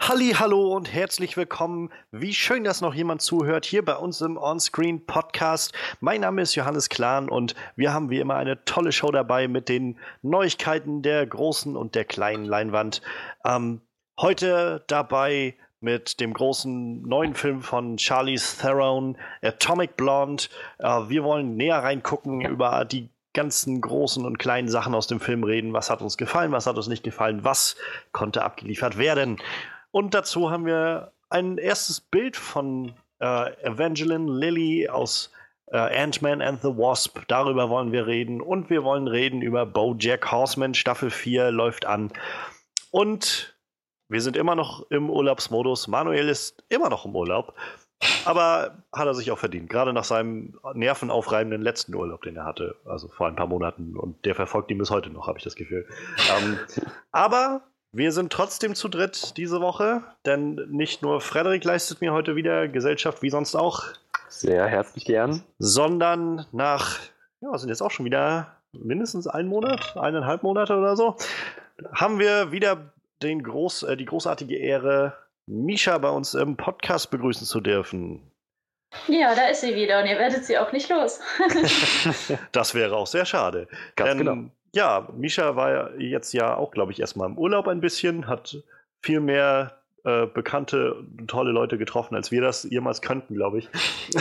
Hallo und herzlich willkommen. Wie schön, dass noch jemand zuhört hier bei uns im Onscreen Podcast. Mein Name ist Johannes Klahn und wir haben wie immer eine tolle Show dabei mit den Neuigkeiten der großen und der kleinen Leinwand. Heute dabei mit dem großen neuen Film von Charlize Theron, Atomic Blonde. Wir wollen näher reingucken, über die ganzen großen und kleinen Sachen aus dem Film reden. Was hat uns gefallen, was hat uns nicht gefallen, was konnte abgeliefert werden. Und dazu haben wir ein erstes Bild von Evangeline Lilly aus Ant-Man and the Wasp. Darüber wollen wir reden. Und wir wollen reden über BoJack Horseman. Staffel 4 läuft an. Und wir sind immer noch im Urlaubsmodus. Manuel ist immer noch im Urlaub. Aber hat er sich auch verdient. Gerade nach seinem nervenaufreibenden letzten Urlaub, den er hatte. Also vor ein paar Monaten. Und der verfolgt ihn bis heute noch, habe ich das Gefühl. Aber wir sind trotzdem zu dritt diese Woche, denn nicht nur Frederik leistet mir heute wieder Gesellschaft, wie sonst auch. Sehr herzlich gern. Sondern sind jetzt auch schon wieder mindestens 1 Monat, 1,5 Monate oder so, haben wir wieder die großartige Ehre, Misha bei uns im Podcast begrüßen zu dürfen. Ja, da ist sie wieder und ihr werdet sie auch nicht los. Das wäre auch sehr schade. Ganz genau. Ja, Misha war jetzt ja auch, glaube ich, erstmal im Urlaub ein bisschen, hat viel mehr bekannte, tolle Leute getroffen, als wir das jemals könnten, glaube ich.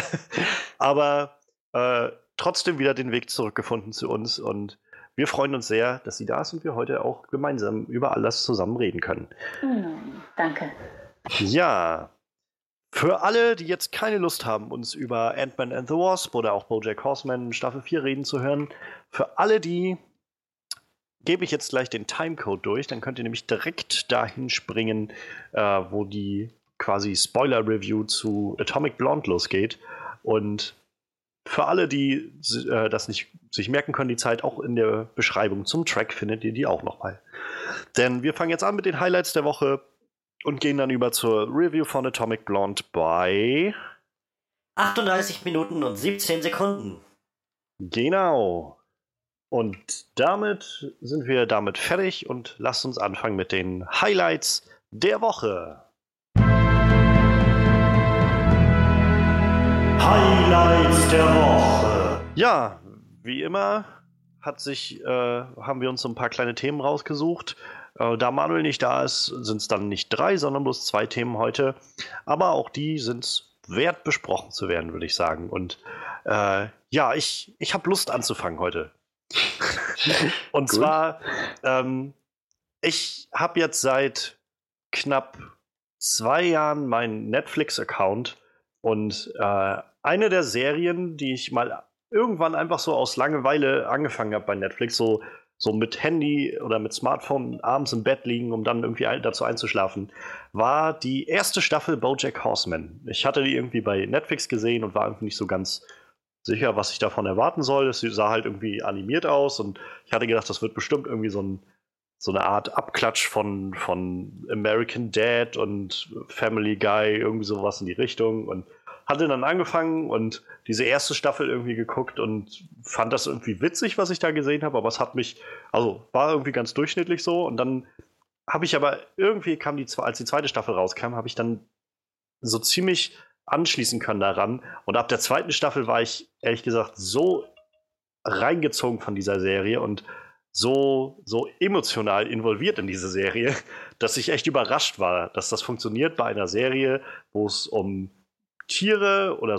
Aber trotzdem wieder den Weg zurückgefunden zu uns und wir freuen uns sehr, dass sie da ist und wir heute auch gemeinsam über alles zusammen reden können. Danke. Ja, für alle, die jetzt keine Lust haben, uns über Ant-Man and the Wasp oder auch BoJack Horseman Staffel 4 reden zu hören, für alle die gebe ich jetzt gleich den Timecode durch, dann könnt ihr nämlich direkt dahin springen, wo die quasi Spoiler-Review zu Atomic Blonde losgeht. Und für alle, die das nicht sich merken können, die Zeit auch in der Beschreibung zum Track findet ihr die auch nochmal. Denn wir fangen jetzt an mit den Highlights der Woche und gehen dann über zur Review von Atomic Blonde bei 38 Minuten und 17 Sekunden. Genau. Und damit sind wir fertig und lasst uns anfangen mit den Highlights der Woche. Highlights der Woche. Ja, wie immer haben wir uns so ein paar kleine Themen rausgesucht. Da Manuel nicht da ist, sind es dann nicht 3, sondern bloß 2 Themen heute. Aber auch die sind es wert, besprochen zu werden, würde ich sagen. Und ich habe Lust anzufangen heute. Und zwar, ich habe jetzt seit knapp 2 Jahren meinen Netflix-Account und eine der Serien, die ich mal irgendwann einfach so aus Langeweile angefangen habe bei Netflix, so mit Handy oder mit Smartphone abends im Bett liegen, um dann irgendwie dazu einzuschlafen, war die erste Staffel BoJack Horseman. Ich hatte die irgendwie bei Netflix gesehen und war irgendwie nicht so ganz sicher, was ich davon erwarten soll. Es sah halt irgendwie animiert aus und ich hatte gedacht, das wird bestimmt irgendwie so eine Art Abklatsch von American Dad und Family Guy, irgendwie sowas in die Richtung und hatte dann angefangen und diese erste Staffel irgendwie geguckt und fand das irgendwie witzig, was ich da gesehen habe, aber es war irgendwie ganz durchschnittlich so und dann habe ich aber irgendwie als die zweite Staffel rauskam, habe ich dann so ziemlich anschließen können daran. Und ab der zweiten Staffel war ich, ehrlich gesagt, so reingezogen von dieser Serie und so emotional involviert in diese Serie, dass ich echt überrascht war, dass das funktioniert bei einer Serie, wo es um Tiere oder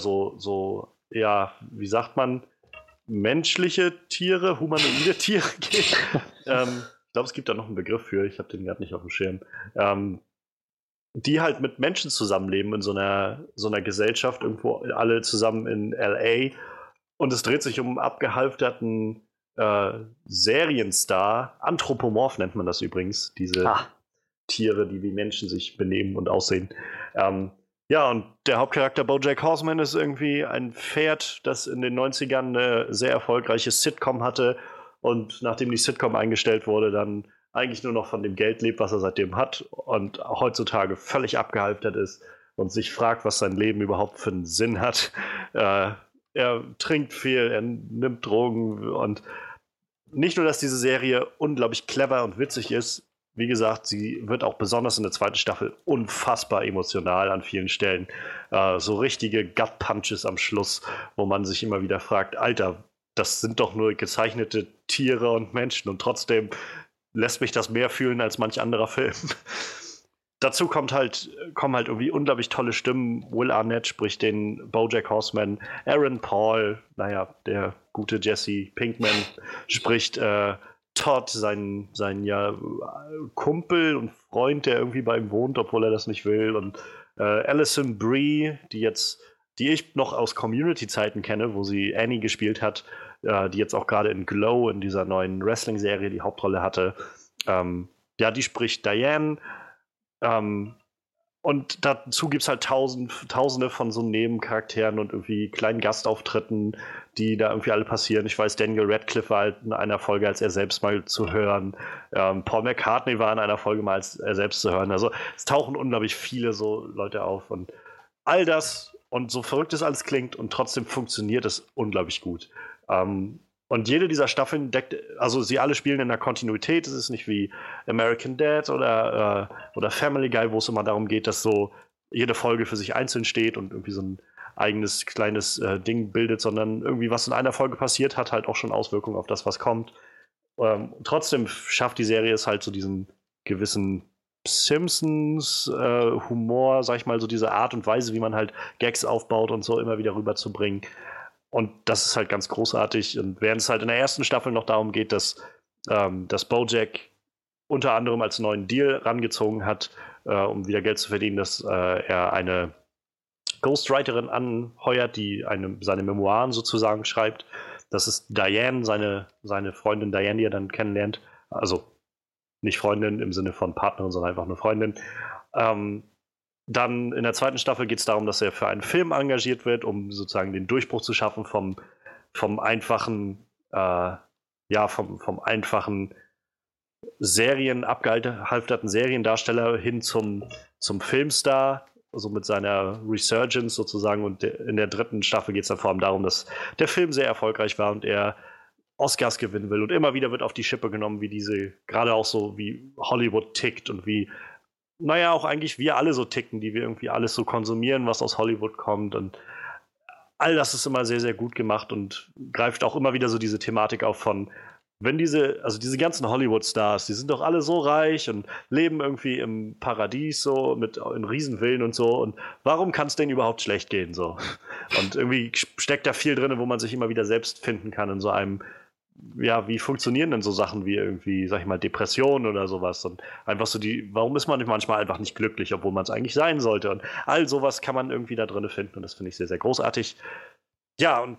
wie sagt man, menschliche Tiere, humanoide Tiere geht. Ich glaube, es gibt da noch einen Begriff für, ich habe den gerade nicht auf dem Schirm. Die halt mit Menschen zusammenleben in so einer Gesellschaft, irgendwo alle zusammen in L.A. Und es dreht sich um einen abgehalfterten Serienstar. Anthropomorph nennt man das übrigens, diese Tiere, die wie Menschen sich benehmen und aussehen. Und der Hauptcharakter BoJack Horseman ist irgendwie ein Pferd, das in den 90ern eine sehr erfolgreiche Sitcom hatte und nachdem die Sitcom eingestellt wurde, dann eigentlich nur noch von dem Geld lebt, was er seitdem hat und heutzutage völlig abgehalftert ist und sich fragt, was sein Leben überhaupt für einen Sinn hat. Er trinkt viel, er nimmt Drogen und nicht nur, dass diese Serie unglaublich clever und witzig ist, wie gesagt, sie wird auch besonders in der zweiten Staffel unfassbar emotional an vielen Stellen. So richtige Gut-Punches am Schluss, wo man sich immer wieder fragt, Alter, das sind doch nur gezeichnete Tiere und Menschen und trotzdem lässt mich das mehr fühlen als manch anderer Film. Dazu kommen halt irgendwie unglaublich tolle Stimmen. Will Arnett spricht den BoJack Horseman. Aaron Paul, naja, der gute Jesse Pinkman, spricht Todd, sein Kumpel und Freund, der irgendwie bei ihm wohnt, obwohl er das nicht will. Und Alison Brie, die ich noch aus Community-Zeiten kenne, wo sie Annie gespielt hat, die jetzt auch gerade in Glow, in dieser neuen Wrestling-Serie, die Hauptrolle hatte. Die spricht Diane. Und dazu gibt es halt Tausende von so Nebencharakteren und irgendwie kleinen Gastauftritten, die da irgendwie alle passieren. Ich weiß, Daniel Radcliffe war halt in einer Folge als er selbst mal zu hören. Paul McCartney war in einer Folge mal als er selbst zu hören. Also es tauchen unglaublich viele so Leute auf und all das und so verrückt es alles klingt und trotzdem funktioniert es unglaublich gut. Und jede dieser Staffeln deckt, also sie alle spielen in der Kontinuität. Es ist nicht wie American Dad oder Family Guy, wo es immer darum geht, dass so jede Folge für sich einzeln steht und irgendwie so ein eigenes kleines Ding bildet, sondern irgendwie, was in einer Folge passiert, hat halt auch schon Auswirkungen auf das, was kommt. Trotzdem schafft die Serie es halt so diesen gewissen Simpsons-Humor, sag ich mal, so diese Art und Weise, wie man halt Gags aufbaut und so immer wieder rüberzubringen. Und das ist halt ganz großartig. Und während es halt in der ersten Staffel noch darum geht, dass BoJack unter anderem als neuen Deal rangezogen hat, um wieder Geld zu verdienen, dass er eine Ghostwriterin anheuert, die seine Memoiren sozusagen schreibt. Das ist Diane, seine Freundin Diane, die er dann kennenlernt. Also nicht Freundin im Sinne von Partnerin, sondern einfach nur Freundin. Dann in der zweiten Staffel geht es darum, dass er für einen Film engagiert wird, um sozusagen den Durchbruch zu schaffen vom einfachen abgehalfterten Seriendarsteller hin zum Filmstar, also mit seiner Resurgence sozusagen. Und in der dritten Staffel geht es dann vor allem darum, dass der Film sehr erfolgreich war und er Oscars gewinnen will. Und immer wieder wird auf die Schippe genommen, gerade auch so wie Hollywood tickt und wie auch eigentlich wir alle so ticken, die wir irgendwie alles so konsumieren, was aus Hollywood kommt. Und all das ist immer sehr, sehr gut gemacht und greift auch immer wieder so diese Thematik auf von, wenn diese ganzen Hollywood-Stars, die sind doch alle so reich und leben irgendwie im Paradies so, in Riesenvillen und so. Und warum kann es denen überhaupt schlecht gehen? So? Und irgendwie steckt da viel drin, wo man sich immer wieder selbst finden kann in so einem, wie funktionieren denn so Sachen wie irgendwie, sag ich mal, Depressionen oder sowas und einfach so warum ist man manchmal einfach nicht glücklich, obwohl man es eigentlich sein sollte und all sowas kann man irgendwie da drin finden und das finde ich sehr, sehr großartig. Ja, und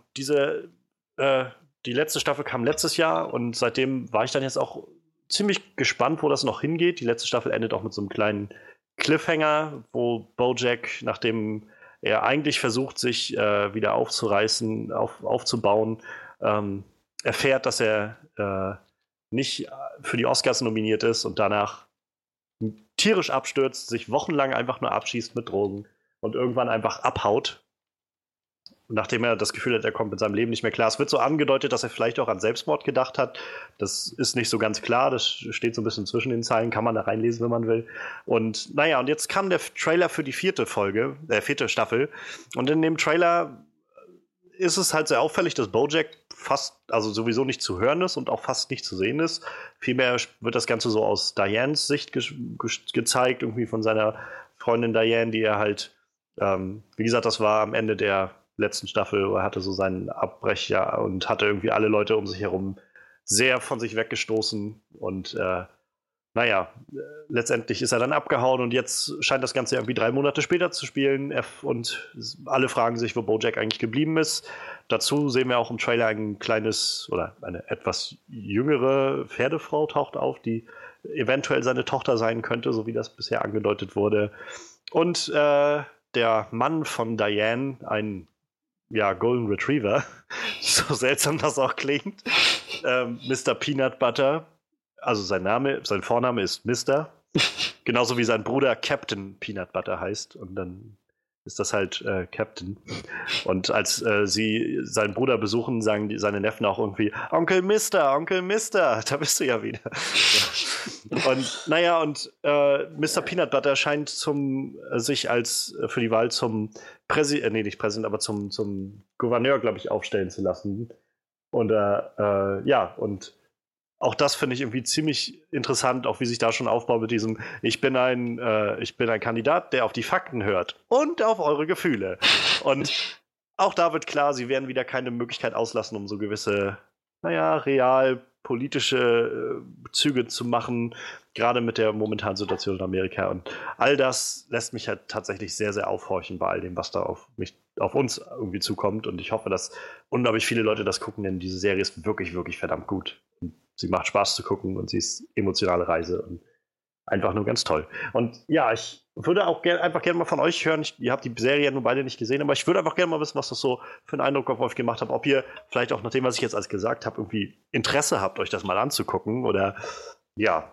die letzte Staffel kam letztes Jahr und seitdem war ich dann jetzt auch ziemlich gespannt, wo das noch hingeht. Die letzte Staffel endet auch mit so einem kleinen Cliffhanger, wo BoJack, nachdem er eigentlich versucht, sich wieder aufzureißen, aufzubauen, erfährt, dass er nicht für die Oscars nominiert ist und danach tierisch abstürzt, sich wochenlang einfach nur abschießt mit Drogen und irgendwann einfach abhaut. Nachdem er das Gefühl hat, er kommt mit seinem Leben nicht mehr klar. Es wird so angedeutet, dass er vielleicht auch an Selbstmord gedacht hat. Das ist nicht so ganz klar. Das steht so ein bisschen zwischen den Zeilen. Kann man da reinlesen, wenn man will. Und und jetzt kam der Trailer für die vierte Staffel. Und in dem Trailer ist es halt sehr auffällig, dass BoJack sowieso nicht zu hören ist und auch fast nicht zu sehen ist. Vielmehr wird das Ganze so aus Dianes Sicht gezeigt, irgendwie von seiner Freundin Diane, die er halt, wie gesagt, das war am Ende der letzten Staffel, wo er hatte so seinen Abbrecher und hatte irgendwie alle Leute um sich herum sehr von sich weggestoßen und letztendlich ist er dann abgehauen und jetzt scheint das Ganze irgendwie 3 Monate später zu spielen und alle fragen sich, wo BoJack eigentlich geblieben ist. Dazu sehen wir auch im Trailer eine etwas jüngere Pferdefrau taucht auf, die eventuell seine Tochter sein könnte, so wie das bisher angedeutet wurde. Und der Mann von Diane, ein Golden Retriever, so seltsam das auch klingt, Mr. Peanut Butter, also sein Vorname ist Mr., genauso wie sein Bruder Captain Peanut Butter heißt und dann ist das halt Captain. Und als sie seinen Bruder besuchen, sagen seine Neffen auch irgendwie, Onkel Mister, da bist du ja wieder. Und naja, und Mr. Peanut Butter scheint sich für die Wahl zum nicht Präsident, aber zum Gouverneur, glaube ich, aufstellen zu lassen. Und und auch das finde ich irgendwie ziemlich interessant, auch wie sich da schon aufbaut mit diesem, ich bin ein Kandidat, der auf die Fakten hört und auf eure Gefühle. Und auch da wird klar, sie werden wieder keine Möglichkeit auslassen, um so gewisse, realpolitische Züge zu machen, gerade mit der momentanen Situation in Amerika. Und all das lässt mich halt tatsächlich sehr, sehr aufhorchen bei all dem, was da auf uns irgendwie zukommt. Und ich hoffe, dass unglaublich viele Leute das gucken, denn diese Serie ist wirklich, wirklich verdammt gut. Und sie macht Spaß zu gucken und sie ist emotionale Reise und einfach nur ganz toll. Und ja, ich würde auch einfach gerne mal von euch hören. Ihr habt die Serie ja nur beide nicht gesehen, aber ich würde einfach gerne mal wissen, was das so für einen Eindruck auf euch gemacht hat. Ob ihr vielleicht auch nach dem, was ich jetzt alles gesagt habe, irgendwie Interesse habt, euch das mal anzugucken oder ja.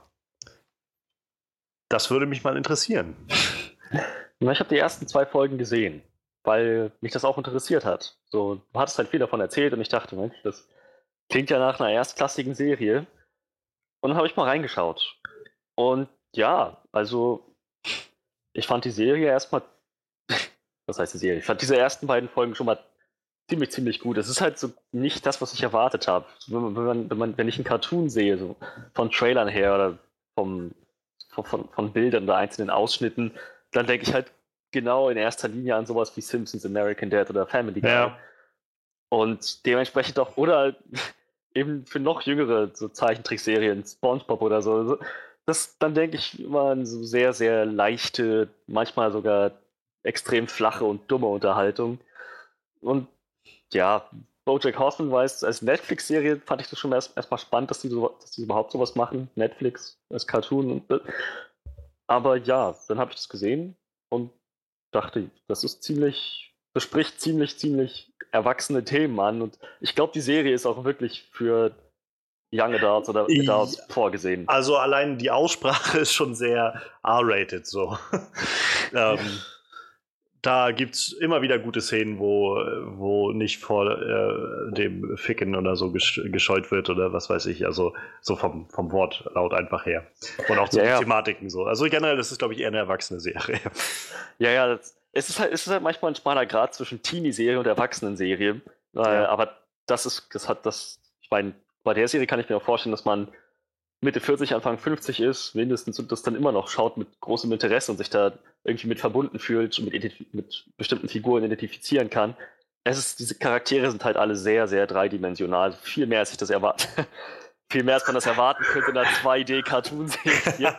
Das würde mich mal interessieren. Ich habe die ersten 2 Folgen gesehen, weil mich das auch interessiert hat. So, du hattest halt viel davon erzählt und ich dachte, Mensch, das klingt ja nach einer erstklassigen Serie. Und dann habe ich mal reingeschaut. Und ja, also ich fand die Serie erstmal, was heißt die Serie? Ich fand diese ersten beiden Folgen schon mal ziemlich gut. Es ist halt so nicht das, was ich erwartet habe. Wenn ich einen Cartoon sehe, so von Trailern her oder von Bildern oder einzelnen Ausschnitten, dann denke ich halt genau in erster Linie an sowas wie Simpsons, American Dad oder Family Guy. Ja. Und dementsprechend auch, oder eben für noch jüngere so Zeichentrickserien, SpongeBob oder so, dann denke ich immer an so sehr, sehr leichte, manchmal sogar extrem flache und dumme Unterhaltung. Und ja, BoJack Horseman als Netflix-Serie fand ich das schon erstmal spannend, dass die überhaupt sowas machen. Netflix als Cartoon. Aber ja, dann habe ich das gesehen und dachte, bespricht ziemlich erwachsene Themen an. Und ich glaube, die Serie ist auch wirklich für Young Adults oder Adults vorgesehen. Also allein die Aussprache ist schon sehr R-rated so. Da gibt es immer wieder gute Szenen, wo nicht vor dem Ficken oder so gescheut wird oder was weiß ich, also so vom Wortlaut einfach her. Und auch zu den Thematiken so. Also generell, das ist, glaube ich, eher eine erwachsene Serie. Ja, es ist halt manchmal ein schmaler Grad zwischen Teenie-Serie und Erwachsenen-Serie. Aber ich meine, bei der Serie kann ich mir auch vorstellen, dass man Mitte 40, Anfang 50 ist, mindestens, und das dann immer noch schaut mit großem Interesse und sich da irgendwie mit verbunden fühlt und mit bestimmten Figuren identifizieren kann. Diese Charaktere sind halt alle sehr, sehr dreidimensional. Viel mehr, als ich das viel mehr, als man das erwarten könnte in einer 2D-Cartoon-Serie.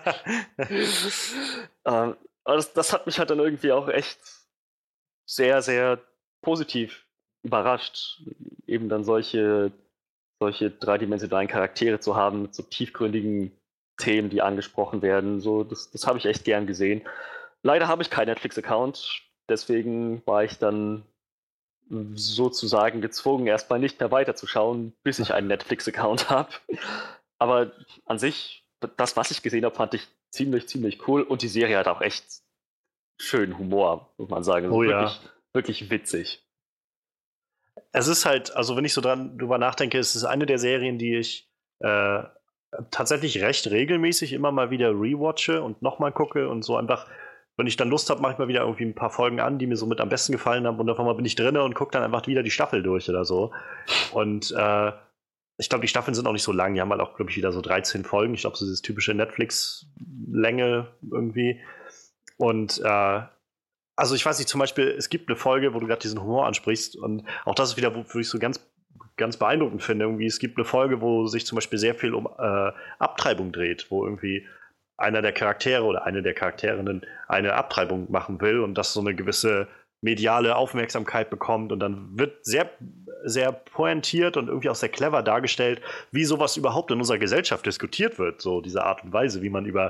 Aber das hat mich halt dann irgendwie auch echt sehr, sehr positiv überrascht, eben dann solche dreidimensionalen Charaktere zu haben, mit so tiefgründigen Themen, die angesprochen werden. So, das habe ich echt gern gesehen. Leider habe ich keinen Netflix-Account, deswegen war ich dann sozusagen gezwungen, erstmal nicht mehr weiterzuschauen, bis ich einen Netflix-Account habe. Aber an sich, das, was ich gesehen habe, fand ich ziemlich cool und die Serie hat auch echt schönen Humor, muss man sagen. Wirklich witzig. Es ist halt, also wenn ich so drüber nachdenke, es ist eine der Serien, die ich tatsächlich recht regelmäßig immer mal wieder rewatche und nochmal gucke und so einfach, wenn ich dann Lust habe, mache ich mal wieder irgendwie ein paar Folgen an, die mir so mit am besten gefallen haben und auf einmal bin ich drin und gucke dann einfach wieder die Staffel durch oder so. Und ich glaube, die Staffeln sind auch nicht so lang, die haben halt auch, glaube ich, wieder so 13 Folgen. Ich glaube, so dieses typische Netflix-Länge irgendwie. Und also ich weiß nicht, zum Beispiel, es gibt eine Folge, wo du gerade diesen Humor ansprichst und auch das ist wieder, wo ich so ganz beeindruckend finde. Irgendwie, es gibt eine Folge, wo sich zum Beispiel sehr viel um Abtreibung dreht, wo irgendwie einer der Charaktere oder eine der Charakterinnen eine Abtreibung machen will und das so eine gewisse mediale Aufmerksamkeit bekommt und dann wird sehr, sehr pointiert und irgendwie auch sehr clever dargestellt, wie sowas überhaupt in unserer Gesellschaft diskutiert wird, so diese Art und Weise, wie man über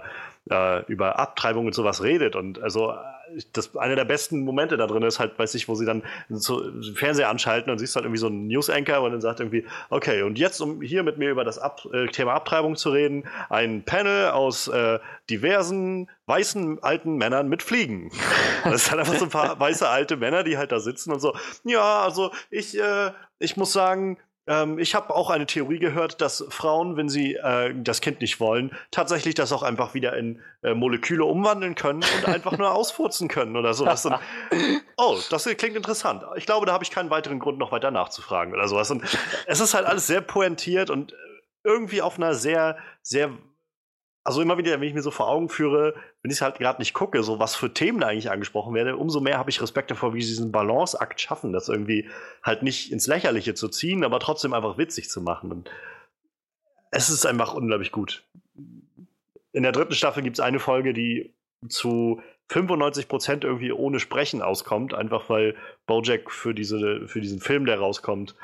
über Abtreibung und sowas redet. Und also das einer der besten Momente da drin ist halt, weiß ich, wo sie dann so Fernseher anschalten und siehst halt irgendwie so einen News-Anchor und dann sagt irgendwie, okay, und jetzt, um hier mit mir über das Thema Abtreibung zu reden, ein Panel aus diversen weißen alten Männern mit Fliegen. Das sind einfach so ein paar weiße alte Männer, die halt da sitzen und so, ja, also ich muss sagen, ich habe auch eine Theorie gehört, dass Frauen, wenn sie das Kind nicht wollen, tatsächlich das auch einfach wieder in Moleküle umwandeln können und einfach nur ausfurzen können oder sowas. Und, oh, das klingt interessant. Ich glaube, da habe ich keinen weiteren Grund, noch weiter nachzufragen oder sowas. Und es ist halt alles sehr pointiert und irgendwie auf einer sehr, sehr. Also immer wieder, wenn ich mir so vor Augen führe, wenn ich es halt gerade nicht gucke, so was für Themen da eigentlich angesprochen werden, umso mehr habe ich Respekt davor, wie sie diesen Balanceakt schaffen, das irgendwie halt nicht ins Lächerliche zu ziehen, aber trotzdem einfach witzig zu machen. Und es ist einfach unglaublich gut. In der 3. Staffel gibt es eine Folge, die zu 95% irgendwie ohne Sprechen auskommt, einfach weil BoJack für diesen Film, der rauskommt,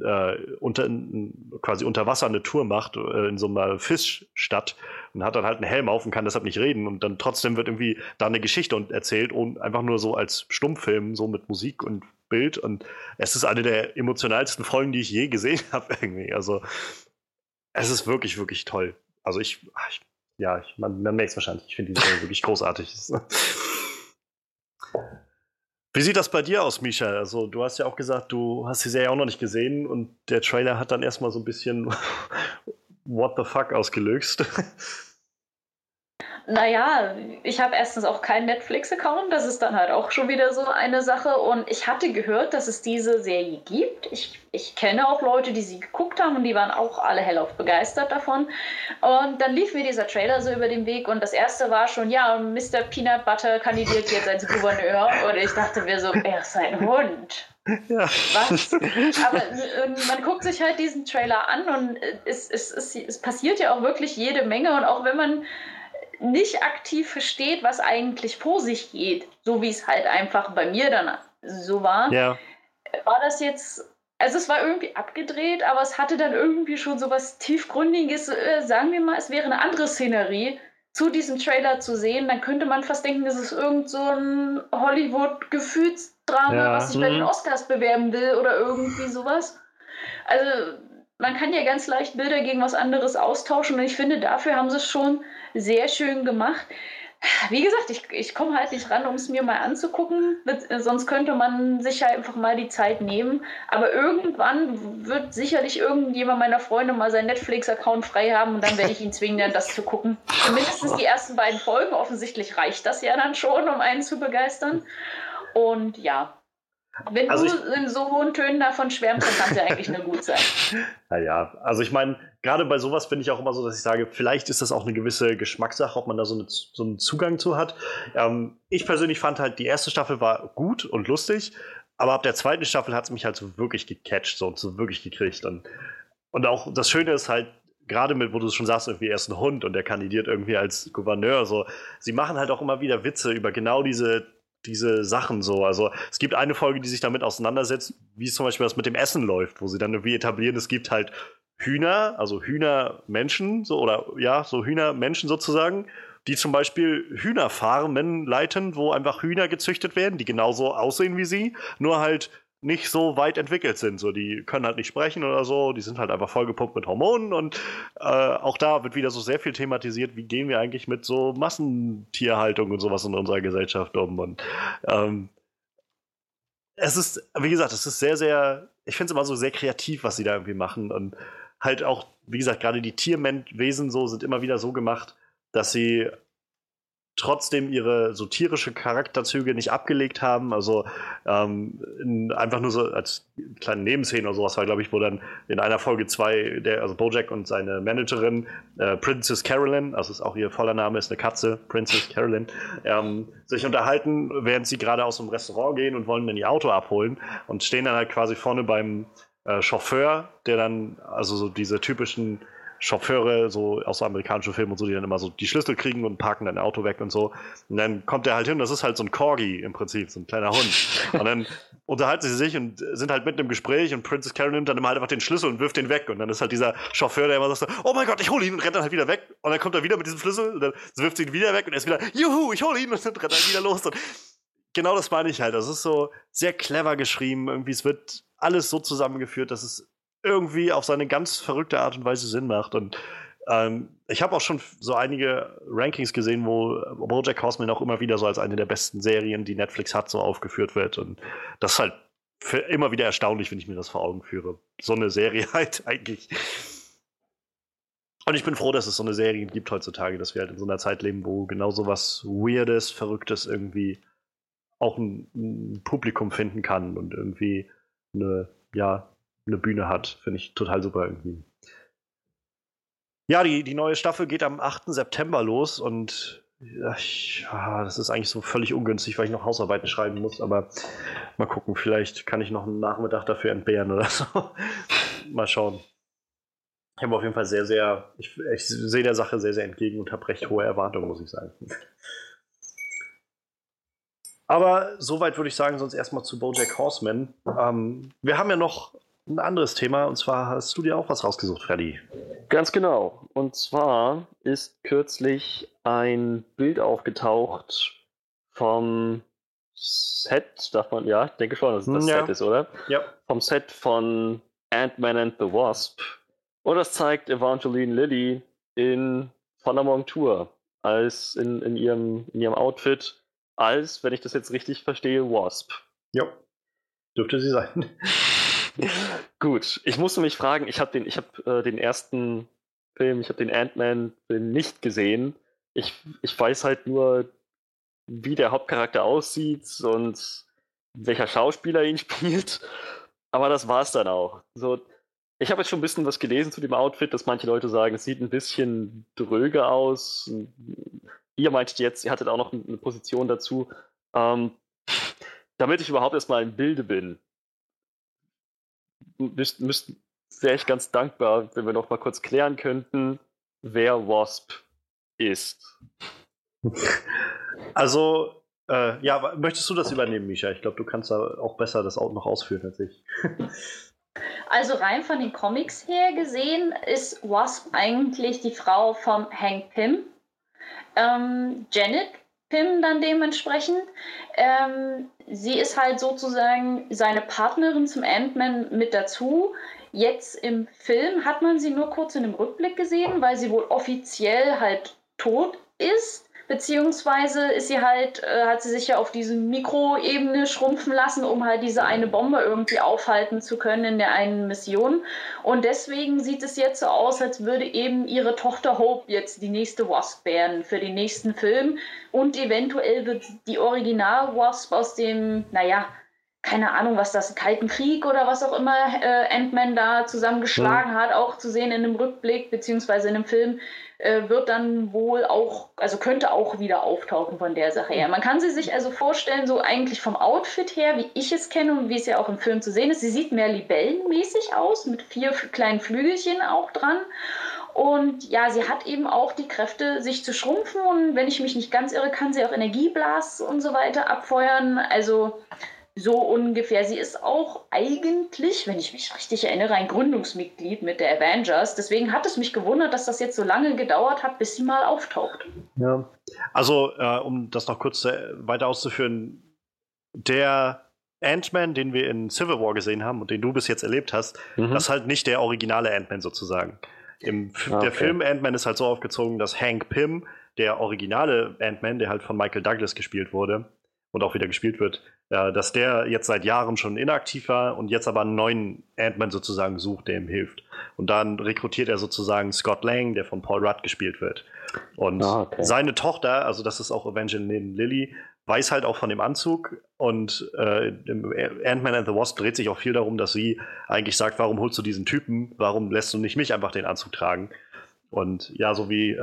quasi unter Wasser eine Tour macht in so einer Fischstadt und hat dann halt einen Helm auf und kann deshalb nicht reden und dann trotzdem wird irgendwie da eine Geschichte erzählt und einfach nur so als Stummfilm, so mit Musik und Bild und es ist eine der emotionalsten Folgen, die ich je gesehen habe irgendwie. Also es ist wirklich, wirklich toll. Also man merkt es wahrscheinlich. Ich finde die Serie wirklich großartig. Wie sieht das bei dir aus, Misha? Also, du hast ja auch gesagt, du hast die Serie auch noch nicht gesehen und der Trailer hat dann erstmal so ein bisschen What the fuck ausgelöst. Naja, ich habe erstens auch keinen Netflix-Account, das ist dann halt auch schon wieder so eine Sache. Und ich hatte gehört, dass es diese Serie gibt. Ich kenne auch Leute, die sie geguckt haben und die waren auch alle hellauf begeistert davon. Und dann lief mir dieser Trailer so über den Weg und das erste war schon, ja, Mr. Peanut Butter kandidiert jetzt als Gouverneur. Und ich dachte mir so, er ist ein Hund. Ja. Was? Aber man guckt sich halt diesen Trailer an und es passiert ja auch wirklich jede Menge. Und auch wenn man nicht aktiv versteht, was eigentlich vor sich geht, so wie es halt einfach bei mir dann so war, war das jetzt, also es war irgendwie abgedreht, aber es hatte dann irgendwie schon so was Tiefgründiges, sagen wir mal, es wäre eine andere Szenerie zu diesem Trailer zu sehen, dann könnte man fast denken, das ist irgend so ein Hollywood-Gefühlsdrama, was sich bei den Oscars bewerben will oder irgendwie sowas. Also man kann ja ganz leicht Bilder gegen was anderes austauschen und ich finde, dafür haben sie es schon sehr schön gemacht. Wie gesagt, ich komme halt nicht ran, um es mir mal anzugucken, sonst könnte man sich ja einfach mal die Zeit nehmen. Aber irgendwann wird sicherlich irgendjemand meiner Freunde mal seinen Netflix-Account frei haben und dann werde ich ihn zwingen, dann das zu gucken. Mindestens die ersten 2 Folgen, offensichtlich reicht das ja dann schon, um einen zu begeistern. Und ja, wenn du in so hohen Tönen davon schwärmst, dann kann es ja eigentlich nur gut sein. Naja, also ich meine, gerade bei sowas finde ich auch immer so, dass ich sage, vielleicht ist das auch eine gewisse Geschmackssache, ob man da so einen Zugang zu hat. Ich persönlich fand halt, die erste Staffel war gut und lustig, aber ab der 2. Staffel hat es mich halt so wirklich gecatcht, so wirklich gekriegt. Und auch das Schöne ist halt, gerade mit, wo du schon sagst, irgendwie er ist ein Hund und der kandidiert irgendwie als Gouverneur, so, sie machen halt auch immer wieder Witze über genau diese Sachen so. Also es gibt eine Folge, die sich damit auseinandersetzt, wie es zum Beispiel das mit dem Essen läuft, wo sie dann irgendwie etablieren, es gibt halt Hühner, also Hühnermenschen, so oder ja, so Hühnermenschen sozusagen, die zum Beispiel Hühnerfarmen leiten, wo einfach Hühner gezüchtet werden, die genauso aussehen wie sie, nur halt nicht so weit entwickelt sind. So, die können halt nicht sprechen oder so, die sind halt einfach vollgepumpt mit Hormonen und auch da wird wieder so sehr viel thematisiert, wie gehen wir eigentlich mit so Massentierhaltung und sowas in unserer Gesellschaft um. Und es ist, wie gesagt, es ist sehr, sehr, ich finde es immer so sehr kreativ, was sie da irgendwie machen und halt auch, wie gesagt, gerade die Tierwesen so sind immer wieder so gemacht, dass sie trotzdem ihre so tierische Charakterzüge nicht abgelegt haben. Also einfach nur so als kleine Nebenszene oder sowas war, glaube ich, wo dann in einer Folge 2, also BoJack und seine Managerin, Princess Carolyn, also ist auch ihr voller Name, ist eine Katze, Princess Carolyn, sich unterhalten, während sie gerade aus dem Restaurant gehen und wollen dann ihr Auto abholen und stehen dann halt quasi vorne beim Chauffeur, der dann also so diese typischen Chauffeure, so aus so amerikanischen Filmen und so, die dann immer so die Schlüssel kriegen und parken dann ein Auto weg und so. Und dann kommt er halt hin, das ist halt so ein Corgi im Prinzip, so ein kleiner Hund. Und dann unterhalten sie sich und sind halt mitten im Gespräch und Princess Carol nimmt dann immer halt einfach den Schlüssel und wirft den weg. Und dann ist halt dieser Chauffeur, der immer sagt so, oh mein Gott, ich hole ihn, und rennt dann halt wieder weg. Und dann kommt er wieder mit diesem Schlüssel und dann wirft sie ihn wieder weg und er ist wieder, juhu, ich hole ihn, und dann rennt er wieder los. Und genau das meine ich halt. Das ist so sehr clever geschrieben. Irgendwie, es wird alles so zusammengeführt, dass es irgendwie auf seine ganz verrückte Art und Weise Sinn macht. Und ich habe auch schon so einige Rankings gesehen, wo BoJack Horseman auch immer wieder so als eine der besten Serien, die Netflix hat, so aufgeführt wird. Und das ist halt immer wieder erstaunlich, wenn ich mir das vor Augen führe. So eine Serie halt eigentlich. Und ich bin froh, dass es so eine Serie gibt heutzutage, dass wir halt in so einer Zeit leben, wo genau so was Weirdes, Verrücktes irgendwie auch ein Publikum finden kann und irgendwie eine Bühne hat. Finde ich total super irgendwie. Ja, die neue Staffel geht am 8. September los und das ist eigentlich so völlig ungünstig, weil ich noch Hausarbeiten schreiben muss, aber mal gucken, vielleicht kann ich noch einen Nachmittag dafür entbehren oder so. Mal schauen. Ich habe auf jeden Fall ich sehe der Sache sehr, sehr entgegen und habe recht hohe Erwartungen, muss ich sagen. Aber soweit würde ich sagen, sonst erstmal zu BoJack Horseman. Wir haben ja noch ein anderes Thema, und zwar hast du dir auch was rausgesucht, Freddy. Ganz genau. Und zwar ist kürzlich ein Bild aufgetaucht vom Set, darf man, ja, ich denke schon, dass es das Set ist, oder? Ja. Vom Set von Ant-Man and the Wasp. Und das zeigt Evangeline Lilly von der Montur, als in ihrem Outfit, als, wenn ich das jetzt richtig verstehe, Wasp. Ja, dürfte sie sein. Gut, ich musste mich fragen, ich habe den ersten Film, ich habe den Ant-Man-Film nicht gesehen. Ich weiß halt nur, wie der Hauptcharakter aussieht und welcher Schauspieler ihn spielt. Aber das war's dann auch. So, ich habe jetzt schon ein bisschen was gelesen zu dem Outfit, dass manche Leute sagen, es sieht ein bisschen dröge aus. Ihr meintet jetzt, ihr hattet auch noch eine Position dazu. Damit ich überhaupt erstmal im Bilde bin, wäre ich ganz dankbar, wenn wir noch mal kurz klären könnten, wer Wasp ist. Also, möchtest du das übernehmen, Misha? Ich glaube, du kannst da auch besser das auch noch ausführen als ich. Also rein von den Comics her gesehen ist Wasp eigentlich die Frau vom Hank Pym. Janet Pym dann dementsprechend. Sie ist halt sozusagen seine Partnerin zum Ant-Man mit dazu. Jetzt im Film hat man sie nur kurz in einem Rückblick gesehen, weil sie wohl offiziell halt tot ist. Beziehungsweise ist sie halt, hat sie sich ja auf diese Mikroebene schrumpfen lassen, um halt diese eine Bombe irgendwie aufhalten zu können in der einen Mission. Und deswegen sieht es jetzt so aus, als würde eben ihre Tochter Hope jetzt die nächste Wasp werden für den nächsten Film. Und eventuell wird die Original-Wasp aus dem, keine Ahnung, was das, Kalten Krieg oder was auch immer Ant-Man da zusammengeschlagen hat, auch zu sehen in einem Rückblick, beziehungsweise in einem Film, wird dann wohl auch, also könnte auch wieder auftauchen von der Sache her. Man kann sie sich also vorstellen, so eigentlich vom Outfit her, wie ich es kenne und wie es ja auch im Film zu sehen ist. Sie sieht mehr libellenmäßig aus, mit 4 kleinen Flügelchen auch dran. Und ja, sie hat eben auch die Kräfte, sich zu schrumpfen. Und wenn ich mich nicht ganz irre, kann sie auch Energieblasts und so weiter abfeuern. Also so ungefähr. Sie ist auch eigentlich, wenn ich mich richtig erinnere, ein Gründungsmitglied mit der Avengers. Deswegen hat es mich gewundert, dass das jetzt so lange gedauert hat, bis sie mal auftaucht. Ja, also um das noch kurz weiter auszuführen, der Ant-Man, den wir in Civil War gesehen haben und den du bis jetzt erlebt hast, das ist halt nicht der originale Ant-Man sozusagen. Der Film Ant-Man ist halt so aufgezogen, dass Hank Pym, der originale Ant-Man, der halt von Michael Douglas gespielt wurde und auch wieder gespielt wird, dass der jetzt seit Jahren schon inaktiv war und jetzt aber einen neuen Ant-Man sozusagen sucht, der ihm hilft. Und dann rekrutiert er sozusagen Scott Lang, der von Paul Rudd gespielt wird. Und seine Tochter, also das ist auch Evangeline Lilly, weiß halt auch von dem Anzug. Und Ant-Man and the Wasp dreht sich auch viel darum, dass sie eigentlich sagt, warum holst du diesen Typen? Warum lässt du nicht mich einfach den Anzug tragen? Und ja, so wie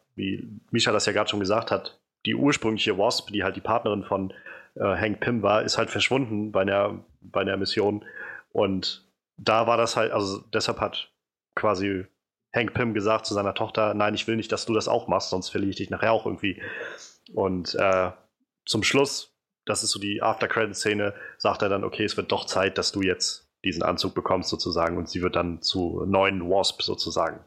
Misha das ja gerade schon gesagt hat, die ursprüngliche Wasp, die halt die Partnerin von Hank Pym war, ist halt verschwunden bei einer Mission. Und da war das halt, also deshalb hat quasi Hank Pym gesagt zu seiner Tochter, nein, ich will nicht, dass du das auch machst, sonst verliere ich dich nachher auch irgendwie. Und zum Schluss, das ist so die After-Credit-Szene, sagt er dann, okay, es wird doch Zeit, dass du jetzt diesen Anzug bekommst sozusagen und sie wird dann zu neuen Wasp sozusagen.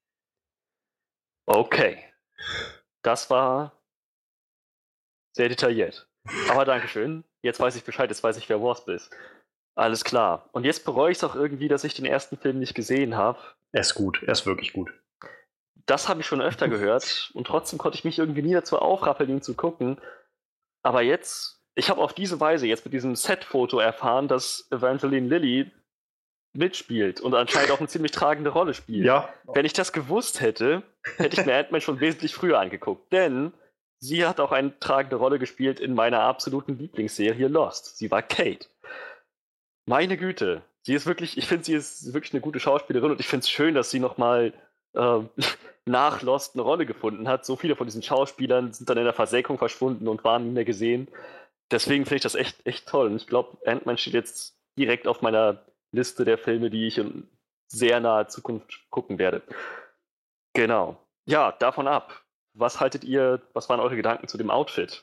Okay. Das war sehr detailliert. Aber Dankeschön. Jetzt weiß ich Bescheid, jetzt weiß ich, wer Wasp ist. Alles klar. Und jetzt bereue ich es auch irgendwie, dass ich den ersten Film nicht gesehen habe. Er ist gut, er ist wirklich gut. Das habe ich schon öfter gehört und trotzdem konnte ich mich irgendwie nie dazu aufrappeln, ihn zu gucken. Aber jetzt, ich habe auf diese Weise jetzt mit diesem Set-Foto erfahren, dass Evangeline Lilly mitspielt und anscheinend auch eine ziemlich tragende Rolle spielt. Ja. Wenn ich das gewusst hätte, hätte ich mir Ant-Man schon wesentlich früher angeguckt. Denn sie hat auch eine tragende Rolle gespielt in meiner absoluten Lieblingsserie Lost. Sie war Kate. Meine Güte. Sie ist wirklich, ich finde, sie ist wirklich eine gute Schauspielerin und ich finde es schön, dass sie nochmal nach Lost eine Rolle gefunden hat. So viele von diesen Schauspielern sind dann in der Versenkung verschwunden und waren nie mehr gesehen. Deswegen finde ich das echt toll. Und ich glaube, Ant-Man steht jetzt direkt auf meiner Liste der Filme, die ich in sehr naher Zukunft gucken werde. Genau. Ja, davon ab. Was waren eure Gedanken zu dem Outfit?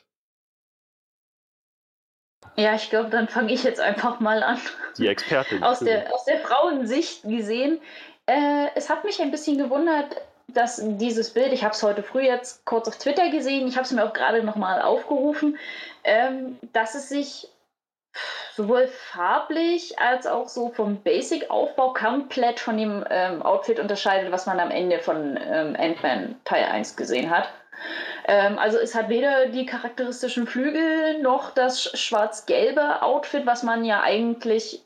Ja, ich glaube, dann fange ich jetzt einfach mal an. Die Expertin. Aus der Frauensicht gesehen. Es hat mich ein bisschen gewundert, dass dieses Bild, ich habe es heute früh jetzt kurz auf Twitter gesehen, ich habe es mir auch gerade nochmal aufgerufen, dass es sich sowohl farblich als auch so vom Basic-Aufbau komplett von dem Outfit unterscheidet, was man am Ende von Ant-Man Teil 1 gesehen hat. Also es hat weder die charakteristischen Flügel noch das schwarz-gelbe Outfit, was man ja eigentlich,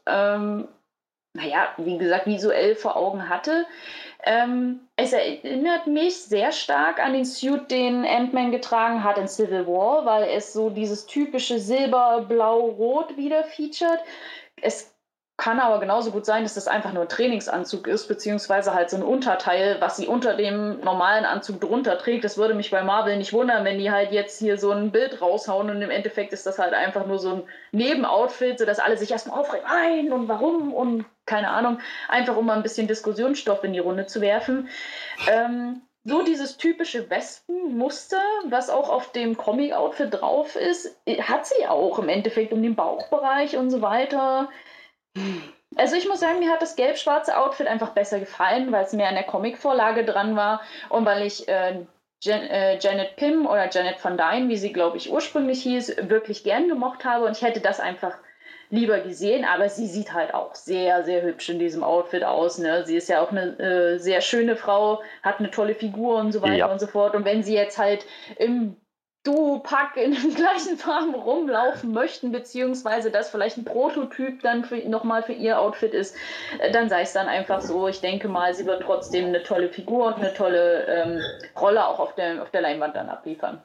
wie gesagt, visuell vor Augen hatte. Es erinnert mich sehr stark an den Suit, den Ant-Man getragen hat in Civil War, weil es so dieses typische Silber, Blau, Rot wieder featured. Es kann aber genauso gut sein, dass das einfach nur ein Trainingsanzug ist, beziehungsweise halt so ein Unterteil, was sie unter dem normalen Anzug drunter trägt. Das würde mich bei Marvel nicht wundern, wenn die halt jetzt hier so ein Bild raushauen und im Endeffekt ist das halt einfach nur so ein Nebenoutfit, sodass alle sich erstmal aufregen, nein und warum und keine Ahnung, einfach um mal ein bisschen Diskussionsstoff in die Runde zu werfen. So dieses typische Wespenmuster, was auch auf dem Comic-Outfit drauf ist, hat sie auch im Endeffekt um den Bauchbereich und so weiter. Also ich muss sagen, mir hat das gelb-schwarze Outfit einfach besser gefallen, weil es mehr an der Comic-Vorlage dran war und weil ich Janet Pym oder Janet Van Dyne, wie sie, glaube ich, ursprünglich hieß, wirklich gern gemocht habe und ich hätte das einfach lieber gesehen, aber sie sieht halt auch sehr, sehr hübsch in diesem Outfit aus. Ne? Sie ist ja auch eine sehr schöne Frau, hat eine tolle Figur und so weiter und so fort. Und wenn sie jetzt halt im Duo-Pack in den gleichen Farben rumlaufen möchten, beziehungsweise das vielleicht ein Prototyp dann nochmal für ihr Outfit ist, dann sei es dann einfach so. Ich denke mal, sie wird trotzdem eine tolle Figur und eine tolle Rolle auch auf der Leinwand dann abliefern.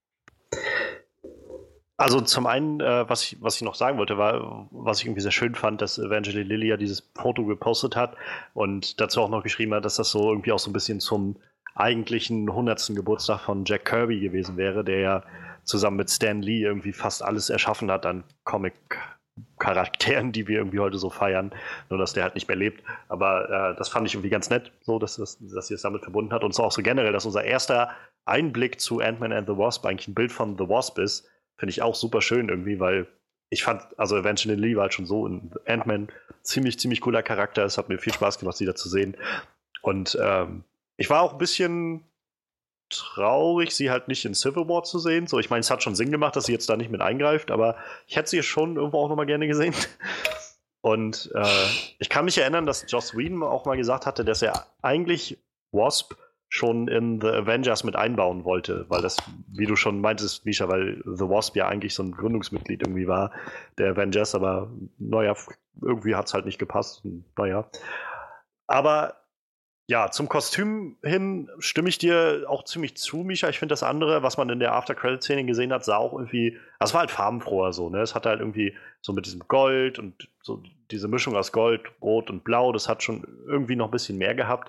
Also zum einen, was ich noch sagen wollte, war, was ich irgendwie sehr schön fand, dass Evangeline Lilly ja dieses Foto gepostet hat und dazu auch noch geschrieben hat, dass das so irgendwie auch so ein bisschen zum eigentlichen 100. Geburtstag von Jack Kirby gewesen wäre, der ja zusammen mit Stan Lee irgendwie fast alles erschaffen hat an Comic-Charakteren, die wir irgendwie heute so feiern, nur dass der halt nicht mehr lebt. Aber das fand ich irgendwie ganz nett, so dass sie es damit verbunden hat und so auch so generell, dass unser erster Einblick zu Ant-Man and the Wasp eigentlich ein Bild von The Wasp ist, finde ich auch super schön irgendwie, weil ich fand, also Evangeline Lilly war halt schon so in Ant-Man ziemlich cooler Charakter. Es hat mir viel Spaß gemacht, sie da zu sehen. Und ich war auch ein bisschen traurig, sie halt nicht in Civil War zu sehen. So, ich meine, es hat schon Sinn gemacht, dass sie jetzt da nicht mit eingreift, aber ich hätte sie schon irgendwo auch nochmal gerne gesehen. Und ich kann mich erinnern, dass Joss Whedon auch mal gesagt hatte, dass er eigentlich Wasp schon in The Avengers mit einbauen wollte, weil das, wie du schon meintest, Misha, weil The Wasp ja eigentlich so ein Gründungsmitglied irgendwie war, der Avengers, aber naja, irgendwie hat es halt nicht gepasst. Naja. Aber ja, zum Kostüm hin stimme ich dir auch ziemlich zu, Misha. Ich finde das andere, was man in der After-Credit-Szene gesehen hat, sah auch irgendwie, das war halt farbenfroher so, ne? Es hatte halt irgendwie so mit diesem Gold und so diese Mischung aus Gold, Rot und Blau, das hat schon irgendwie noch ein bisschen mehr gehabt.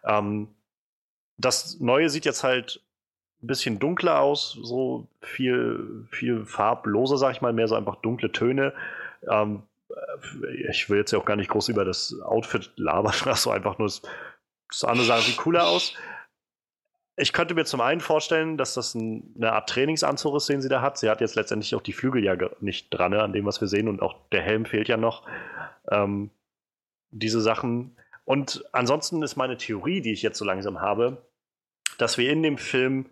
Das Neue sieht jetzt halt ein bisschen dunkler aus, so viel farbloser, sag ich mal, mehr so einfach dunkle Töne. Ich will jetzt ja auch gar nicht groß über das Outfit labern, so einfach nur Das andere Sache sieht cooler aus. Ich könnte mir zum einen vorstellen, dass das eine Art Trainingsanzug ist, den sie da hat. Sie hat jetzt letztendlich auch die Flügel ja nicht dran, an dem, was wir sehen. Und auch der Helm fehlt ja noch. Diese Sachen. Und ansonsten ist meine Theorie, die ich jetzt so langsam habe, dass wir in dem Film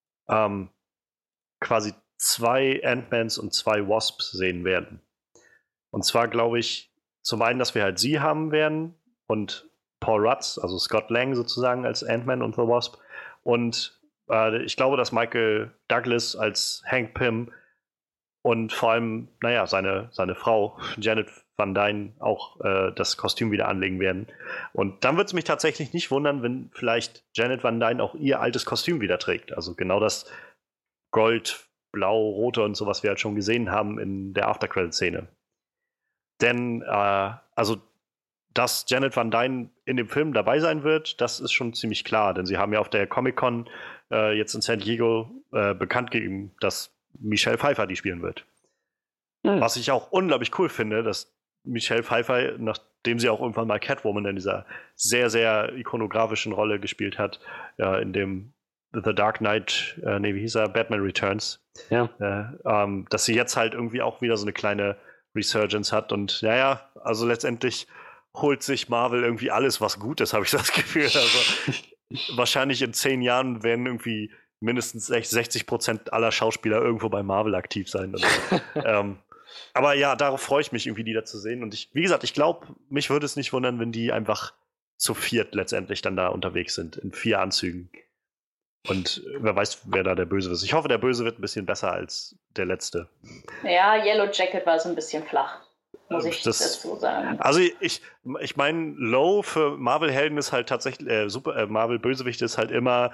quasi 2 Ant-Mans und 2 Wasps sehen werden. Und zwar glaube ich zum einen, dass wir halt sie haben werden und Paul Rudd, also Scott Lang sozusagen als Ant-Man und The Wasp. Und ich glaube, dass Michael Douglas als Hank Pym und vor allem, naja, seine Frau Janet Van Dyne auch das Kostüm wieder anlegen werden. Und dann würde es mich tatsächlich nicht wundern, wenn vielleicht Janet Van Dyne auch ihr altes Kostüm wieder trägt. Also genau das Gold, Blau, Rote und so, was wir halt schon gesehen haben in der After-Credit-Szene. Denn, also, dass Janet Van Dyne in dem Film dabei sein wird, das ist schon ziemlich klar. Denn sie haben ja auf der Comic-Con jetzt in San Diego bekannt gegeben, dass Michelle Pfeiffer die spielen wird. Was ich auch unglaublich cool finde, dass Michelle Pfeiffer, nachdem sie auch irgendwann mal Catwoman in dieser sehr, sehr ikonografischen Rolle gespielt hat, in dem The Dark Knight, wie hieß er? Batman Returns. Ja. Dass sie jetzt halt irgendwie auch wieder so eine kleine Resurgence hat. Und naja, also letztendlich holt sich Marvel irgendwie alles, was gut ist, habe ich das Gefühl. Also wahrscheinlich in 10 Jahren werden irgendwie mindestens 60% aller Schauspieler irgendwo bei Marvel aktiv sein. Und, aber ja, darauf freue ich mich irgendwie, die da zu sehen. Und wie gesagt, ich glaube, mich würde es nicht wundern, wenn die einfach zu 4 letztendlich dann da unterwegs sind, in 4 Anzügen. Und wer weiß, wer da der Böse ist. Ich hoffe, der Böse wird ein bisschen besser als der letzte. Ja, Yellow Jacket war so ein bisschen flach, muss ich dazu sagen. Also ich meine, Low für Marvel-Helden ist halt tatsächlich, Marvel-Bösewicht ist halt immer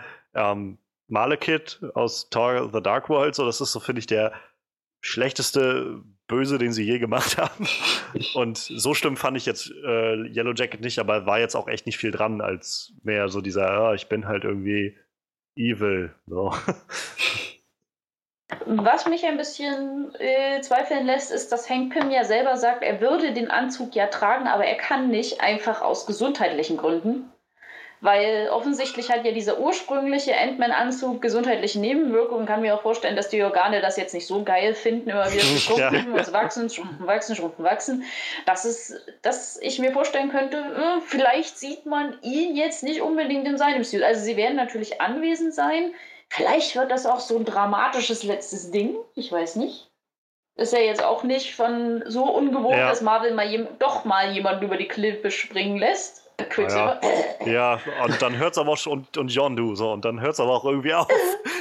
Malekith aus Thor The Dark World. So, das ist so, finde ich, der schlechteste Böse, den sie je gemacht haben. Und so schlimm fand ich jetzt Yellow Jacket nicht, aber war jetzt auch echt nicht viel dran, als mehr so dieser, ich bin halt irgendwie evil. So. Was mich ein bisschen zweifeln lässt, ist, dass Hank Pym ja selber sagt, er würde den Anzug ja tragen, aber er kann nicht, einfach aus gesundheitlichen Gründen. Weil offensichtlich hat ja dieser ursprüngliche Ant-Man-Anzug gesundheitliche Nebenwirkungen. Kann mir auch vorstellen, dass die Organe das jetzt nicht so geil finden, immer wieder zu schrumpfen und wachsen. Dass ich mir vorstellen könnte, vielleicht sieht man ihn jetzt nicht unbedingt in seinem Stil. Also sie werden natürlich anwesend sein. Vielleicht wird das auch so ein dramatisches letztes Ding. Ich weiß nicht. Ist ja jetzt auch nicht von so ungewohnt, dass Marvel doch mal jemanden über die Klippe springen lässt. Ja, und dann hört es aber auch schon, und Yondu, so, und dann hört es aber auch irgendwie auf.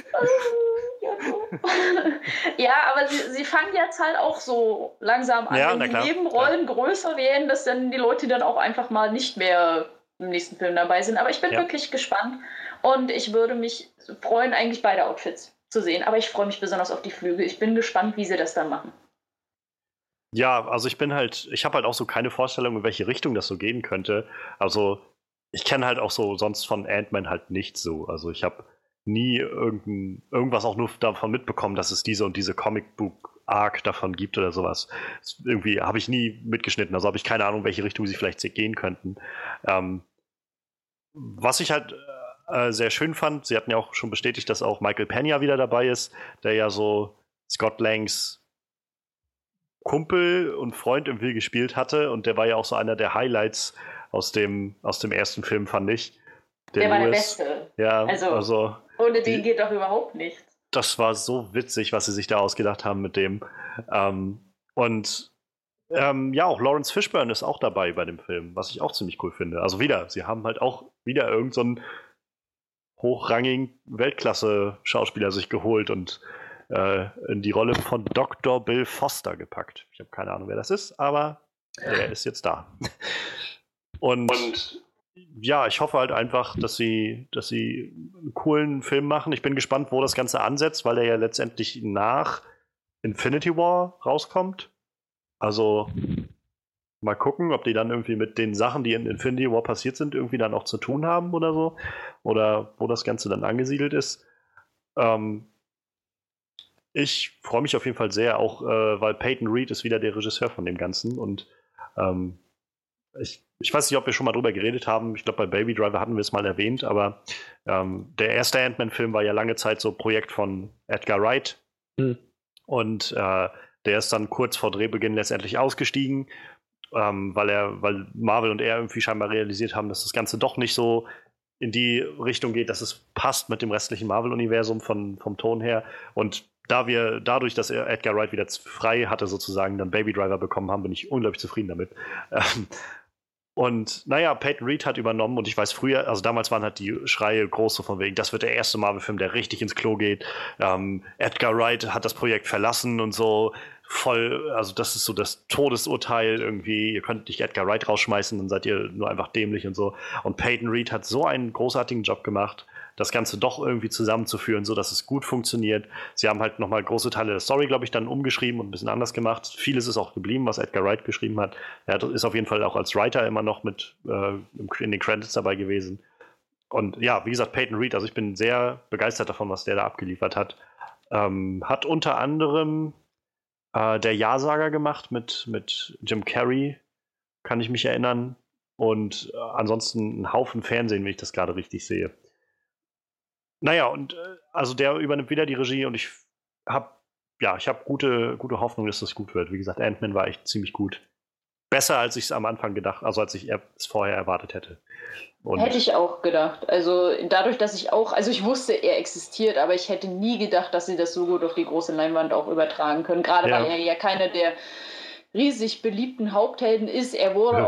Ja, aber sie fangen jetzt halt auch so langsam an, wenn die Nebenrollen größer werden, dass dann die Leute dann auch einfach mal nicht mehr im nächsten Film dabei sind. Aber ich bin wirklich gespannt und ich würde mich freuen, eigentlich beide Outfits zu sehen. Aber ich freue mich besonders auf die Flügel. Ich bin gespannt, wie sie das dann machen. Ja, also ich habe halt auch so keine Vorstellung, in welche Richtung das so gehen könnte. Also ich kenne halt auch so sonst von Ant-Man halt nichts so. Also ich habe nie irgendwas auch nur davon mitbekommen, dass es diese und diese Comic-Book-Arc davon gibt oder sowas. Irgendwie habe ich nie mitgeschnitten, also habe ich keine Ahnung, welche Richtung sie vielleicht gehen könnten. Was ich halt sehr schön fand, sie hatten ja auch schon bestätigt, dass auch Michael Pena wieder dabei ist, der ja so Scott Langs Kumpel und Freund irgendwie gespielt hatte, und der war ja auch so einer der Highlights aus dem ersten Film, fand ich. Der war der Beste. Ja, also ohne den geht doch überhaupt nichts. Das war so witzig, was sie sich da ausgedacht haben mit dem. Auch Lawrence Fishburne ist auch dabei bei dem Film, was ich auch ziemlich cool finde. Also sie haben halt auch wieder irgend so einen hochrangigen Weltklasse-Schauspieler sich geholt und in die Rolle von Dr. Bill Foster gepackt. Ich habe keine Ahnung, wer das ist, aber er ist jetzt da. Und ja, ich hoffe halt einfach, dass sie einen coolen Film machen. Ich bin gespannt, wo das Ganze ansetzt, weil er ja letztendlich nach Infinity War rauskommt. Also mal gucken, ob die dann irgendwie mit den Sachen, die in Infinity War passiert sind, irgendwie dann auch zu tun haben oder so. Oder wo das Ganze dann angesiedelt ist. Ich freue mich auf jeden Fall sehr, auch weil Peyton Reed ist wieder der Regisseur von dem Ganzen. Und ich weiß nicht, ob wir schon mal drüber geredet haben. Ich glaube, bei Baby Driver hatten wir es mal erwähnt, aber der erste Ant-Man-Film war ja lange Zeit so Projekt von Edgar Wright. Und der ist dann kurz vor Drehbeginn letztendlich ausgestiegen, weil Marvel und er irgendwie scheinbar realisiert haben, dass das Ganze doch nicht so in die Richtung geht, dass es passt mit dem restlichen Marvel-Universum vom Ton her. Und dadurch, dass Edgar Wright wieder frei hatte, sozusagen dann Baby Driver bekommen haben, bin ich unglaublich zufrieden damit. Und naja, Peyton Reed hat übernommen und ich weiß früher, also damals waren halt die Schreie groß so von wegen, das wird der erste Marvel-Film, der richtig ins Klo geht. Edgar Wright hat das Projekt verlassen und so voll, also das ist so das Todesurteil irgendwie, ihr könnt nicht Edgar Wright rausschmeißen, dann seid ihr nur einfach dämlich und so. Und Peyton Reed hat so einen großartigen Job gemacht, das Ganze doch irgendwie zusammenzuführen, so dass es gut funktioniert. Sie haben halt nochmal große Teile der Story, glaube ich, dann umgeschrieben und ein bisschen anders gemacht. Vieles ist auch geblieben, was Edgar Wright geschrieben hat. Ist auf jeden Fall auch als Writer immer noch mit in den Credits dabei gewesen. Und ja, wie gesagt, Peyton Reed, also ich bin sehr begeistert davon, was der da abgeliefert hat. Hat unter anderem der Ja-Sager gemacht mit Jim Carrey, kann ich mich erinnern. Und ansonsten ein Haufen Fernsehen, wenn ich das gerade richtig sehe. Naja, und also der übernimmt wieder die Regie und ich habe gute Hoffnung, dass das gut wird. Wie gesagt, Ant-Man war echt ziemlich gut. Besser, als ich es am Anfang gedacht, also als ich es vorher erwartet hätte. Und hätte ich auch gedacht. Also dadurch, dass ich wusste, er existiert, aber ich hätte nie gedacht, dass sie das so gut auf die große Leinwand auch übertragen können. Gerade weil er ja keiner der riesig beliebten Haupthelden ist. Er wurde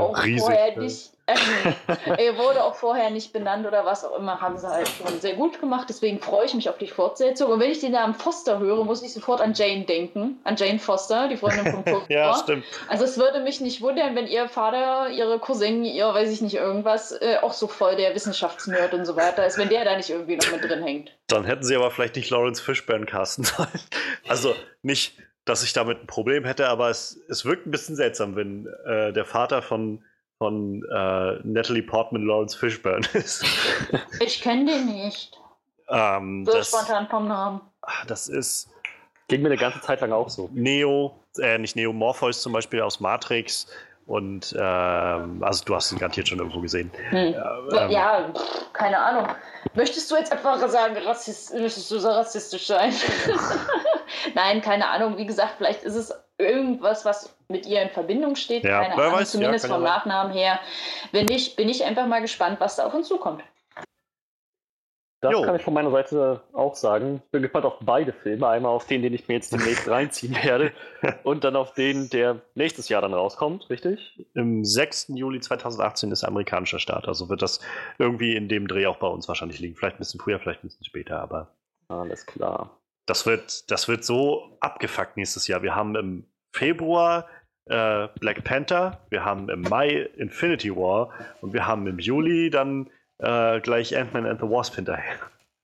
auch vorher nicht benannt oder was auch immer, haben sie halt schon sehr gut gemacht. Deswegen freue ich mich auf die Fortsetzung. Und wenn ich den Namen Foster höre, muss ich sofort an Jane denken. An Jane Foster, die Freundin von Purple. Ja, stimmt. Also es würde mich nicht wundern, wenn ihr Vater, ihre Cousin, weiß ich nicht, irgendwas, auch so voll der Wissenschaftsnerd und so weiter ist, wenn der da nicht irgendwie noch mit drin hängt. Dann hätten sie aber vielleicht nicht Lawrence Fishburne casten sollen. Also nicht, dass ich damit ein Problem hätte, aber es wirkt ein bisschen seltsam, wenn der Vater von Natalie Portman Lawrence Fishburne ist. Ich kenne den nicht. So spontan vom Namen. Das ist... Ging mir eine ganze Zeit lang auch so. Morpheus zum Beispiel aus Matrix und also du hast ihn garantiert schon irgendwo gesehen. Ja, keine Ahnung. Möchtest du jetzt einfach sagen, möchtest du so rassistisch sein? Nein, keine Ahnung. Wie gesagt, vielleicht ist es irgendwas, was mit ihr in Verbindung steht. Ja, keine Ahnung, zumindest vom Nachnamen her. Wenn nicht, bin ich einfach mal gespannt, was da auf uns zukommt. Das kann ich von meiner Seite auch sagen. Ich bin gespannt auf beide Filme. Einmal auf den ich mir jetzt demnächst reinziehen werde und dann auf den, der nächstes Jahr dann rauskommt, richtig? Im 6. Juli 2018 ist amerikanischer Start. Also wird das irgendwie in dem Dreh auch bei uns wahrscheinlich liegen. Vielleicht ein bisschen früher, vielleicht ein bisschen später, aber... Alles klar. Das wird so abgefuckt nächstes Jahr. Wir haben im Februar Black Panther, wir haben im Mai Infinity War und wir haben im Juli dann gleich Ant-Man and the Wasp hinterher.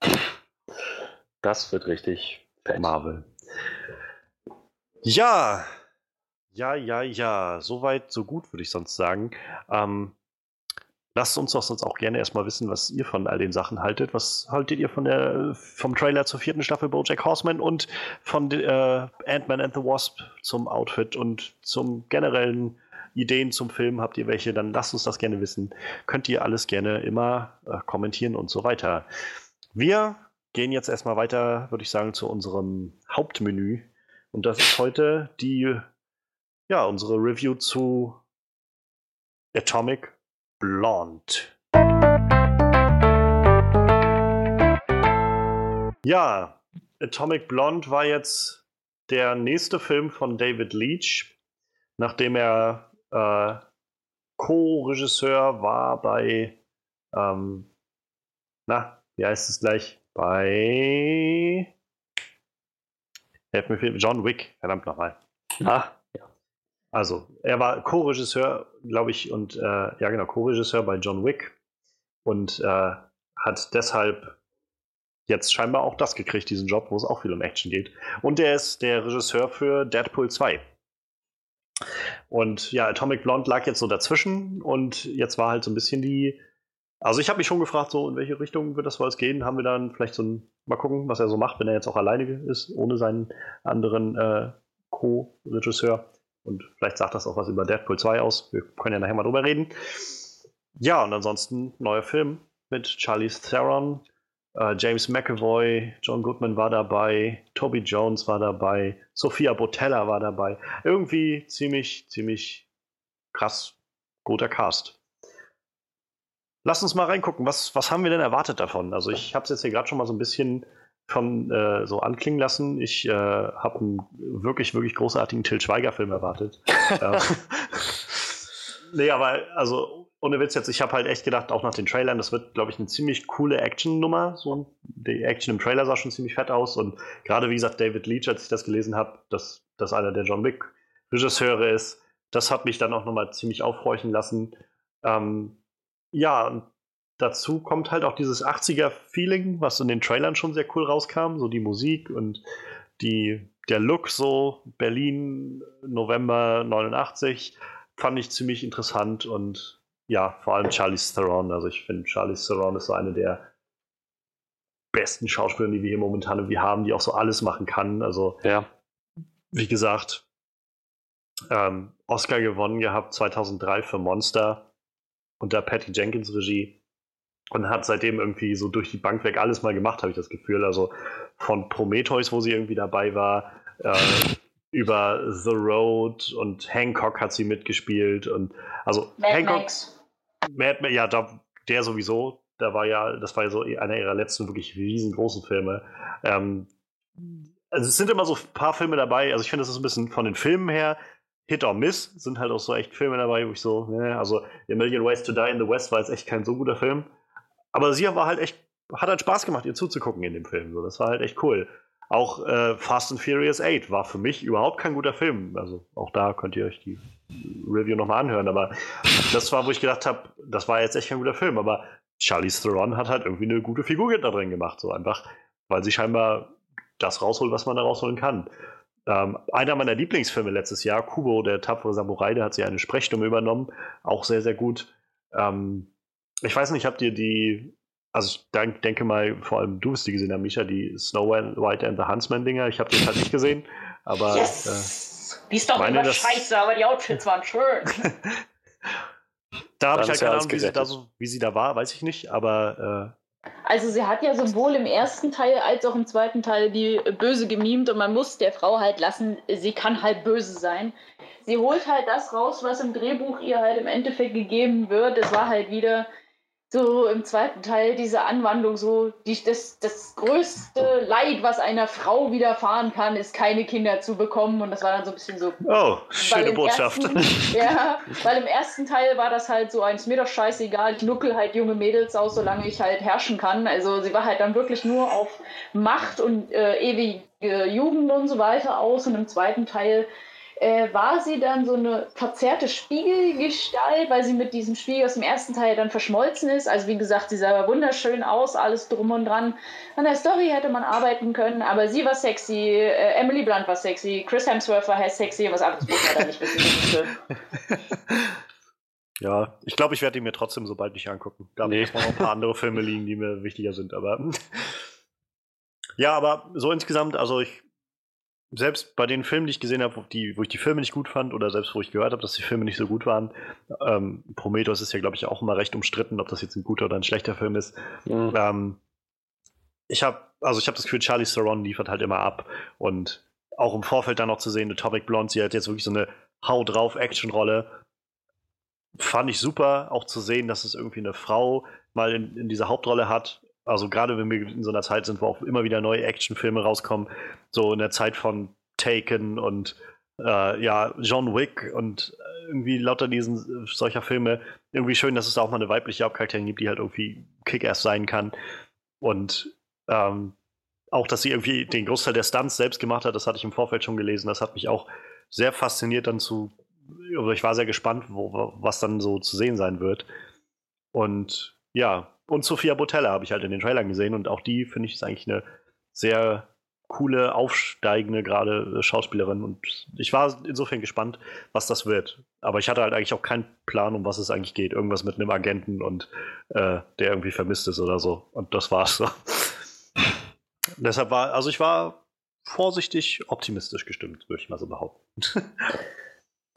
Das wird richtig fett. Marvel. Ja. Soweit, so gut, würde ich sonst sagen. Lasst uns doch sonst auch gerne erstmal wissen, was ihr von all den Sachen haltet. Was haltet ihr vom Trailer zur 4. Staffel BoJack Horseman und von Ant-Man and the Wasp zum Outfit und zum generellen Ideen zum Film? Habt ihr welche? Dann lasst uns das gerne wissen. Könnt ihr alles gerne immer kommentieren und so weiter. Wir gehen jetzt erstmal weiter, würde ich sagen, zu unserem Hauptmenü. Und das ist heute unsere Review zu Atomic Blonde. Ja, Atomic Blonde war jetzt der nächste Film von David Leitch, nachdem er Co-Regisseur war bei wie heißt es gleich? Bei John Wick, verdammt nochmal. Also, er war Co-Regisseur, glaube ich, und Co-Regisseur bei John Wick und hat deshalb jetzt scheinbar auch das gekriegt, diesen Job, wo es auch viel um Action geht. Und er ist der Regisseur für Deadpool 2. Und ja, Atomic Blonde lag jetzt so dazwischen und jetzt war halt so ein bisschen also ich habe mich schon gefragt, so in welche Richtung wird das wohl gehen? Haben wir dann vielleicht mal gucken, was er so macht, wenn er jetzt auch alleine ist, ohne seinen anderen Co-Regisseur. Und vielleicht sagt das auch was über Deadpool 2 aus. Wir können ja nachher mal drüber reden. Ja, und ansonsten neuer Film mit Charlize Theron, James McAvoy, John Goodman war dabei, Toby Jones war dabei, Sophia Boutella war dabei. Irgendwie ziemlich krass guter Cast. Lass uns mal reingucken, was haben wir denn erwartet davon? Also ich habe es jetzt hier gerade schon mal so ein bisschen von so anklingen lassen. Ich habe einen wirklich großartigen Til Schweiger-Film erwartet. Nee, aber also ohne Witz jetzt, ich habe halt echt gedacht, auch nach den Trailern, das wird, glaube ich, eine ziemlich coole Action-Nummer. So, die Action im Trailer sah schon ziemlich fett aus und gerade, wie gesagt, David Leitch, als ich das gelesen habe, dass das einer der John Wick-Regisseure ist, das hat mich dann auch nochmal ziemlich aufhorchen lassen. Ja, und dazu kommt halt auch dieses 80er-Feeling, was in den Trailern schon sehr cool rauskam, so die Musik und der Look so, Berlin, November 89, fand ich ziemlich interessant und ja, vor allem Charlize Theron. Also ich finde, Charlize Theron ist so eine der besten Schauspieler, die wir hier momentan irgendwie haben, die auch so alles machen kann. Also, Ja. wie gesagt, Oscar gewonnen gehabt 2003 für Monster unter Patty Jenkins Regie und hat seitdem irgendwie so durch die Bank weg alles mal gemacht, habe ich das Gefühl. Also von Prometheus, wo sie irgendwie dabei war, über The Road und Hancock hat sie mitgespielt und also Mad Hancock, Max. ja, der sowieso, das war ja so einer ihrer letzten wirklich riesengroßen Filme. Also es sind immer so ein paar Filme dabei, also ich finde, das ist ein bisschen von den Filmen her Hit or Miss, sind halt auch so echt Filme dabei, wo ich so, also A Million Ways to Die in the West war jetzt echt kein so guter Film, aber sie war halt echt, hat halt Spaß gemacht, ihr zuzugucken in dem Film, so, das war halt echt cool. Auch Fast and Furious 8 war für mich überhaupt kein guter Film. Also auch da könnt ihr euch die Review nochmal anhören. Aber das war, wo ich gedacht habe, das war jetzt echt kein guter Film. Aber Charlize Theron hat halt irgendwie eine gute Figur da drin gemacht. So einfach, weil sie scheinbar das rausholt, was man da rausholen kann. Einer meiner Lieblingsfilme letztes Jahr, Kubo, der tapfere Samurai, da hat sie eine Sprechstimme übernommen. Auch sehr, sehr gut. Ich weiß nicht, habt ihr also ich denke mal, vor allem du hast die gesehen, Misha, die Snow White and the Huntsman-Dinger. Ich habe die halt nicht gesehen, aber Yes! Die Story war scheiße, aber die Outfits waren schön. Da habe ich halt keine Ahnung, wie sie da war, weiß ich nicht, aber also sie hat ja sowohl im ersten Teil als auch im zweiten Teil die Böse gemimt und man muss der Frau halt lassen, sie kann halt böse sein. Sie holt halt das raus, was im Drehbuch ihr halt im Endeffekt gegeben wird. Es war halt wieder so im zweiten Teil diese Anwandlung, so das größte Leid, was einer Frau widerfahren kann, ist keine Kinder zu bekommen. Und das war dann so ein bisschen so. Oh, schöne Botschaft. Weil im ersten Teil war das halt so ist mir doch scheißegal, ich nuckel halt junge Mädels aus, solange ich halt herrschen kann. Also sie war halt dann wirklich nur auf Macht und ewige Jugend und so weiter aus. Und im zweiten Teil war sie dann so eine verzerrte Spiegelgestalt, weil sie mit diesem Spiegel aus dem ersten Teil dann verschmolzen ist. Also wie gesagt, sie sah wunderschön aus, alles drum und dran. An der Story hätte man arbeiten können, aber sie war sexy, Emily Blunt war sexy, Chris Hemsworth war sexy und was anderes muss man da nicht wissen. Ja, ich glaube, ich werde ihn mir trotzdem so bald nicht angucken. Da muss noch ein paar andere Filme liegen, die mir wichtiger sind, aber ja, aber so insgesamt, also selbst bei den Filmen, die ich gesehen habe, wo ich die Filme nicht gut fand oder selbst wo ich gehört habe, dass die Filme nicht so gut waren, Prometheus ist ja, glaube ich, auch immer recht umstritten, ob das jetzt ein guter oder ein schlechter Film ist. Mhm. Ich habe das Gefühl, Charlize Theron liefert halt immer ab und auch im Vorfeld dann noch zu sehen, Atomic Blonde, sie hat jetzt wirklich so eine Hau-drauf-Action-Rolle. Fand ich super, auch zu sehen, dass es irgendwie eine Frau mal in dieser Hauptrolle hat. Also gerade wenn wir in so einer Zeit sind, wo auch immer wieder neue Actionfilme rauskommen, so in der Zeit von Taken und John Wick und irgendwie lauter solcher Filme, irgendwie schön, dass es da auch mal eine weibliche Hauptcharakterin gibt, die halt irgendwie Kick-Ass sein kann. Und auch, dass sie irgendwie den Großteil der Stunts selbst gemacht hat, das hatte ich im Vorfeld schon gelesen, das hat mich auch sehr fasziniert also ich war sehr gespannt, was dann so zu sehen sein wird. Und ja, und Sophia Boutella habe ich halt in den Trailern gesehen und auch die, finde ich, ist eigentlich eine sehr coole, aufsteigende gerade Schauspielerin und ich war insofern gespannt, was das wird. Aber ich hatte halt eigentlich auch keinen Plan, um was es eigentlich geht. Irgendwas mit einem Agenten und der irgendwie vermisst ist oder so. Und das war's so. Deshalb ich war vorsichtig optimistisch gestimmt, würde ich mal so behaupten.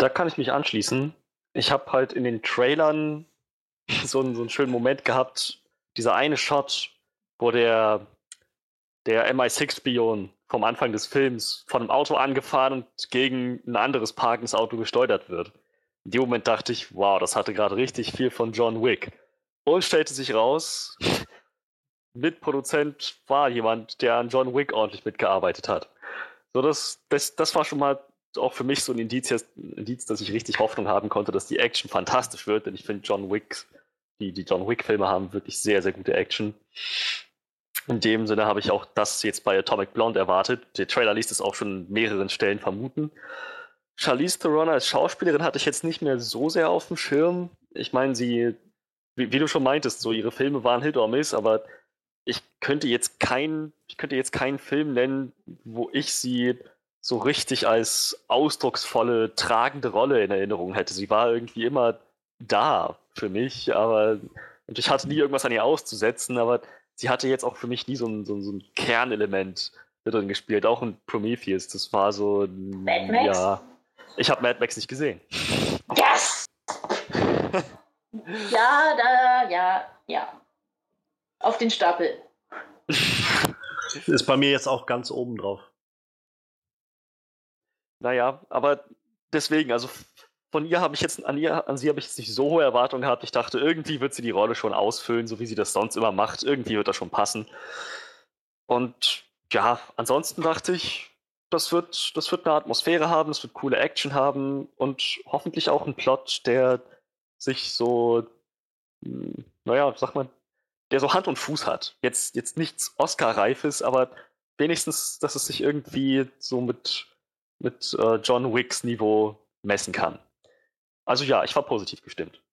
Da kann ich mich anschließen. Ich habe halt in den Trailern so einen schönen Moment gehabt, dieser eine Shot, wo der MI6-Spion vom Anfang des Films von einem Auto angefahren und gegen ein anderes parkendes Auto gesteuert wird. In dem Moment dachte ich, wow, das hatte gerade richtig viel von John Wick. Und stellte sich raus, Mitproduzent war jemand, der an John Wick ordentlich mitgearbeitet hat. So, das war schon mal auch für mich so ein Indiz, dass ich richtig Hoffnung haben konnte, dass die Action fantastisch wird, denn ich finde die John Wick-Filme haben wirklich sehr, sehr gute Action. In dem Sinne habe ich auch das jetzt bei Atomic Blonde erwartet. Der Trailer ließ es auch schon an mehreren Stellen vermuten. Charlize Theron als Schauspielerin hatte ich jetzt nicht mehr so sehr auf dem Schirm. Ich meine, wie du schon meintest, so ihre Filme waren Hit or Miss, aber ich könnte jetzt keinen Film nennen, wo ich sie so richtig als ausdrucksvolle, tragende Rolle in Erinnerung hätte. Sie war irgendwie immer da für mich, und ich hatte nie irgendwas an ihr auszusetzen, aber sie hatte jetzt auch für mich nie so ein Kernelement drin gespielt, auch in Prometheus. Das war so, Mad Max? Ja, ich habe Mad Max nicht gesehen. Yes! Ja. Auf den Stapel. Ist bei mir jetzt auch ganz oben drauf. Naja, aber deswegen, also von ihr habe ich jetzt, an sie habe ich jetzt nicht so hohe Erwartungen gehabt. Ich dachte, irgendwie wird sie die Rolle schon ausfüllen, so wie sie das sonst immer macht. Irgendwie wird das schon passen. Und ja, ansonsten dachte ich, das wird eine Atmosphäre haben, es wird coole Action haben und hoffentlich auch einen Plot, der sich so, sag mal, der so Hand und Fuß hat. Jetzt nichts Oscar-Reifes, aber wenigstens, dass es sich irgendwie so mit John Wicks Niveau messen kann. Also ja, ich war positiv gestimmt.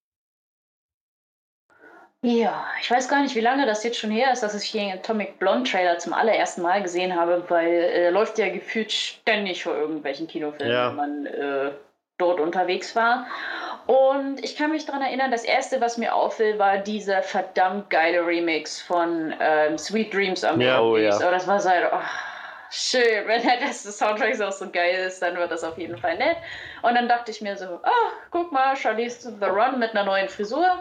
Ja, ich weiß gar nicht, wie lange das jetzt schon her ist, dass ich hier den Atomic Blonde Trailer zum allerersten Mal gesehen habe, weil er läuft ja gefühlt ständig vor irgendwelchen Kinofilmen, wenn man dort unterwegs war. Und ich kann mich daran erinnern, das erste, was mir auffiel, war dieser verdammt geile Remix von Sweet Dreams am Ende. Oh ja. Aber das war so halt, schön, wenn der Rest des Soundtracks auch so geil ist, dann wird das auf jeden Fall nett. Und dann dachte ich mir so, guck mal, Charlize Theron mit einer neuen Frisur.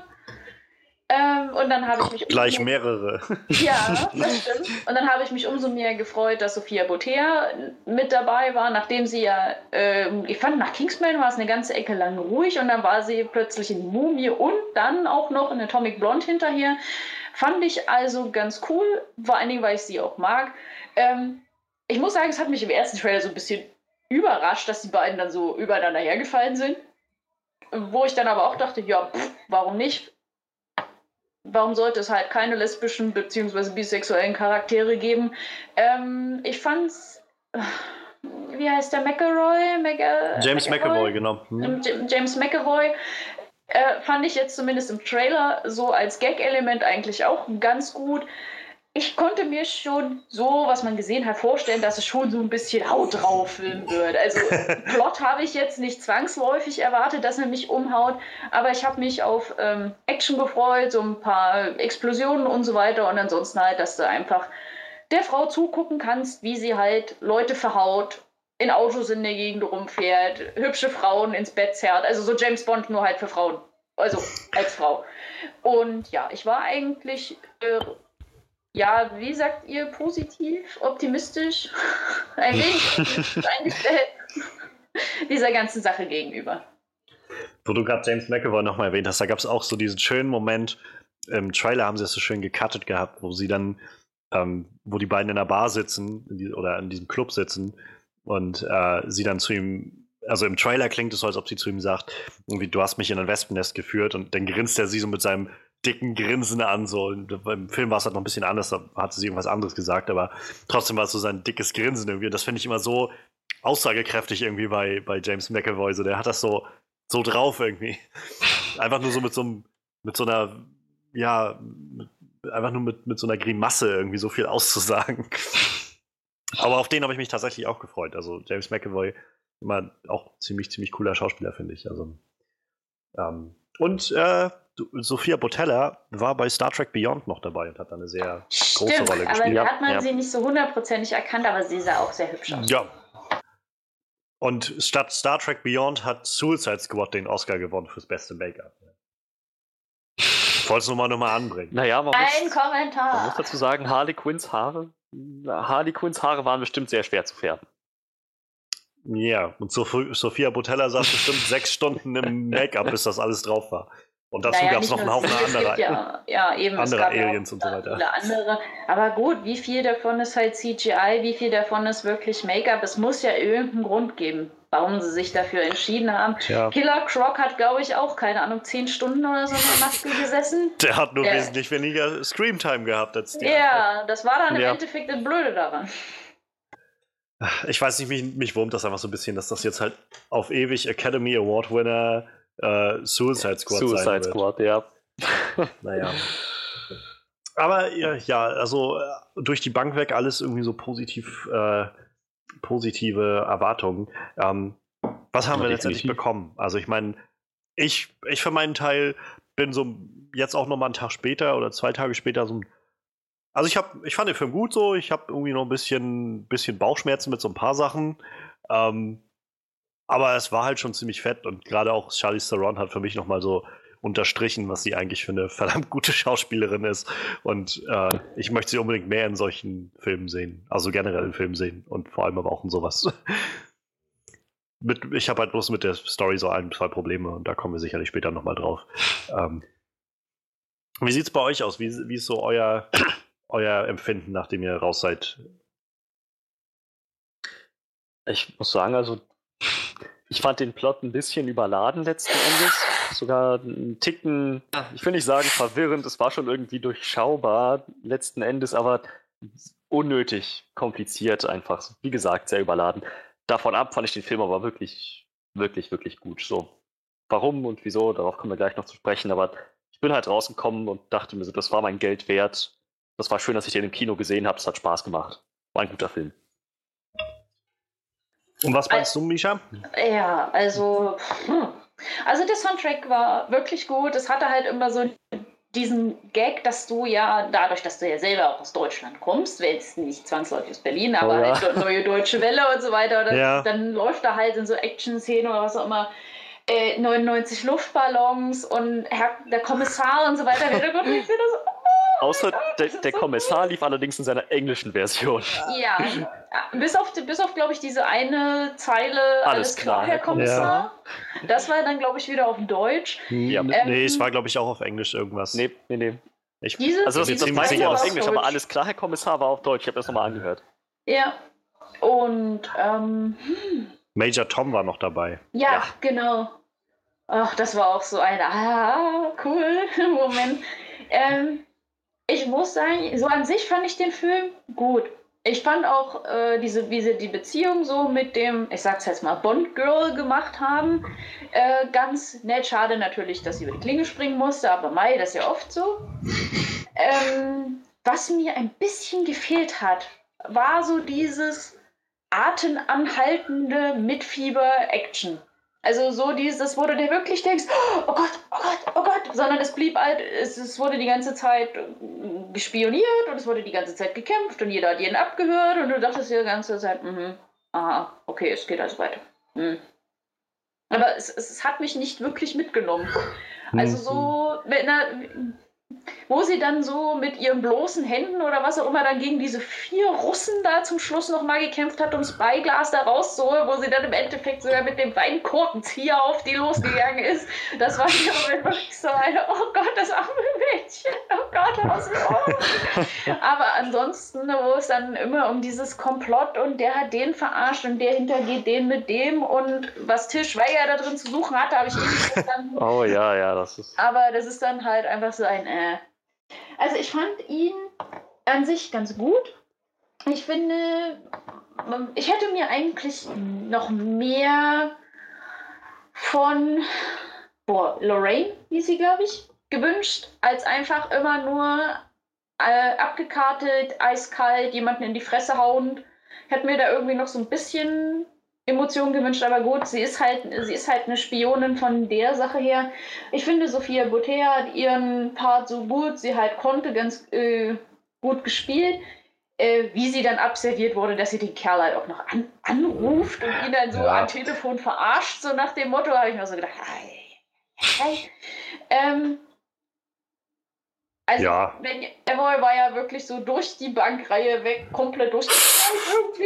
Und dann habe ich mich gleich mehrere. Ja, das stimmt. Und dann habe ich mich umso mehr gefreut, dass Sophia Boutella mit dabei war, nachdem sie ja, ich fand, nach Kingsman war es eine ganze Ecke lang ruhig und dann war sie plötzlich in Mumie und dann auch noch in Atomic Blonde hinterher. Fand ich also ganz cool, vor allen Dingen, weil ich sie auch mag. Ich muss sagen, es hat mich im ersten Trailer so ein bisschen überrascht, dass die beiden dann so übereinander hergefallen sind. Wo ich dann aber auch dachte, ja, warum nicht? Warum sollte es halt keine lesbischen bzw. bisexuellen Charaktere geben? Ich fand's, wie heißt der, James McAvoy, genau. James McAvoy fand ich jetzt zumindest im Trailer so als Gag-Element eigentlich auch ganz gut. Ich konnte mir schon so, was man gesehen hat, vorstellen, dass es schon so ein bisschen Haut drauf filmen wird. Also Plot habe ich jetzt nicht zwangsläufig erwartet, dass er mich umhaut, aber ich habe mich auf Action gefreut, so ein paar Explosionen und so weiter und ansonsten halt, dass du einfach der Frau zugucken kannst, wie sie halt Leute verhaut, in Autos in der Gegend rumfährt, hübsche Frauen ins Bett zerrt, also so James Bond nur halt für Frauen, also als Frau. Und ja, ich war eigentlich... ja, wie sagt ihr, positiv, optimistisch, ein wenig optimistisch eingestellt dieser ganzen Sache gegenüber. Wo du gerade James McAvoy nochmal erwähnt hast, da gab es auch so diesen schönen Moment, im Trailer haben sie das so schön gecuttet gehabt, wo sie dann, wo die beiden in der Bar sitzen, oder in diesem Club sitzen und sie dann zu ihm, also im Trailer klingt es so, als ob sie zu ihm sagt, irgendwie, du hast mich in ein Wespennest geführt und dann grinst er sie so mit seinem dicken Grinsen an, so. Und im Film war es halt noch ein bisschen anders, da hat sie irgendwas anderes gesagt, aber trotzdem war es so sein dickes Grinsen irgendwie. Und das finde ich immer so aussagekräftig irgendwie bei James McAvoy. So, der hat das so drauf irgendwie. Einfach nur so mit so einer, ja, einfach nur mit so einer Grimasse irgendwie so viel auszusagen. Aber auf den habe ich mich tatsächlich auch gefreut. Also James McAvoy, immer auch ziemlich cooler Schauspieler, finde ich. Also, und Sophia Boutella war bei Star Trek Beyond noch dabei und hat da eine sehr große Rolle gespielt. Aber da hat man sie nicht so hundertprozentig erkannt, aber sie sah auch sehr hübsch aus. Ja. Und statt Star Trek Beyond hat Suicide Squad den Oscar gewonnen fürs beste Make-up. Ich wollte es nur mal anbringen. Naja, man muss Kommentar. dazu sagen, Harley Quinns Haare waren bestimmt sehr schwer zu färben. Ja, und Sophia Botella saß bestimmt 6 Stunden im Make-up, bis das alles drauf war. Und dazu gab es noch einen Haufen anderer Aliens und so weiter. Andere. Aber gut, wie viel davon ist halt CGI, wie viel davon ist wirklich Make-up? Es muss ja irgendeinen Grund geben, warum sie sich dafür entschieden haben. Tja. Killer Croc hat, glaube ich, auch, keine Ahnung, 10 Stunden oder so in der Maske gesessen. Der hat nur wesentlich weniger Screamtime gehabt als die. Ja, das war dann im Endeffekt das Blöde daran. Ich weiß nicht, mich wurmt das einfach so ein bisschen, dass das jetzt halt auf ewig Academy Award Winner Suicide Squad sein wird. Suicide Squad, ja. Naja. Aber ja, also durch die Bank weg alles irgendwie so positive Erwartungen. Was haben wir letztendlich bekommen? Also ich meine, ich für meinen Teil bin so jetzt auch noch mal einen Tag später oder 2 Tage später so. Also ich fand den Film gut so. Ich habe irgendwie noch ein bisschen Bauchschmerzen mit so ein paar Sachen. Aber es war halt schon ziemlich fett und gerade auch Charlize Theron hat für mich noch mal so unterstrichen, was sie eigentlich für eine verdammt gute Schauspielerin ist. Und ich möchte sie unbedingt mehr in solchen Filmen sehen. Also generell in Filmen sehen und vor allem aber auch in sowas. Ich habe halt bloß mit der Story so 1-2 Probleme und da kommen wir sicherlich später noch mal drauf. Wie sieht's bei euch aus? Wie ist so euer Empfinden, nachdem ihr raus seid? Ich muss sagen, also ich fand den Plot ein bisschen überladen letzten Endes. Sogar einen Ticken, ich will nicht sagen verwirrend, es war schon irgendwie durchschaubar letzten Endes, aber unnötig kompliziert einfach. Wie gesagt, sehr überladen. Davon ab fand ich den Film aber wirklich, wirklich, wirklich gut. So, warum und wieso, darauf kommen wir gleich noch zu sprechen, aber ich bin halt rausgekommen und dachte mir so, das war mein Geld wert. Das war schön, dass ich den im Kino gesehen habe, es hat Spaß gemacht. War ein guter Film. Und was meinst du, Misha? Ja, also der Soundtrack war wirklich gut. Es hatte halt immer so diesen Gag, dass du ja, dadurch, dass du ja selber auch aus Deutschland kommst, jetzt nicht zwangsläufig aus Berlin, aber halt Neue Deutsche Welle und so weiter, dann läuft da halt in so Action-Szenen oder was auch immer 99 Luftballons und der Kommissar und so weiter. Außer der Kommissar lief allerdings in seiner englischen Version. Ja, bis auf glaube ich, diese eine Zeile, alles klar, Herr Kommissar. Ja. Das war dann, glaube ich, wieder auf Deutsch. Ja. Nee, es war, glaube ich, auch auf Englisch irgendwas. Nee. Also das meiste war auf Englisch, aber alles klar, Herr Kommissar war auf Deutsch. Ich habe das nochmal angehört. Ja, und Major Tom war noch dabei. Ja, genau. Ach, das war auch so ein cool Moment. Ich muss sagen, so an sich fand ich den Film gut. Ich fand auch wie sie die Beziehung so mit dem, ich sag's jetzt mal, Bond-Girl gemacht haben, ganz nett. Schade natürlich, dass sie über die Klinge springen musste, aber das ist ja oft so. Was mir ein bisschen gefehlt hat, war so dieses atemanhaltende Mitfieber-Action. Also so das wurde dir wirklich denkst, oh Gott, oh Gott, oh Gott, sondern es blieb halt, es wurde die ganze Zeit gespioniert und es wurde die ganze Zeit gekämpft und jeder hat jeden abgehört und du dachtest dir die ganze Zeit, okay, es geht also weiter. Aber es hat mich nicht wirklich mitgenommen. Also so, wo sie dann so mit ihren bloßen Händen oder was auch immer dann gegen diese 4 Russen da zum Schluss nochmal gekämpft hat, um das Beiglas da rauszuholen, wo sie dann im Endeffekt sogar mit dem Weinkorkenzieher auf die losgegangen ist. Das war mir wirklich so oh Gott, das arme Mädchen, oh Gott, was Aber ansonsten, wo es dann immer um dieses Komplott und der hat den verarscht und der hintergeht den mit dem und was Til Schweiger da drin zu suchen hatte, habe ich nicht verstanden. Oh ja, das ist... Aber das ist dann halt einfach so ein Also ich fand ihn an sich ganz gut. Ich finde, ich hätte mir eigentlich noch mehr von Lorraine, hieß sie, glaube ich, gewünscht, als einfach immer nur abgekartet, eiskalt, jemanden in die Fresse hauen. Ich hätte mir da irgendwie noch so ein bisschen Emotionen gewünscht, aber gut, sie ist halt eine Spionin von der Sache her. Ich finde, Sophia Boutella hat ihren Part so gut sie halt konnte, ganz gut gespielt. wie sie dann abserviert wurde, dass sie den Kerl halt auch noch anruft und ihn dann so am Telefon verarscht, so nach dem Motto, habe ich mir so gedacht, wenn Avoy war ja wirklich so durch die Bankreihe weg, komplett durchgefallen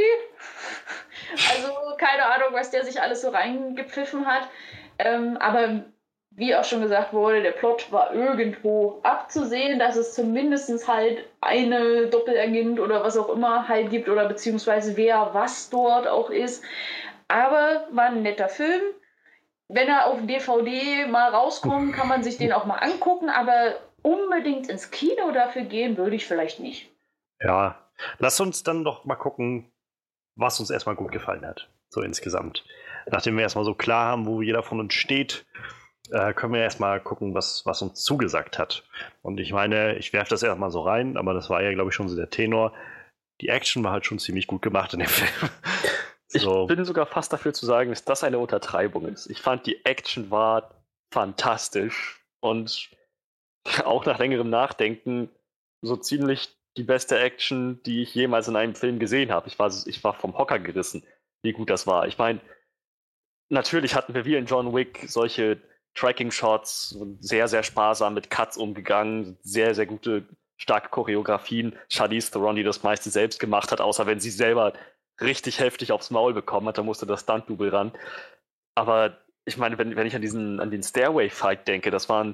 irgendwie. Also keine Ahnung, was der sich alles so reingepfiffen hat. Aber wie auch schon gesagt wurde, der Plot war irgendwo abzusehen, dass es zumindest halt eine Doppelagent oder was auch immer halt gibt oder beziehungsweise wer was dort auch ist. Aber war ein netter Film. Wenn er auf DVD mal rauskommt, kann man sich den auch mal angucken, aber unbedingt ins Kino dafür gehen würde ich vielleicht nicht. Ja, lass uns dann doch mal gucken, was uns erstmal gut gefallen hat, so insgesamt. Nachdem wir erstmal so klar haben, wo jeder von uns steht, können wir erstmal gucken, was uns zugesagt hat. Und ich meine, ich werfe das erstmal so rein, aber das war ja, glaube ich, schon so der Tenor. Die Action war halt schon ziemlich gut gemacht in dem Film. So. Ich bin sogar fast dafür zu sagen, dass das eine Untertreibung ist. Ich fand, die Action war fantastisch und auch nach längerem Nachdenken so ziemlich die beste Action, die ich jemals in einem Film gesehen habe. Ich war vom Hocker gerissen, wie gut das war. Ich meine, natürlich hatten wir wie in John Wick solche Tracking-Shots, sehr, sehr sparsam mit Cuts umgegangen, sehr, sehr gute, starke Choreografien. Charlize Theron, die das meiste selbst gemacht hat, außer wenn sie selber richtig heftig aufs Maul bekommen hat, da musste das Stunt-Double ran. Aber ich meine, wenn ich an den Stairway-Fight denke, das waren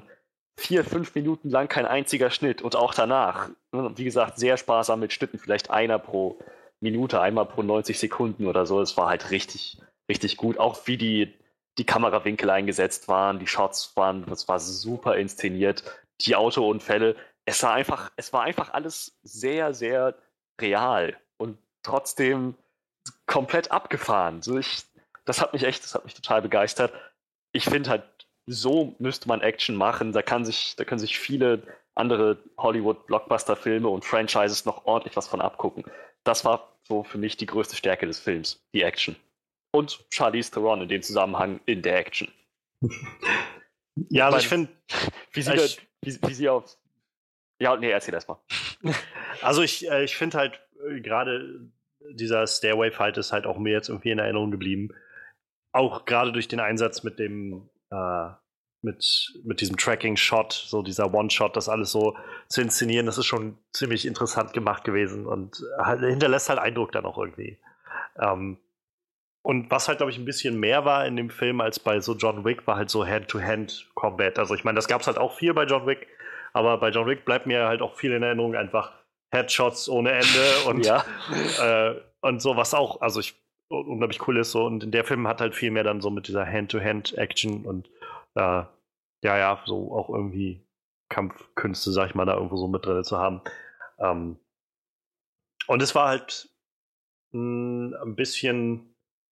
4-5 Minuten lang kein einziger Schnitt und auch danach, wie gesagt, sehr sparsam mit Schnitten, vielleicht einer pro Minute, einmal pro 90 Sekunden oder so. Es war halt richtig, richtig gut. Auch wie die Kamerawinkel eingesetzt waren, die Shots waren, das war super inszeniert, die Autounfälle. Es war einfach alles sehr, sehr real und trotzdem komplett abgefahren. Das hat mich total begeistert. Ich finde halt, so müsste man Action machen. Da können sich viele andere Hollywood-Blockbuster-Filme und Franchises noch ordentlich was von abgucken. Das war so für mich die größte Stärke des Films, die Action. Und Charlize Theron in dem Zusammenhang in der Action. Ja, also ich finde... Wie sie auf... Ja, nee, erzähl erst mal. Also ich finde halt gerade dieser Stairway-Fight ist halt auch mir jetzt irgendwie in Erinnerung geblieben. Auch gerade durch den Einsatz mit dem mit diesem Tracking-Shot, so dieser One-Shot, das alles so zu inszenieren, das ist schon ziemlich interessant gemacht gewesen und hinterlässt halt Eindruck dann auch irgendwie. Und was halt, glaube ich, ein bisschen mehr war in dem Film als bei so John Wick, war halt so Hand-to-Hand-Combat. Also ich meine, das gab es halt auch viel bei John Wick, aber bei John Wick bleibt mir halt auch viel in Erinnerung einfach Headshots ohne Ende und, und so, was auch, also unglaublich cool ist so. Und in der Film hat halt viel mehr dann so mit dieser Hand-to-Hand-Action und so auch irgendwie Kampfkünste, sag ich mal, da irgendwo so mit drin zu haben. Und es war halt ein bisschen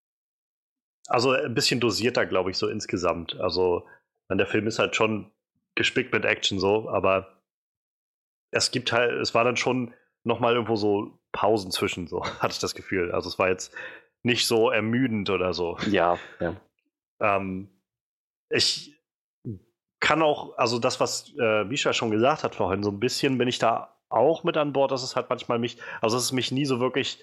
dosierter, glaube ich, so insgesamt. Also, der Film ist halt schon gespickt mit Action so, aber es war dann schon nochmal irgendwo so Pausen zwischen, so hatte ich das Gefühl. Also es war jetzt nicht so ermüdend oder so. Ja. Ich kann auch, also das, was Misha schon gesagt hat vorhin, so ein bisschen bin ich da auch mit an Bord, dass es halt manchmal dass es mich nie so wirklich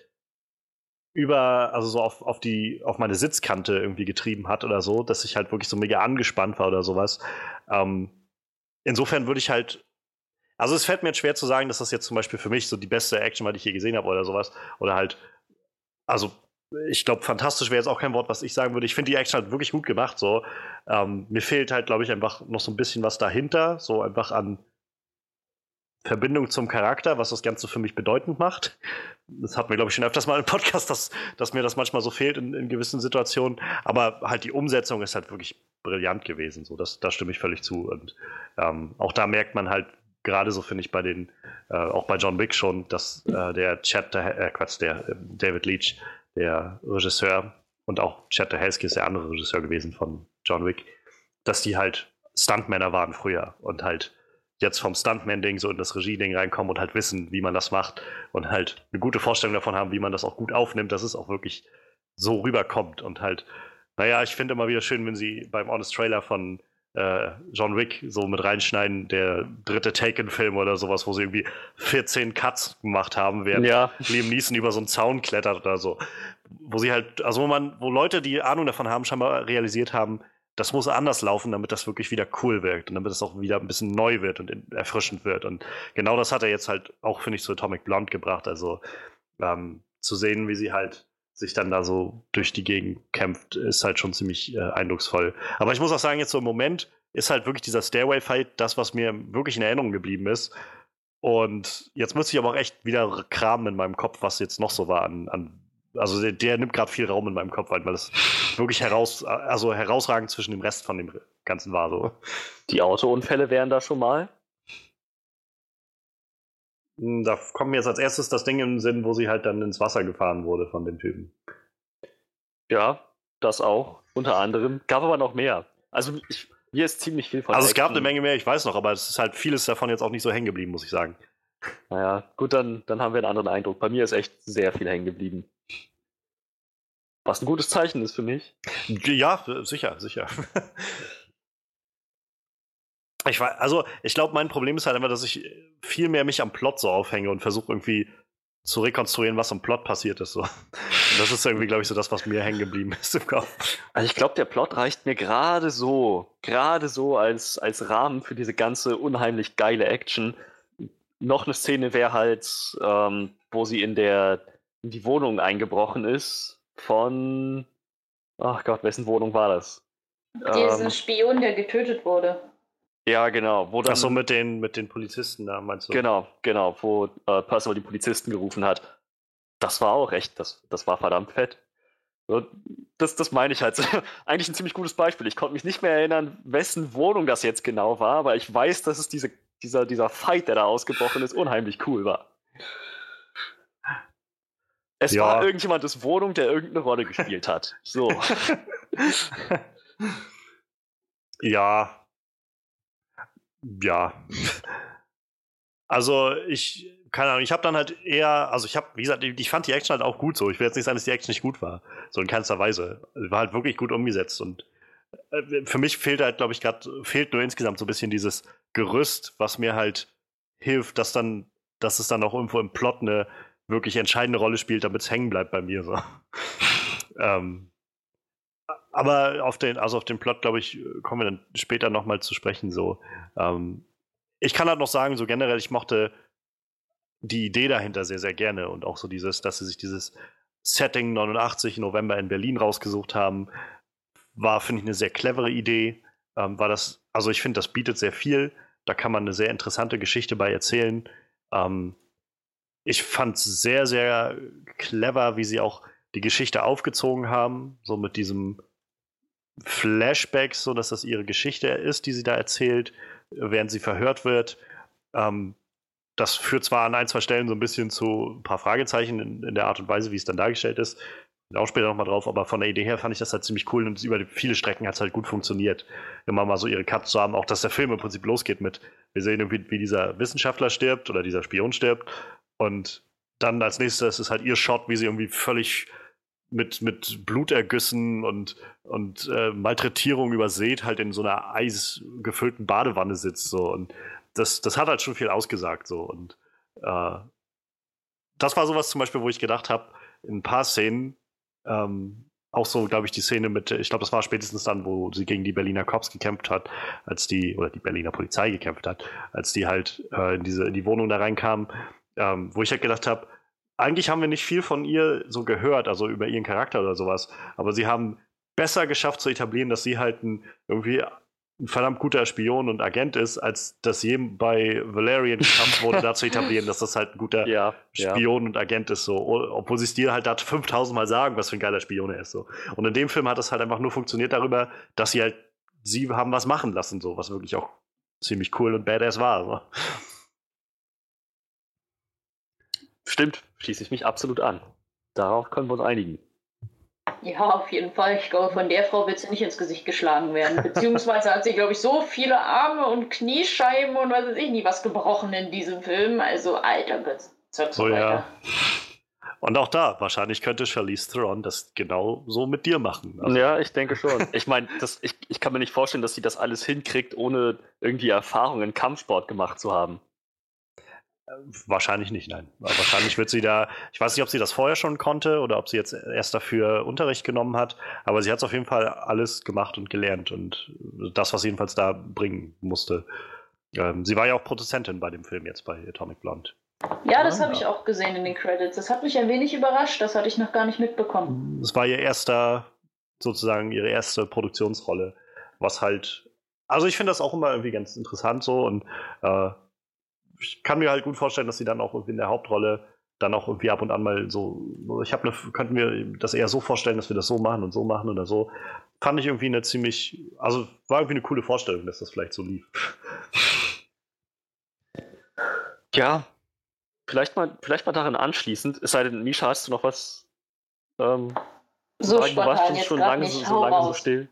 auf meine Sitzkante irgendwie getrieben hat oder so, dass ich halt wirklich so mega angespannt war oder sowas. Insofern würde ich halt, also es fällt mir jetzt schwer zu sagen, dass das jetzt zum Beispiel für mich so die beste Action war, die ich je gesehen habe oder sowas. Oder halt, also ich glaube, fantastisch wäre jetzt auch kein Wort, was ich sagen würde. Ich finde die Action halt wirklich gut gemacht. So. Mir fehlt halt, glaube ich, einfach noch so ein bisschen was dahinter, so einfach an Verbindung zum Charakter, was das Ganze für mich bedeutend macht. Das hatten wir, glaube ich, schon öfters mal im Podcast, dass mir das manchmal so fehlt in gewissen Situationen. Aber halt die Umsetzung ist halt wirklich brillant gewesen. So, da stimme ich völlig zu. Und auch da merkt man halt, gerade so finde ich auch bei John Wick schon, dass der David Leitch, der Regisseur, und auch Chad Stahelski ist der andere Regisseur gewesen von John Wick, dass die halt Stuntmänner waren früher und halt jetzt vom Stuntman-Ding so in das Regie-Ding reinkommen und halt wissen, wie man das macht und halt eine gute Vorstellung davon haben, wie man das auch gut aufnimmt, dass es auch wirklich so rüberkommt und halt, ich finde immer wieder schön, wenn sie beim Honest Trailer von John Wick so mit reinschneiden, der dritte Taken-Film oder sowas, wo sie irgendwie 14 Cuts gemacht haben, während Liam Neeson über so einen Zaun klettert oder so. Wo sie halt, also wo Leute, die Ahnung davon haben, scheinbar realisiert haben, das muss anders laufen, damit das wirklich wieder cool wirkt und damit es auch wieder ein bisschen neu wird und erfrischend wird. Und genau das hat er jetzt halt auch, finde ich, zu Atomic Blonde gebracht. Also zu sehen, wie sie halt sich dann da so durch die Gegend kämpft, ist halt schon ziemlich eindrucksvoll. Aber ich muss auch sagen, jetzt so im Moment ist halt wirklich dieser Stairway-Fight das, was mir wirklich in Erinnerung geblieben ist. Und jetzt müsste ich aber auch echt wieder kramen in meinem Kopf, was jetzt noch so war also der nimmt gerade viel Raum in meinem Kopf ein, weil es wirklich herausragend zwischen dem Rest von dem Ganzen war. So. Die Autounfälle wären da schon mal. Da kommt mir jetzt als erstes das Ding in den Sinn, wo sie halt dann ins Wasser gefahren wurde von dem Typen. Ja, das auch. Unter anderem. Gab aber noch mehr. Also mir ist ziemlich viel von Also es gab eine Menge mehr, ich weiß noch, aber es ist halt vieles davon jetzt auch nicht so hängen geblieben, muss ich sagen. Naja, gut, dann haben wir einen anderen Eindruck. Bei mir ist echt sehr viel hängen geblieben. Was ein gutes Zeichen ist für mich. Ja, sicher. Ich glaube, mein Problem ist halt einfach, dass ich viel mehr mich am Plot so aufhänge und versuche irgendwie zu rekonstruieren, was am Plot passiert ist. So. Und das ist irgendwie, glaube ich, so das, was mir hängen geblieben ist im Kopf. Also ich glaube, der Plot reicht mir gerade so als Rahmen für diese ganze unheimlich geile Action. Noch eine Szene wäre halt, wo sie in die Wohnung eingebrochen ist von, ach Gott, wessen Wohnung war das? Diesen Spion, der getötet wurde. Ja, genau. Ach so, mit den Polizisten da, meinst du? Genau, wo Percival die Polizisten gerufen hat. Das war auch echt, das war verdammt fett. Das meine ich halt. Eigentlich ein ziemlich gutes Beispiel. Ich konnte mich nicht mehr erinnern, wessen Wohnung das jetzt genau war, aber ich weiß, dass es dieser Fight, der da ausgebrochen ist, unheimlich cool war. Es war irgendjemandes Wohnung, der irgendeine Rolle gespielt hat. So. Ja. Also keine Ahnung, ich habe dann halt eher, also wie gesagt, ich fand die Action halt auch gut so. Ich will jetzt nicht sagen, dass die Action nicht gut war. So in keinster Weise. War halt wirklich gut umgesetzt und für mich fehlt nur insgesamt so ein bisschen dieses Gerüst, was mir halt hilft, dass es dann auch irgendwo im Plot eine wirklich entscheidende Rolle spielt, damit es hängen bleibt bei mir. So. Aber auf den Plot, glaube ich, kommen wir dann später nochmal zu sprechen. So. Ich kann halt noch sagen, so generell, ich mochte die Idee dahinter sehr, sehr gerne und auch so dass sie sich dieses Setting 89 November in Berlin rausgesucht haben, war, finde ich, eine sehr clevere Idee. Also ich finde, das bietet sehr viel. Da kann man eine sehr interessante Geschichte bei erzählen. Ich fand es sehr, sehr clever, wie sie auch die Geschichte aufgezogen haben, so mit diesem Flashback, so dass das ihre Geschichte ist, die sie da erzählt, während sie verhört wird. Das führt zwar an ein, zwei Stellen so ein bisschen zu ein paar Fragezeichen in der Art und Weise, wie es dann dargestellt ist. Auch später nochmal drauf, aber von der Idee her fand ich das halt ziemlich cool und über viele Strecken hat es halt gut funktioniert. Immer mal so ihre Cuts zu haben, auch dass der Film im Prinzip losgeht mit, wir sehen irgendwie, wie dieser Wissenschaftler stirbt oder dieser Spion stirbt und dann als nächstes ist halt ihr Shot, wie sie irgendwie völlig mit Blutergüssen und Malträtierung übersät halt in so einer eisgefüllten Badewanne sitzt so und das hat halt schon viel ausgesagt so und das war sowas zum Beispiel, wo ich gedacht habe, in ein paar Szenen auch so, glaube ich, die Szene ich glaube, das war spätestens dann, wo sie gegen die Berliner Cops gekämpft hat, oder die Berliner Polizei gekämpft hat, als die halt in die Wohnung da reinkamen, wo ich halt gedacht habe, eigentlich haben wir nicht viel von ihr so gehört, also über ihren Charakter oder sowas, aber sie haben besser geschafft zu etablieren, dass sie halt irgendwie ein verdammt guter Spion und Agent ist, als das jedem bei Valerian geschafft wurde, da zu etablieren, dass das halt ein guter Spion und Agent ist, so, obwohl sie es dir halt da 5000 Mal sagen, was für ein geiler Spion er ist. So. Und in dem Film hat es halt einfach nur funktioniert darüber, dass sie haben was machen lassen, so, was wirklich auch ziemlich cool und badass war. So. Stimmt, schließe ich mich absolut an. Darauf können wir uns einigen. Ja, auf jeden Fall. Ich glaube, von der Frau wird sie nicht ins Gesicht geschlagen werden. Beziehungsweise hat sie, glaube ich, so viele Arme und Kniescheiben und was weiß ich nie was gebrochen in diesem Film. Also, alter Gott. So, ja. Und auch da, wahrscheinlich könnte Charlize Theron das genau so mit dir machen. Also, Ja, ich denke schon. Ich meine, ich kann mir nicht vorstellen, dass sie das alles hinkriegt, ohne irgendwie Erfahrung in Kampfsport gemacht zu haben. wahrscheinlich nicht, nein. Aber wahrscheinlich wird sie da, ich weiß nicht, ob sie das vorher schon konnte oder ob sie jetzt erst dafür Unterricht genommen hat, aber sie hat es auf jeden Fall alles gemacht und gelernt und das, was sie jedenfalls da bringen musste. Sie war ja auch Produzentin bei dem Film jetzt, bei Atomic Blonde. Ja, das habe ich auch gesehen in den Credits. Das hat mich ein wenig überrascht, das hatte ich noch gar nicht mitbekommen. Es war sozusagen ihre erste Produktionsrolle, was halt, also ich finde das auch immer irgendwie ganz interessant so und ich kann mir halt gut vorstellen, dass sie dann auch irgendwie in der Hauptrolle dann auch irgendwie ab und an mal könnten wir das eher so vorstellen, dass wir das so machen oder so. Fand ich irgendwie war irgendwie eine coole Vorstellung, dass das vielleicht so lief. Ja, vielleicht mal daran anschließend, es sei denn, Misha, hast du noch was? So sagen? Du warst spontan jetzt schon gerade lange nicht. so Hau lange so raus. still.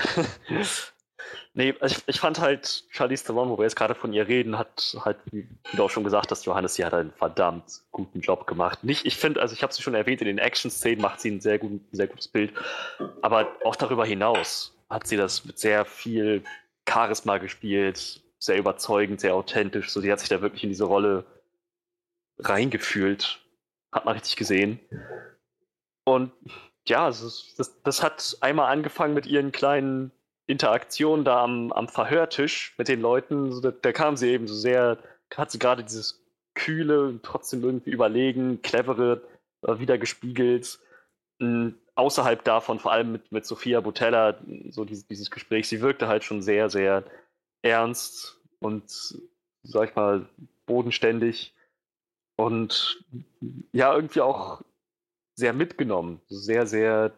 Nee, also ich fand halt Charlize Theron, wo wir jetzt gerade von ihr reden, hat halt, wie du auch schon gesagt hast, Johannes, sie hat einen verdammt guten Job gemacht. Ich finde, also ich habe sie schon erwähnt, in den Action-Szenen macht sie ein sehr gutes Bild, aber auch darüber hinaus hat sie das mit sehr viel Charisma gespielt, sehr überzeugend, sehr authentisch, so die hat sich da wirklich in diese Rolle reingefühlt, hat man richtig gesehen. Und ja, das hat einmal angefangen mit ihren kleinen Interaktionen da am Verhörtisch mit den Leuten. So, da kam sie eben hat sie gerade dieses kühle, trotzdem irgendwie überlegen, clevere wieder gespiegelt. Außerhalb davon, vor allem mit Sophia Boutella, so dieses Gespräch, sie wirkte halt schon sehr, sehr ernst und, sag ich mal, bodenständig und ja, irgendwie auch sehr mitgenommen, sehr, sehr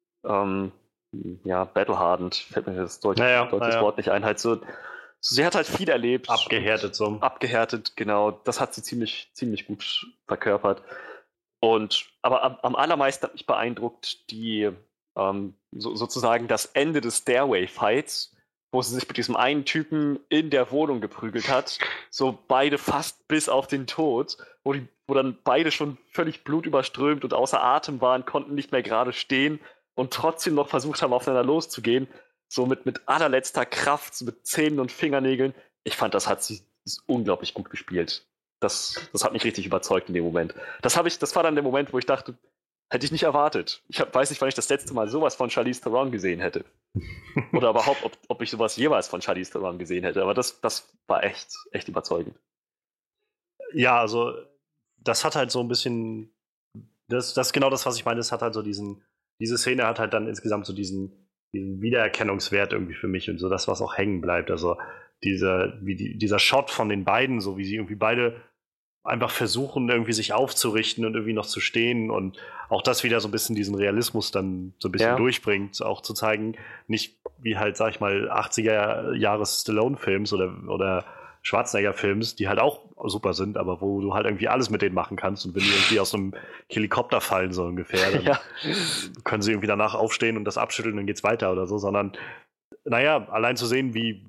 battle-hardened, fällt mir das deutsche Wort nicht ein, halt so, sie hat halt viel erlebt. Abgehärtet, genau, das hat sie ziemlich gut verkörpert. Aber am allermeisten hat mich beeindruckt sozusagen das Ende des Stairway-Fights, wo sie sich mit diesem einen Typen in der Wohnung geprügelt hat, so beide fast bis auf den Tod, wo dann beide schon völlig blutüberströmt und außer Atem waren, konnten nicht mehr gerade stehen und trotzdem noch versucht haben, aufeinander loszugehen, so mit allerletzter Kraft, so mit Zähnen und Fingernägeln. Ich fand, das hat sie unglaublich gut gespielt. Das hat mich richtig überzeugt in dem Moment. Das war dann der Moment, wo ich dachte, hätte ich nicht erwartet. Weiß nicht, wann ich das letzte Mal sowas von Charlize Theron gesehen hätte. Oder überhaupt, ob ich sowas jeweils von Charlize Theron gesehen hätte. Aber das war echt überzeugend. Ja, also das hat halt so ein bisschen, das ist genau das, was ich meine. Das hat halt so diese Szene hat halt dann insgesamt so diesen Wiedererkennungswert irgendwie für mich und so das, was auch hängen bleibt. Also dieser Shot von den beiden, so wie sie irgendwie beide einfach versuchen, irgendwie sich aufzurichten und irgendwie noch zu stehen und auch das wieder so ein bisschen diesen Realismus dann so ein bisschen durchbringt, auch zu zeigen, nicht wie halt, sag ich mal, 80er-Jahres Stallone-Films oder Schwarzenegger-Films, die halt auch super sind, aber wo du halt irgendwie alles mit denen machen kannst und wenn die irgendwie aus einem Helikopter fallen, so ungefähr, dann können sie irgendwie danach aufstehen und das abschütteln und dann geht's weiter oder so, sondern naja, allein zu sehen, wie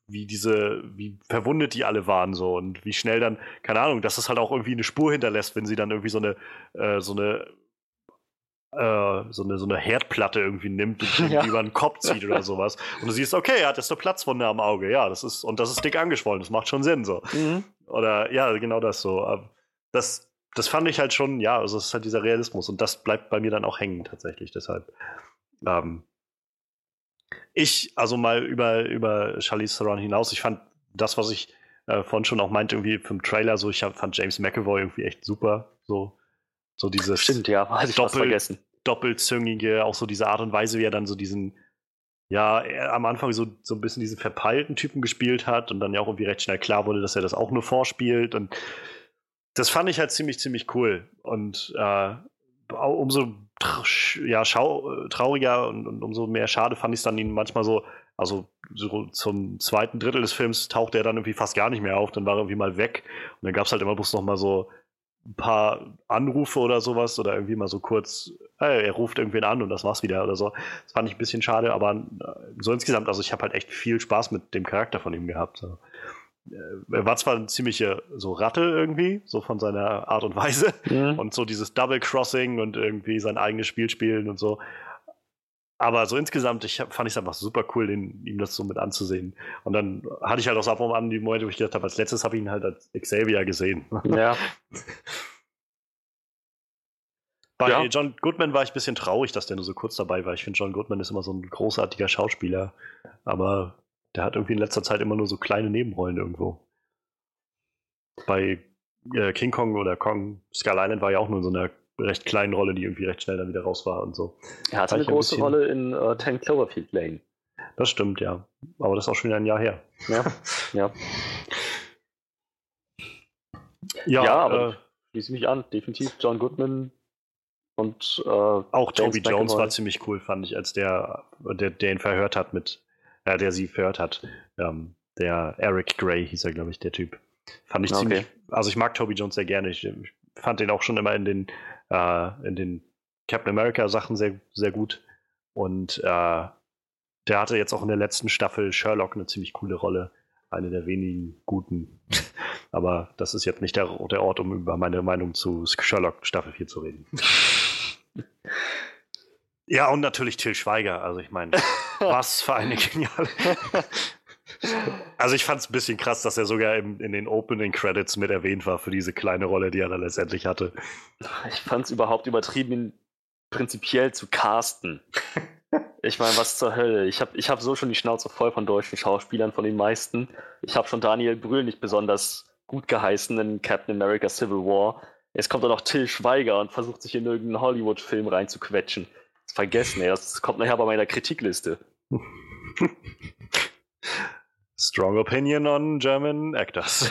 verwundet die alle waren so und wie schnell dann, keine Ahnung, dass das halt auch irgendwie eine Spur hinterlässt, wenn sie dann irgendwie so eine Herdplatte irgendwie nimmt und über den Kopf zieht oder sowas. Und du siehst, okay, er hat jetzt eine Platzwunde am Auge, ja, das ist dick angeschwollen, das macht schon Sinn so. Mhm. Oder ja, genau das so. Das fand ich halt schon, ja, also es ist halt dieser Realismus und das bleibt bei mir dann auch hängen tatsächlich, deshalb. Also mal über Charlize Theron hinaus, ich fand das, was ich vorhin schon auch meinte, irgendwie vom Trailer, so fand James McAvoy irgendwie echt super, so dieses Stimmt, ja, hatte ich fast vergessen. Doppelzüngige, auch so diese Art und Weise, wie er dann so diesen, ja, er am Anfang so ein bisschen diesen verpeilten Typen gespielt hat und dann ja auch irgendwie recht schnell klar wurde, dass er das auch nur vorspielt und das fand ich halt ziemlich cool und umso trauriger und umso mehr schade fand ich es dann ihn manchmal so zum zweiten Drittel des Films tauchte er dann irgendwie fast gar nicht mehr auf, dann war er irgendwie mal weg und dann gab es halt immer bloß noch mal so ein paar Anrufe oder sowas oder irgendwie mal so kurz, er ruft irgendwen an und das war's wieder oder so. Das fand ich ein bisschen schade, aber so insgesamt, also ich habe halt echt viel Spaß mit dem Charakter von ihm gehabt. So. er war zwar eine ziemliche so Ratte irgendwie, so von seiner Art und Weise und so dieses Double Crossing und irgendwie sein eigenes Spiel spielen und so. Aber so insgesamt, fand ich es einfach super cool, ihm das so mit anzusehen. Und dann hatte ich halt auch so ab und an die Momente, wo ich gedacht habe, als letztes habe ich ihn halt als Xavier gesehen. Ja. Bei John Goodman war ich ein bisschen traurig, dass der nur so kurz dabei war. Ich finde, John Goodman ist immer so ein großartiger Schauspieler. Aber der hat irgendwie in letzter Zeit immer nur so kleine Nebenrollen irgendwo. Bei King Kong oder Kong Skull Island war ja auch nur so eine recht kleinen Rolle, die irgendwie recht schnell dann wieder raus war und so. Er hatte eine große Rolle in 10 Cloverfield Lane. Das stimmt, ja. Aber das ist auch schon ein Jahr her. Ja. Ja, aber schließe mich an. Definitiv John Goodman und auch Toby Jones war ziemlich cool, fand ich, als der ihn verhört hat der sie verhört hat. Der Eric Gray hieß er, glaube ich, der Typ. Fand ich ziemlich. Also ich mag Toby Jones sehr gerne. Ich fand den auch schon immer in den Captain America Sachen sehr, sehr gut. Und der hatte jetzt auch in der letzten Staffel Sherlock eine ziemlich coole Rolle. Eine der wenigen guten. Aber das ist jetzt nicht der Ort, um über meine Meinung zu Sherlock Staffel 4 zu reden. Ja, und natürlich Til Schweiger. Also ich meine, was für eine geniale... Also ich fand es ein bisschen krass, dass er sogar in den Opening Credits mit erwähnt war für diese kleine Rolle, die er dann letztendlich hatte. Ich fand es überhaupt übertrieben, ihn prinzipiell zu casten. Ich meine, was zur Hölle? Ich hab so schon die Schnauze voll von deutschen Schauspielern, von den meisten. Ich habe schon Daniel Brühl nicht besonders gut geheißen in Captain America Civil War. Jetzt kommt da noch Til Schweiger und versucht sich in irgendeinen Hollywood-Film reinzuquetschen. Das vergessen, ey. Das kommt nachher bei meiner Kritikliste. Strong opinion on German actors.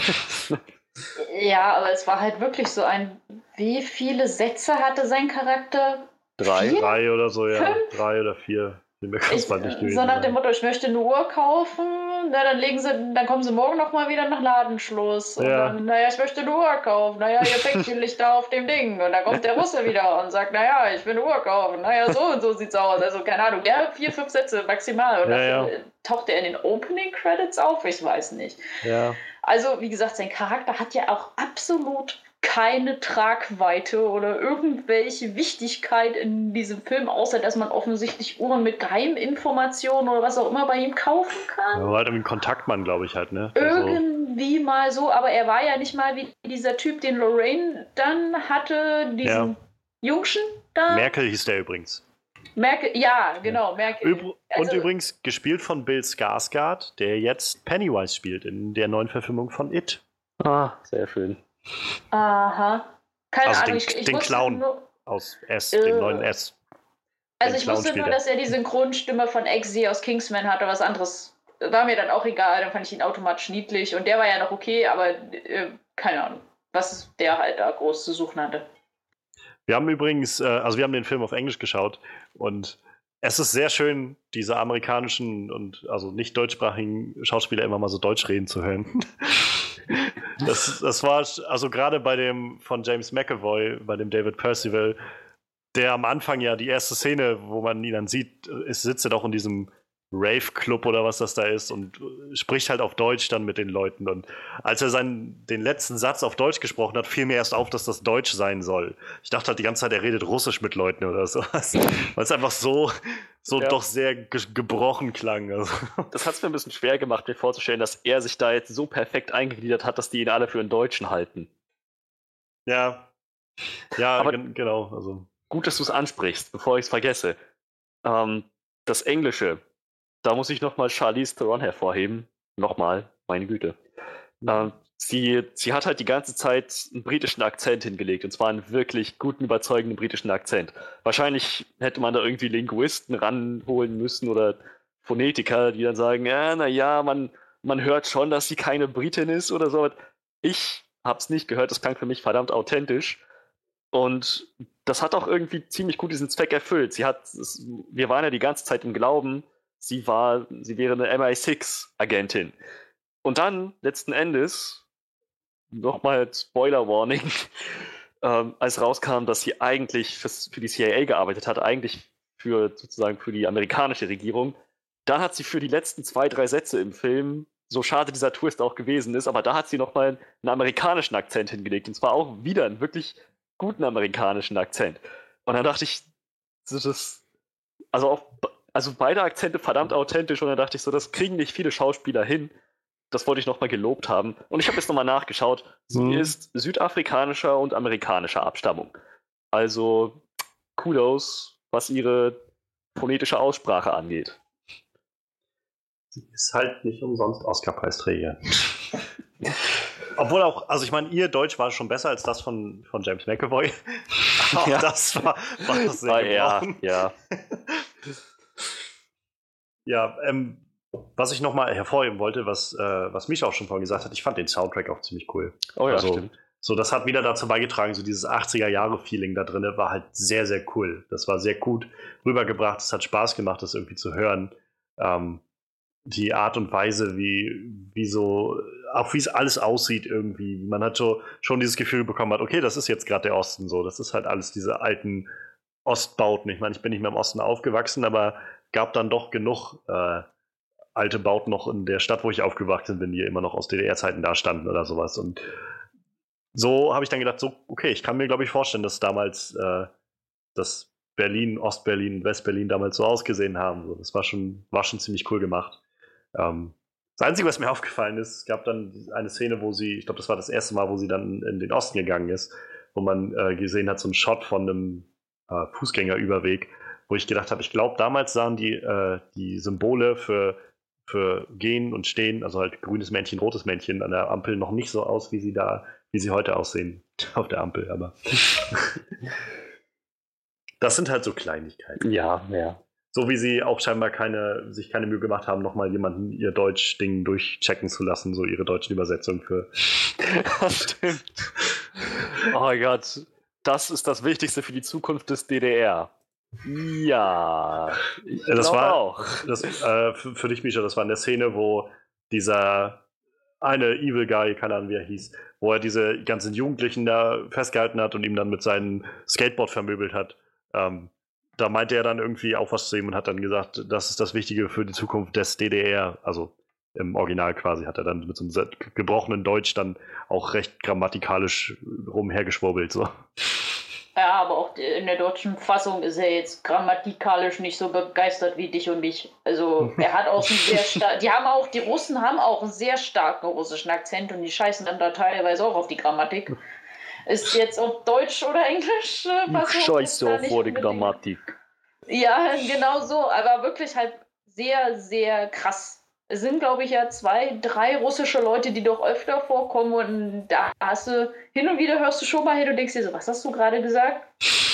Ja, aber es war halt wirklich so wie viele Sätze hatte sein Charakter? 3? 3 oder so, ja. 3 oder 4. So nach dem Motto, ich möchte eine Uhr kaufen, dann kommen sie morgen nochmal wieder nach Ladenschluss. Und dann, ich möchte eine Uhr kaufen. Hier fängt die Lichter auf dem Ding. Und dann kommt der Russe wieder und sagt, ich will eine Uhr kaufen. So und so sieht's aus. Also, keine Ahnung, 4, 5 Sätze maximal. Und dann taucht er in den Opening Credits auf? Ich weiß nicht. Ja. Also, wie gesagt, sein Charakter hat ja auch absolut keine Tragweite oder irgendwelche Wichtigkeit in diesem Film, außer dass man offensichtlich Uhren mit Geheiminformationen oder was auch immer bei ihm kaufen kann. Er war halt ein Kontaktmann, glaube ich halt, ne? Irgendwie mal so, aber er war ja nicht mal wie dieser Typ, den Lorraine dann hatte, diesen Jungschen da. Merkel hieß der übrigens. Merkel, ja, genau, Merkel. Und übrigens gespielt von Bill Skarsgård, der jetzt Pennywise spielt in der neuen Verfilmung von It. Ah, sehr schön. Aha. Keine Ahnung, den Clown aus S, den neuen S. Also ich wusste nur, dass er die Synchronstimme von Eggsy aus Kingsman hatte, was anderes war mir dann auch egal, dann fand ich ihn automatisch niedlich und der war ja noch okay, aber keine Ahnung, was der halt da groß zu suchen hatte. Wir haben übrigens, wir haben den Film auf Englisch geschaut und es ist sehr schön, diese amerikanischen und also nicht deutschsprachigen Schauspieler immer mal so Deutsch reden zu hören. Das war, also gerade bei dem von James McAvoy, bei dem David Percival, der am Anfang ja die erste Szene, wo man ihn dann sieht, sitzt er doch in diesem Rave-Club oder was das da ist und spricht halt auf Deutsch dann mit den Leuten. Und als er den letzten Satz auf Deutsch gesprochen hat, fiel mir erst auf, dass das Deutsch sein soll. Ich dachte halt die ganze Zeit, er redet Russisch mit Leuten oder sowas. Weil es einfach so doch sehr gebrochen klang. Also. Das hat es mir ein bisschen schwer gemacht, mir vorzustellen, dass er sich da jetzt so perfekt eingegliedert hat, dass die ihn alle für einen Deutschen halten. Ja, aber genau. Also. Gut, dass du es ansprichst, bevor ich es vergesse. Das Englische. Da muss ich nochmal Charlize Theron hervorheben. Nochmal, meine Güte. Sie hat halt die ganze Zeit einen britischen Akzent hingelegt. Und zwar einen wirklich guten, überzeugenden britischen Akzent. Wahrscheinlich hätte man da irgendwie Linguisten ranholen müssen oder Phonetiker, die dann sagen, man hört schon, dass sie keine Britin ist oder so. Ich hab's nicht gehört, das klang für mich verdammt authentisch. Und das hat auch irgendwie ziemlich gut diesen Zweck erfüllt. Wir waren ja die ganze Zeit im Glauben, sie wäre eine MI6-Agentin. Und dann, letzten Endes, nochmal Spoiler-Warning, als rauskam, dass sie eigentlich für die CIA gearbeitet hat, eigentlich sozusagen für die amerikanische Regierung, dann hat sie für die letzten 2, 3 Sätze im Film so schade dieser Twist auch gewesen ist, aber da hat sie nochmal einen amerikanischen Akzent hingelegt. Und zwar auch wieder einen wirklich guten amerikanischen Akzent. Und dann dachte ich, also beide Akzente verdammt authentisch. Und dann dachte ich so, das kriegen nicht viele Schauspieler hin. Das wollte ich nochmal gelobt haben. Und ich habe jetzt nochmal nachgeschaut. Sie ist südafrikanischer und amerikanischer Abstammung. Also Kudos, was ihre phonetische Aussprache angeht. Sie ist halt nicht umsonst Oscar-Preisträger. Obwohl auch, also ich meine, ihr Deutsch war schon besser als das von James McAvoy. Auch Ja. das war sehr gebrochen. Ja. Ja, was ich nochmal hervorheben wollte, was Misha auch schon vorhin gesagt hat, ich fand den Soundtrack auch ziemlich cool. Oh ja, also, stimmt. so, das hat wieder dazu beigetragen, so dieses 80er-Jahre-Feeling da drin war halt sehr, sehr cool. Das war sehr gut rübergebracht, es hat Spaß gemacht, das irgendwie zu hören. Die Art und Weise, wie so, auch wie es alles aussieht irgendwie. Man hat so schon dieses Gefühl bekommen hat, okay, das ist jetzt gerade der Osten so. Das ist halt alles diese alten Ostbauten. Ich meine, ich bin nicht mehr im Osten aufgewachsen, aber gab dann doch genug alte Bauten noch in der Stadt, wo ich aufgewachsen bin, die immer noch aus DDR-Zeiten da standen oder sowas. Und so habe ich dann gedacht, so, okay, ich kann mir, glaube ich, vorstellen, dass damals das Berlin, Ostberlin, Westberlin damals so ausgesehen haben. So, das war schon ziemlich cool gemacht. Das Einzige, was mir aufgefallen ist, es gab dann eine Szene, wo sie, ich glaube, das war das erste Mal, wo sie dann in den Osten gegangen ist, wo man gesehen hat, so einen Shot von einem Fußgängerüberweg, wo ich gedacht habe, ich glaube, damals sahen die Symbole für Gehen und Stehen, also halt grünes Männchen, rotes Männchen an der Ampel noch nicht so aus, wie sie heute aussehen auf der Ampel, aber das sind halt so Kleinigkeiten. Ja. So wie sie auch scheinbar sich keine Mühe gemacht haben, nochmal jemanden ihr Deutsch-Ding durchchecken zu lassen, so ihre deutschen Übersetzungen für. Stimmt. Oh mein Gott, das ist das Wichtigste für die Zukunft des DDR. Ja, ich Das glaube war auch. für dich, Misha, das war in der Szene, wo dieser eine Evil Guy, keine Ahnung, wie er hieß, wo er diese ganzen Jugendlichen da festgehalten hat und ihm dann mit seinem Skateboard vermöbelt hat. Da meinte er dann irgendwie auch was zu ihm und hat dann gesagt, das ist das Wichtige für die Zukunft des DDR. Also im Original quasi hat er dann mit so einem gebrochenen Deutsch dann auch recht grammatikalisch rumhergeschwurbelt. So. Ja, aber auch in der deutschen Fassung ist er jetzt grammatikalisch nicht so begeistert wie dich und mich. Also er hat auch einen sehr starken, die Russen haben auch einen sehr starken russischen Akzent und die scheißen dann da teilweise auch auf die Grammatik. Ist jetzt auf Deutsch oder Englisch? Scheiße auf vor die Grammatik. Ja, genau so, aber wirklich halt sehr, sehr krass. Es sind, glaube ich, ja 2, 3 russische Leute, die doch öfter vorkommen und da hast du, hin und wieder hörst du schon mal hin und denkst dir so, was hast du gerade gesagt?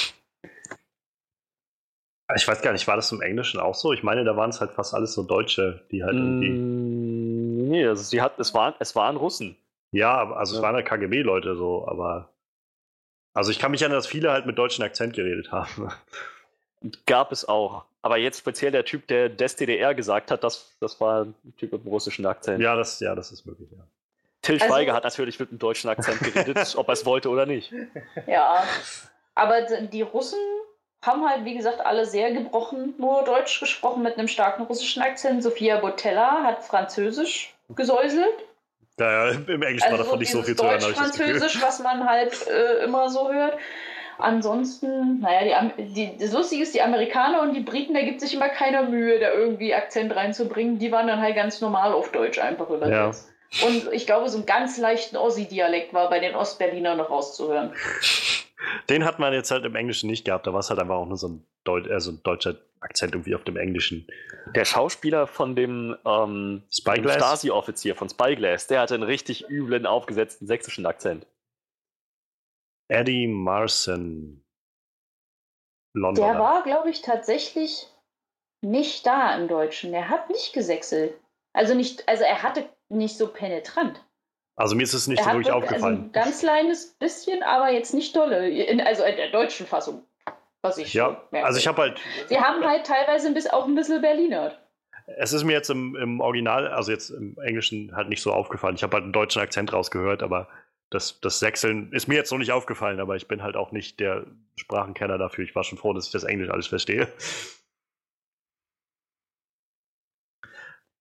Ich weiß gar nicht, war das im Englischen auch so? Ich meine, da waren es halt fast alles so Deutsche, die halt irgendwie. Nee, also es waren Russen. Ja, also es waren halt KGB-Leute so, aber. Also ich kann mich erinnern, dass viele halt mit deutschem Akzent geredet haben. Gab es auch. Aber jetzt speziell der Typ, der des DDR gesagt hat, das war ein Typ mit einem russischen Akzent. Ja, das ist möglich, ja. Till Schweiger hat natürlich mit einem deutschen Akzent geredet, ob er es wollte oder nicht. Ja, aber die Russen haben halt, wie gesagt, alle sehr gebrochen nur Deutsch gesprochen mit einem starken russischen Akzent. Sophia Botella hat Französisch gesäuselt. Ja, im Englischen war davon nicht so viel zu hören. Deutsch-Französisch, was man halt immer so hört. Ansonsten, naja, das Lustige ist, die Amerikaner und die Briten, da gibt sich immer keiner Mühe, da irgendwie Akzent reinzubringen. Die waren dann halt ganz normal auf Deutsch einfach übersetzt. Ja. Und ich glaube, so einen ganz leichten Ossi-Dialekt war bei den Ostberlinern noch rauszuhören. Den hat man jetzt halt im Englischen nicht gehabt. Da war es halt einfach auch nur so ein deutscher Akzent irgendwie auf dem Englischen. Der Schauspieler von dem Stasi-Offizier von Spyglass, der hatte einen richtig üblen, aufgesetzten sächsischen Akzent. Eddie Marsan. Londoner. Der war, glaube ich, tatsächlich nicht da im Deutschen. Der hat nicht gesächselt. Also er hatte nicht so penetrant. Also mir ist es nicht so wirklich aufgefallen. Also ein ganz kleines bisschen, aber jetzt nicht dolle. Also in der deutschen Fassung. Was ich ja, merke. Also ich habe halt. Sie haben halt teilweise auch ein bisschen Berliner. Es ist mir jetzt im Original, also jetzt im Englischen halt nicht so aufgefallen. Ich habe halt einen deutschen Akzent rausgehört, aber das Sächseln ist mir jetzt noch nicht aufgefallen, aber ich bin halt auch nicht der Sprachenkenner dafür. Ich war schon froh, dass ich das Englisch alles verstehe.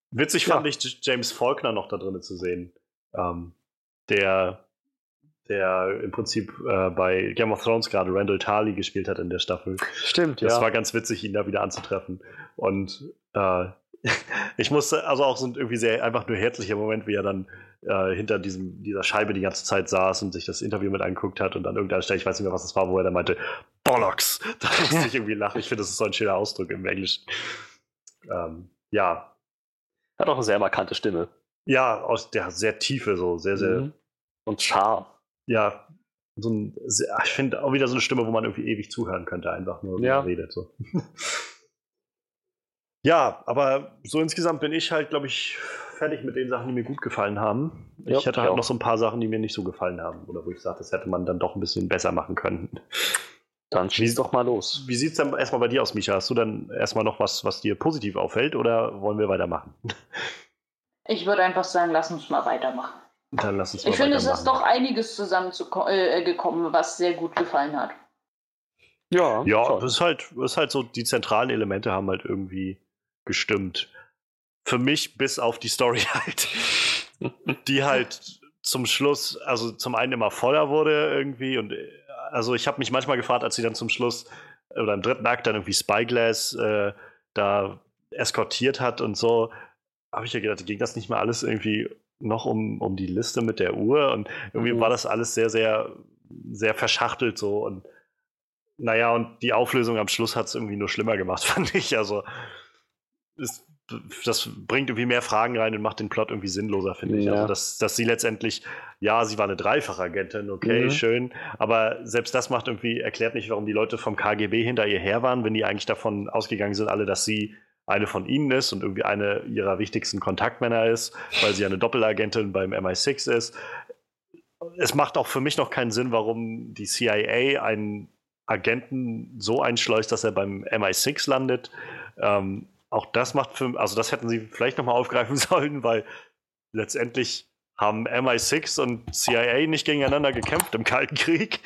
Witzig fand ich, James Faulkner noch da drin zu sehen. Der im Prinzip bei Game of Thrones gerade Randall Tarly gespielt hat in der Staffel. Stimmt, Das war ganz witzig, ihn da wieder anzutreffen. Und ich musste, also auch so ein irgendwie sehr einfach nur herzlicher Moment, wie er dann hinter dieser Scheibe die ganze Zeit saß und sich das Interview mit angeguckt hat und dann irgendeiner Stelle, ich weiß nicht mehr, was das war, wo er dann meinte, Bollocks! Da musste ich irgendwie lachen. Ich finde, das ist so ein schöner Ausdruck im Englischen. Ja. Hat auch eine sehr markante Stimme. Ja, aus der sehr tiefe, so sehr, sehr. Und scharf. Ja, ich finde auch wieder so eine Stimme, wo man irgendwie ewig zuhören könnte, einfach nur, wie er redet. So. Ja, aber so insgesamt bin ich halt, glaube ich, fertig mit den Sachen, die mir gut gefallen haben. Ich hätte halt noch so ein paar Sachen, die mir nicht so gefallen haben. Oder wo ich sage, das hätte man dann doch ein bisschen besser machen können. Dann schieß doch mal los. Wie sieht es dann erstmal bei dir aus, Micha? Hast du dann erstmal noch was dir positiv auffällt oder wollen wir weitermachen? Ich würde einfach sagen, lass uns mal weitermachen. Dann lass uns mal Ich finde, es ist doch einiges zusammengekommen, was sehr gut gefallen hat. Ja, das ist halt so, die zentralen Elemente haben halt irgendwie gestimmt. Für mich bis auf die Story halt, die halt zum Schluss, also zum einen immer voller wurde irgendwie und also ich habe mich manchmal gefragt, als sie dann zum Schluss oder im dritten Akt dann irgendwie Spyglass da eskortiert hat und so, habe ich ja gedacht, ging das nicht mal alles irgendwie noch um die Liste mit der Uhr und irgendwie war das alles sehr, sehr, sehr verschachtelt so und naja, und die Auflösung am Schluss hat es irgendwie nur schlimmer gemacht, fand ich. Also das bringt irgendwie mehr Fragen rein und macht den Plot irgendwie sinnloser, finde ich. Also dass sie letztendlich, ja, sie war eine Dreifachagentin, okay, schön, aber selbst das erklärt nicht, warum die Leute vom KGB hinter ihr her waren, wenn die eigentlich davon ausgegangen sind, alle, dass sie eine von ihnen ist und irgendwie eine ihrer wichtigsten Kontaktmänner ist, weil sie eine Doppelagentin beim MI6 ist. Es macht auch für mich noch keinen Sinn, warum die CIA einen Agenten so einschleust, dass er beim MI6 landet. Auch das also das hätten sie vielleicht nochmal aufgreifen sollen, weil letztendlich haben MI6 und CIA nicht gegeneinander gekämpft im Kalten Krieg.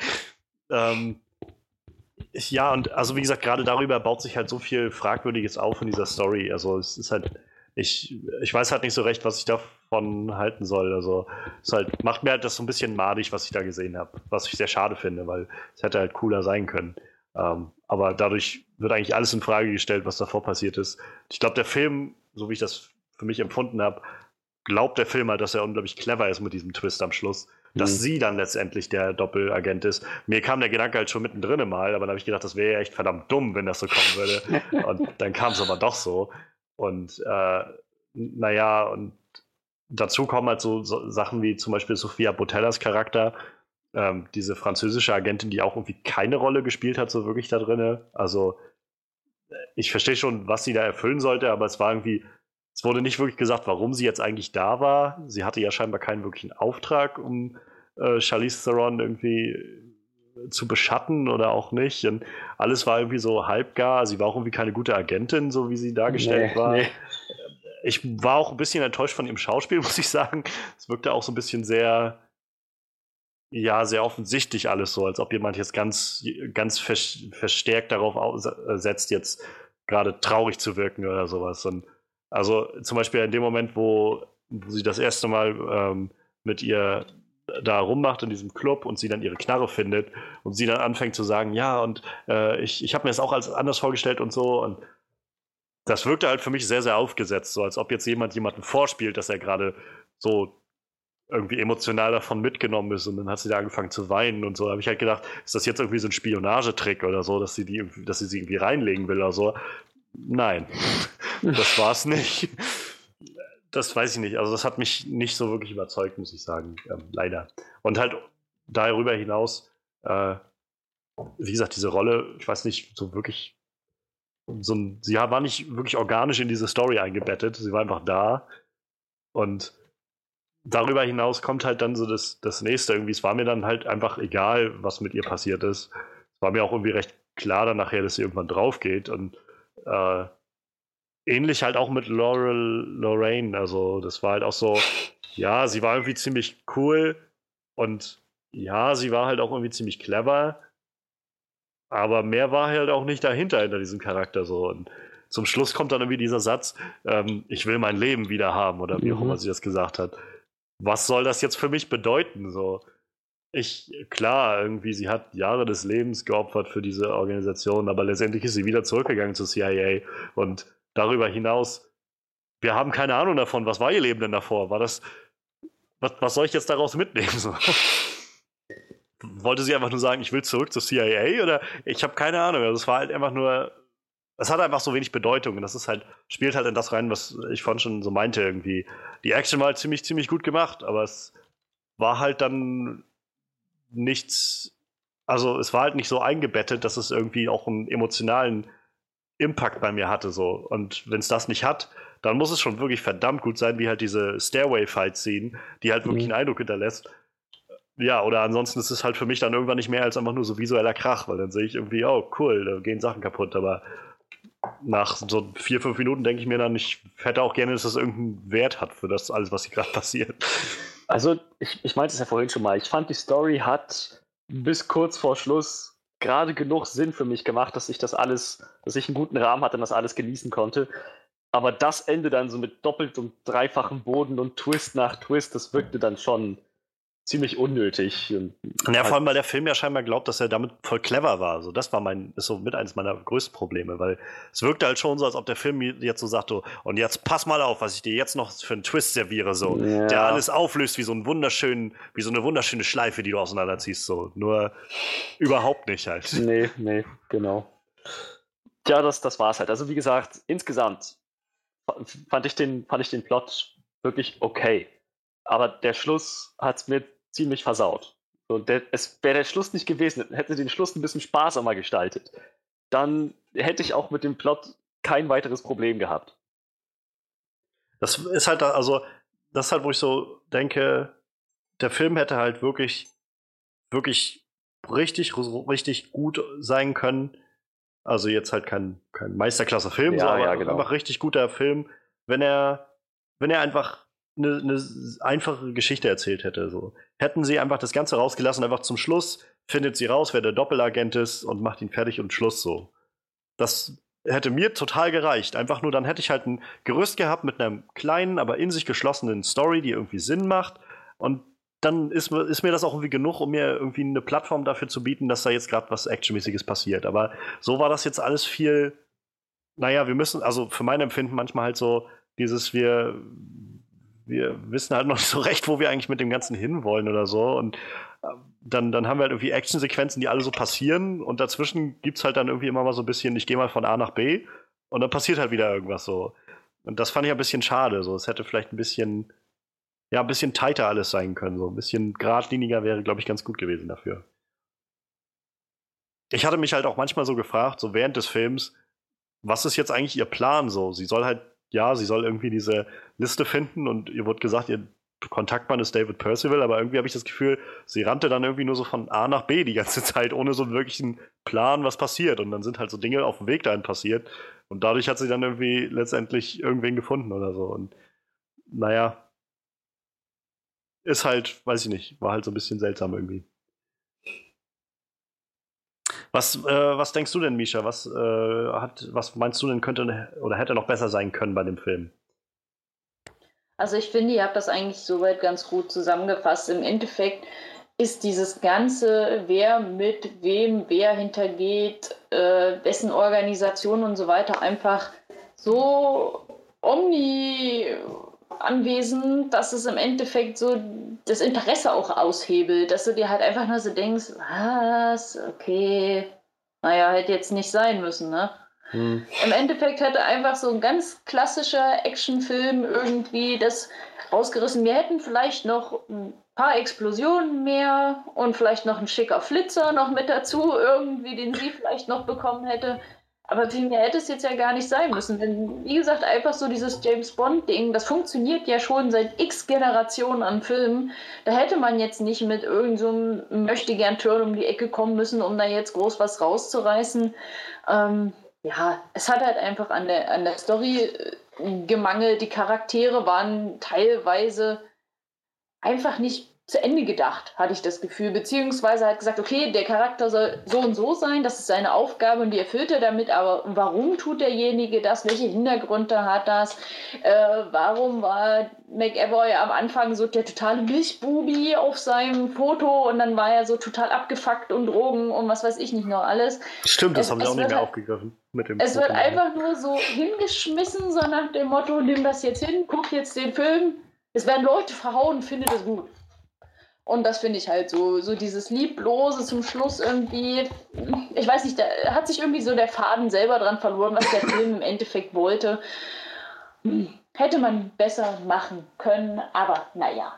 Ja, und also wie gesagt, gerade darüber baut sich halt so viel Fragwürdiges auf in dieser Story. Also es ist halt, ich weiß halt nicht so recht, was ich davon halten soll. Also es halt, macht mir halt das so ein bisschen madig, was ich da gesehen habe. Was ich sehr schade finde, weil es hätte halt cooler sein können. Aber dadurch wird eigentlich alles in Frage gestellt, was davor passiert ist. Ich glaube, der Film, so wie ich das für mich empfunden habe, glaubt der Film halt, dass er unglaublich clever ist mit diesem Twist am Schluss. Dass sie dann letztendlich der Doppelagent ist. Mir kam der Gedanke halt schon mittendrin mal, aber dann habe ich gedacht, das wäre ja echt verdammt dumm, wenn das so kommen würde. Und dann kam es aber doch so. Und naja, und dazu kommen halt so Sachen wie zum Beispiel Sophia Botellas Charakter, diese französische Agentin, die auch irgendwie keine Rolle gespielt hat, so wirklich da drin. Also ich verstehe schon, was sie da erfüllen sollte, aber es wurde nicht wirklich gesagt, warum sie jetzt eigentlich da war. Sie hatte ja scheinbar keinen wirklichen Auftrag, um Charlize Theron irgendwie zu beschatten oder auch nicht. Und alles war irgendwie so halbgar. Sie war auch irgendwie keine gute Agentin, so wie sie dargestellt war. Nee. Ich war auch ein bisschen enttäuscht von ihrem Schauspiel, muss ich sagen. Es wirkte auch so ein bisschen sehr offensichtlich alles so, als ob jemand jetzt ganz, ganz verstärkt darauf setzt, jetzt gerade traurig zu wirken oder sowas. Und also zum Beispiel in dem Moment, wo sie das erste Mal mit ihr da rummacht in diesem Club und sie dann ihre Knarre findet und sie dann anfängt zu sagen, ja, und ich habe mir das auch als anders vorgestellt und so. Und das wirkte halt für mich sehr, sehr aufgesetzt, so als ob jetzt jemanden vorspielt, dass er gerade so irgendwie emotional davon mitgenommen ist und dann hat sie da angefangen zu weinen und so. Da habe ich halt gedacht, ist das jetzt irgendwie so ein Spionagetrick oder so, dass sie sie irgendwie reinlegen will oder so. Nein, das war es nicht. Das weiß ich nicht. Also das hat mich nicht so wirklich überzeugt, muss ich sagen. Leider. Und halt darüber hinaus, wie gesagt, diese Rolle, ich weiß nicht, so wirklich sie war nicht wirklich organisch in diese Story eingebettet. Sie war einfach da. Und darüber hinaus kommt halt dann so das Nächste irgendwie. Es war mir dann halt einfach egal, was mit ihr passiert ist. Es war mir auch irgendwie recht klar dann nachher, dass sie irgendwann drauf geht. Und ähnlich halt auch mit Lorraine. Also das war halt auch so, ja, sie war irgendwie ziemlich cool und ja, sie war halt auch irgendwie ziemlich clever. Aber mehr war halt auch nicht dahinter, hinter diesem Charakter so. Und zum Schluss kommt dann irgendwie dieser Satz, ich will mein Leben wieder haben oder wie auch immer sie das gesagt hat. Was soll das jetzt für mich bedeuten? So, klar, irgendwie, sie hat Jahre des Lebens geopfert für diese Organisation, aber letztendlich ist sie wieder zurückgegangen zur CIA und darüber hinaus, wir haben keine Ahnung davon, was war ihr Leben denn davor? Was soll ich jetzt daraus mitnehmen? So? Wollte sie einfach nur sagen, ich will zurück zur CIA oder ich habe keine Ahnung. Also es war halt einfach nur, es hat einfach so wenig Bedeutung und das ist halt, spielt halt in das rein, was ich vorhin schon so meinte irgendwie. Die Action war halt ziemlich gut gemacht, aber es war halt dann nichts, also es war halt nicht so eingebettet, dass es irgendwie auch einen emotionalen Impact bei mir hatte so. Und wenn es das nicht hat, dann muss es schon wirklich verdammt gut sein, wie halt diese Stairway-Fight-Szenen, die halt wirklich einen Eindruck hinterlässt. Ja, oder ansonsten ist es halt für mich dann irgendwann nicht mehr als einfach nur so visueller Krach, weil dann sehe ich irgendwie, oh cool, da gehen Sachen kaputt, aber nach so 4-5 Minuten denke ich mir dann, ich hätte auch gerne, dass das irgendeinen Wert hat für das alles, was hier gerade passiert. Also, ich meinte es ja vorhin schon mal, ich fand, die Story hat bis kurz vor Schluss gerade genug Sinn für mich gemacht, dass ich einen guten Rahmen hatte und das alles genießen konnte. Aber das Ende dann so mit doppelt und dreifachem Boden und Twist nach Twist, das wirkte dann schon ziemlich unnötig. Ja, vor allem, weil der Film ja scheinbar glaubt, dass er damit voll clever war. Also das ist so mit eines meiner größten Probleme, weil es wirkte halt schon so, als ob der Film jetzt so sagt, oh, und jetzt pass mal auf, was ich dir jetzt noch für einen Twist serviere, so, ja, der alles auflöst wie so eine wunderschöne Schleife, die du auseinanderziehst, so. Nur überhaupt nicht halt. Nee, genau. Ja, das war's halt. Also wie gesagt, insgesamt fand ich den Plot wirklich okay. Aber der Schluss hat es mir ziemlich versaut. Und es wäre der Schluss nicht gewesen, hätte den Schluss ein bisschen sparsamer gestaltet, dann hätte ich auch mit dem Plot kein weiteres Problem gehabt. Das ist halt, also, das ist halt, wo ich so denke, der Film hätte halt wirklich richtig gut sein können. Also jetzt halt kein Meisterklasse-Film, so, aber genau. einfach richtig guter Film, wenn er einfach eine einfache Geschichte erzählt hätte. So. Hätten sie einfach das Ganze rausgelassen, einfach zum Schluss findet sie raus, wer der Doppelagent ist und macht ihn fertig und Schluss so. Das hätte mir total gereicht. Einfach nur, dann hätte ich halt ein Gerüst gehabt mit einer kleinen, aber in sich geschlossenen Story, die irgendwie Sinn macht. Und dann ist mir das auch irgendwie genug, um mir irgendwie eine Plattform dafür zu bieten, dass da jetzt gerade was Actionmäßiges passiert. Aber so war das jetzt alles viel, naja, wir müssen, also für mein Empfinden manchmal halt so dieses, wir wissen halt noch nicht so recht, wo wir eigentlich mit dem Ganzen hinwollen oder so. Und dann haben wir halt irgendwie Actionsequenzen, die alle so passieren. Und dazwischen gibt es halt dann irgendwie immer mal so ein bisschen, ich gehe mal von A nach B und dann passiert halt wieder irgendwas so. Und das fand ich ein bisschen schade. So. Es hätte vielleicht ein bisschen tighter alles sein können. So ein bisschen geradliniger wäre, glaube ich, ganz gut gewesen dafür. Ich hatte mich halt auch manchmal so gefragt, so während des Films, was ist jetzt eigentlich ihr Plan so? Sie soll irgendwie diese Liste finden und ihr wurde gesagt, ihr Kontaktmann ist David Percival, aber irgendwie habe ich das Gefühl, sie rannte dann irgendwie nur so von A nach B die ganze Zeit, ohne so einen wirklichen Plan, was passiert. Und dann sind halt so Dinge auf dem Weg dahin passiert. Und dadurch hat sie dann irgendwie letztendlich irgendwen gefunden oder so. Und naja, ist halt, weiß ich nicht, war halt so ein bisschen seltsam irgendwie. Was denkst du denn, Misha? Was meinst du denn könnte oder hätte noch besser sein können bei dem Film? Also ich finde, ihr habt das eigentlich soweit ganz gut zusammengefasst. Im Endeffekt ist dieses Ganze, wer mit wem, wer hintergeht, wessen Organisation und so weiter, einfach so anwesend, dass es im Endeffekt so das Interesse auch aushebelt, dass du dir halt einfach nur so denkst, was, okay, naja, hätte jetzt nicht sein müssen, ne? Im Endeffekt hätte einfach so ein ganz klassischer Actionfilm irgendwie das rausgerissen. Wir hätten vielleicht noch ein paar Explosionen mehr und vielleicht noch ein schicker Flitzer noch mit dazu, irgendwie, den sie vielleicht noch bekommen hätte. Aber viel mehr hätte es jetzt ja gar nicht sein müssen. Denn, wie gesagt, einfach so dieses James-Bond-Ding, das funktioniert ja schon seit x Generationen an Filmen. Da hätte man jetzt nicht mit irgend so einem Möchtegern-Turn um die Ecke kommen müssen, um da jetzt groß was rauszureißen. Ja, es hat halt einfach an der Story gemangelt. Die Charaktere waren teilweise einfach nicht zu Ende gedacht, hatte ich das Gefühl. Beziehungsweise hat gesagt, okay, der Charakter soll so und so sein, das ist seine Aufgabe und die erfüllt er damit, aber warum tut derjenige das? Welche Hintergründe hat das? Warum war McAvoy am Anfang so der totale Milchbubi auf seinem Foto und dann war er so total abgefuckt und Drogen und was weiß ich nicht noch alles. Stimmt, das haben wir auch nicht mehr aufgegriffen. Mit dem es Foto. wird einfach nur so hingeschmissen, so nach dem Motto, nimm das jetzt hin, guck jetzt den Film. Es werden Leute verhauen, finde das gut. Und das finde ich halt so dieses Lieblose zum Schluss irgendwie, ich weiß nicht, da hat sich irgendwie so der Faden selber dran verloren, was der Film im Endeffekt wollte. Hätte man besser machen können, aber naja.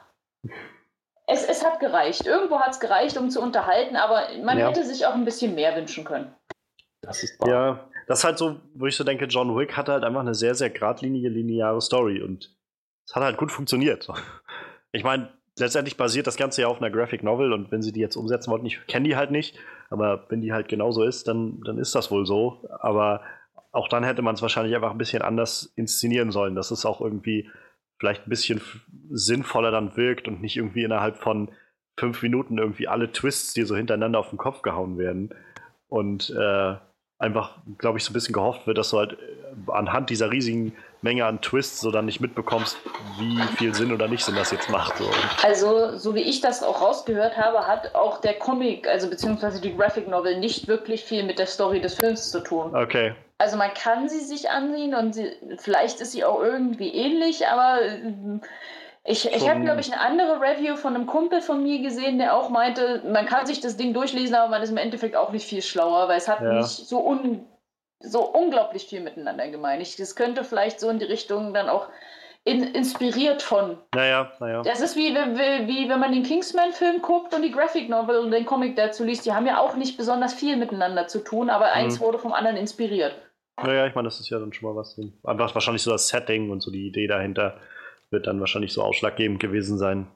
Es hat gereicht. Irgendwo hat es gereicht, um zu unterhalten, aber man hätte sich auch ein bisschen mehr wünschen können. Das ist wahr. Ja, das ist halt so, wo ich so denke, John Wick hatte halt einfach eine sehr, sehr geradlinige, lineare Story und es hat halt gut funktioniert. Ich meine, letztendlich basiert das Ganze ja auf einer Graphic Novel und wenn sie die jetzt umsetzen wollten, ich kenne die halt nicht, aber wenn die halt genauso ist, dann ist das wohl so. Aber auch dann hätte man es wahrscheinlich einfach ein bisschen anders inszenieren sollen, dass es auch irgendwie vielleicht ein bisschen sinnvoller dann wirkt und nicht irgendwie innerhalb von 5 Minuten irgendwie alle Twists, die so hintereinander auf den Kopf gehauen werden. Und einfach, glaube ich, so ein bisschen gehofft wird, dass du halt anhand dieser riesigen Menge an Twists so dann nicht mitbekommst, wie viel Sinn oder nicht Sinn das jetzt macht. So. Also, so wie ich das auch rausgehört habe, hat auch der Comic, also beziehungsweise die Graphic Novel, nicht wirklich viel mit der Story des Films zu tun. Okay. Also man kann sie sich ansehen und vielleicht ist sie auch irgendwie ähnlich, aber ich habe, glaube ich, eine andere Review von einem Kumpel von mir gesehen, der auch meinte, man kann sich das Ding durchlesen, aber man ist im Endeffekt auch nicht viel schlauer, weil es hat nicht so unglaublich viel miteinander gemeint. Das könnte vielleicht so in die Richtung dann auch inspiriert von. Naja. Das ist wie wenn man den Kingsman-Film guckt und die Graphic Novel und den Comic dazu liest. Die haben ja auch nicht besonders viel miteinander zu tun, aber eins wurde vom anderen inspiriert. Naja, ich meine, das ist ja dann schon mal was. Einfach wahrscheinlich so das Setting und so die Idee dahinter wird dann wahrscheinlich so ausschlaggebend gewesen sein.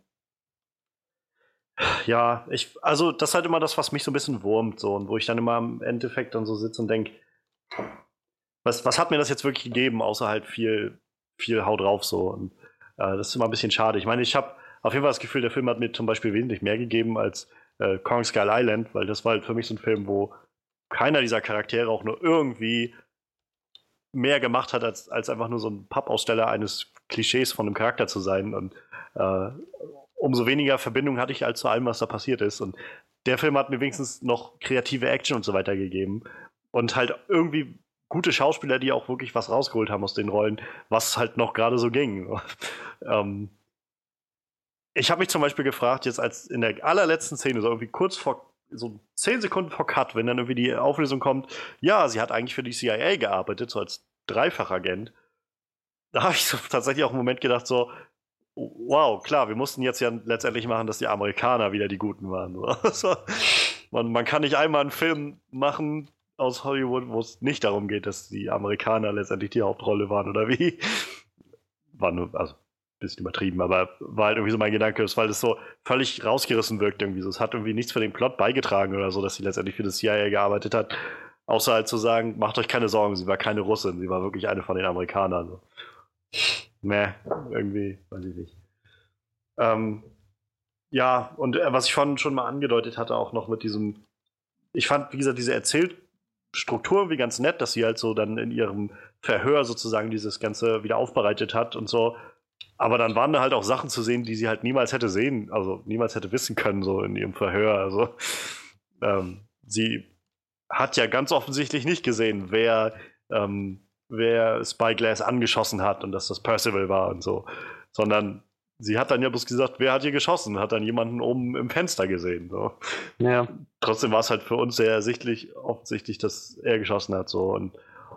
Ja, also das ist halt immer das, was mich so ein bisschen wurmt, so, und wo ich dann immer im Endeffekt dann so sitze und denke, was hat mir das jetzt wirklich gegeben, außer halt viel Hau drauf so. Und das ist immer ein bisschen schade. Ich meine, ich habe auf jeden Fall das Gefühl, der Film hat mir zum Beispiel wesentlich mehr gegeben als Kong Skull Island, weil das war halt für mich so ein Film, wo keiner dieser Charaktere auch nur irgendwie mehr gemacht hat, als einfach nur so ein Pappaussteller eines Klischees von einem Charakter zu sein. Und umso weniger Verbindung hatte ich als zu allem, was da passiert ist. Und der Film hat mir wenigstens noch kreative Action und so weiter gegeben. Und halt irgendwie gute Schauspieler, die auch wirklich was rausgeholt haben aus den Rollen, was halt noch gerade so ging. Ich habe mich zum Beispiel gefragt, jetzt als in der allerletzten Szene, so irgendwie kurz vor, so 10 Sekunden vor Cut, wenn dann irgendwie die Auflösung kommt, ja, sie hat eigentlich für die CIA gearbeitet, so als Dreifachagent. Da habe ich so tatsächlich auch einen Moment gedacht, so, wow, klar, wir mussten jetzt ja letztendlich machen, dass die Amerikaner wieder die Guten waren. So. Man kann nicht einmal einen Film machen aus Hollywood, wo es nicht darum geht, dass die Amerikaner letztendlich die Hauptrolle waren, oder wie? War nur, also ein bisschen übertrieben, aber war halt irgendwie so mein Gedanke, weil das so völlig rausgerissen wirkt irgendwie so. Es hat irgendwie nichts für den Plot beigetragen oder so, dass sie letztendlich für das CIA gearbeitet hat, außer halt zu sagen, macht euch keine Sorgen, sie war keine Russin, sie war wirklich eine von den Amerikanern. So. Irgendwie, weiß ich nicht. Ja, und was ich vorhin schon mal angedeutet hatte, auch noch mit diesem, ich fand, wie gesagt, diese Erzählstruktur irgendwie ganz nett, dass sie halt so dann in ihrem Verhör sozusagen dieses Ganze wieder aufbereitet hat und so. Aber dann waren da halt auch Sachen zu sehen, die sie halt niemals hätte sehen, also niemals hätte wissen können, so in ihrem Verhör. Also sie hat ja ganz offensichtlich nicht gesehen, wer Spyglass angeschossen hat und dass das Percival war und so. Sondern sie hat dann ja bloß gesagt, wer hat hier geschossen? Hat dann jemanden oben im Fenster gesehen. So. Ja. Trotzdem war es halt für uns sehr offensichtlich, dass er geschossen hat. So. Und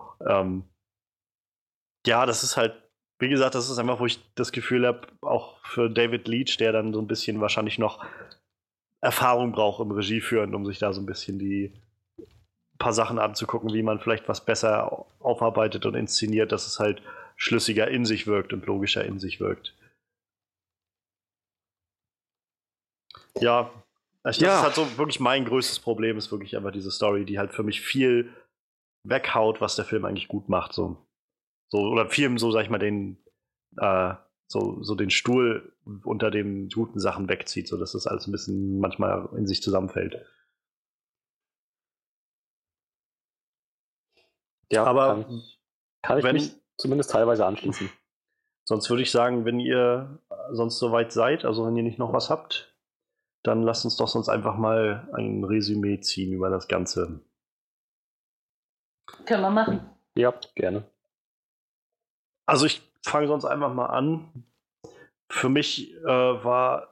ja, das ist halt, wie gesagt, das ist einfach, wo ich das Gefühl habe, auch für David Leitch, der dann so ein bisschen wahrscheinlich noch Erfahrung braucht im Regieführen, um sich da so ein bisschen die paar Sachen anzugucken, wie man vielleicht was besser aufarbeitet und inszeniert, dass es halt schlüssiger in sich wirkt und logischer in sich wirkt. Ja, das ist halt so wirklich mein größtes Problem, ist wirklich einfach diese Story, die halt für mich viel weghaut, was der Film eigentlich gut macht. So oder viel so, sag ich mal, den so den Stuhl unter den guten Sachen wegzieht, sodass das alles ein bisschen manchmal in sich zusammenfällt. Ja, aber kann ich mich zumindest teilweise anschließen. Sonst würde ich sagen, wenn ihr sonst soweit seid, also wenn ihr nicht noch was habt, dann lasst uns doch sonst einfach mal ein Resümee ziehen über das Ganze. Können wir machen. Ja, gerne. Also ich fange sonst einfach mal an. Für mich war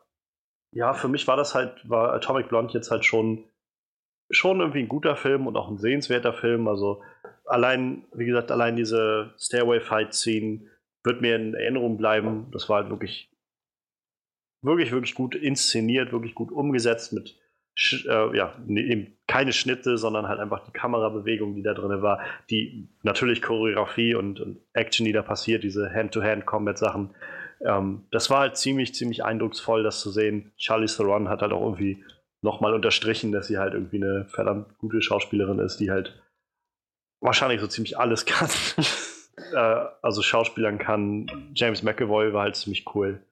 Atomic Blonde jetzt halt schon irgendwie ein guter Film und auch ein sehenswerter Film. Also wie gesagt, allein diese Stairway-Fight-Scene wird mir in Erinnerung bleiben. Das war halt wirklich, wirklich, wirklich gut inszeniert, wirklich gut umgesetzt mit eben keine Schnitte, sondern halt einfach die Kamerabewegung, die da drin war, die natürlich Choreografie und Action, die da passiert, diese Hand-to-Hand-Combat-Sachen. Das war halt ziemlich, ziemlich eindrucksvoll, das zu sehen. Charlize Theron hat halt auch irgendwie nochmal unterstrichen, dass sie halt irgendwie eine verdammt gute Schauspielerin ist, die halt wahrscheinlich so ziemlich alles kann. Also Schauspielern kann. James McAvoy war halt ziemlich cool.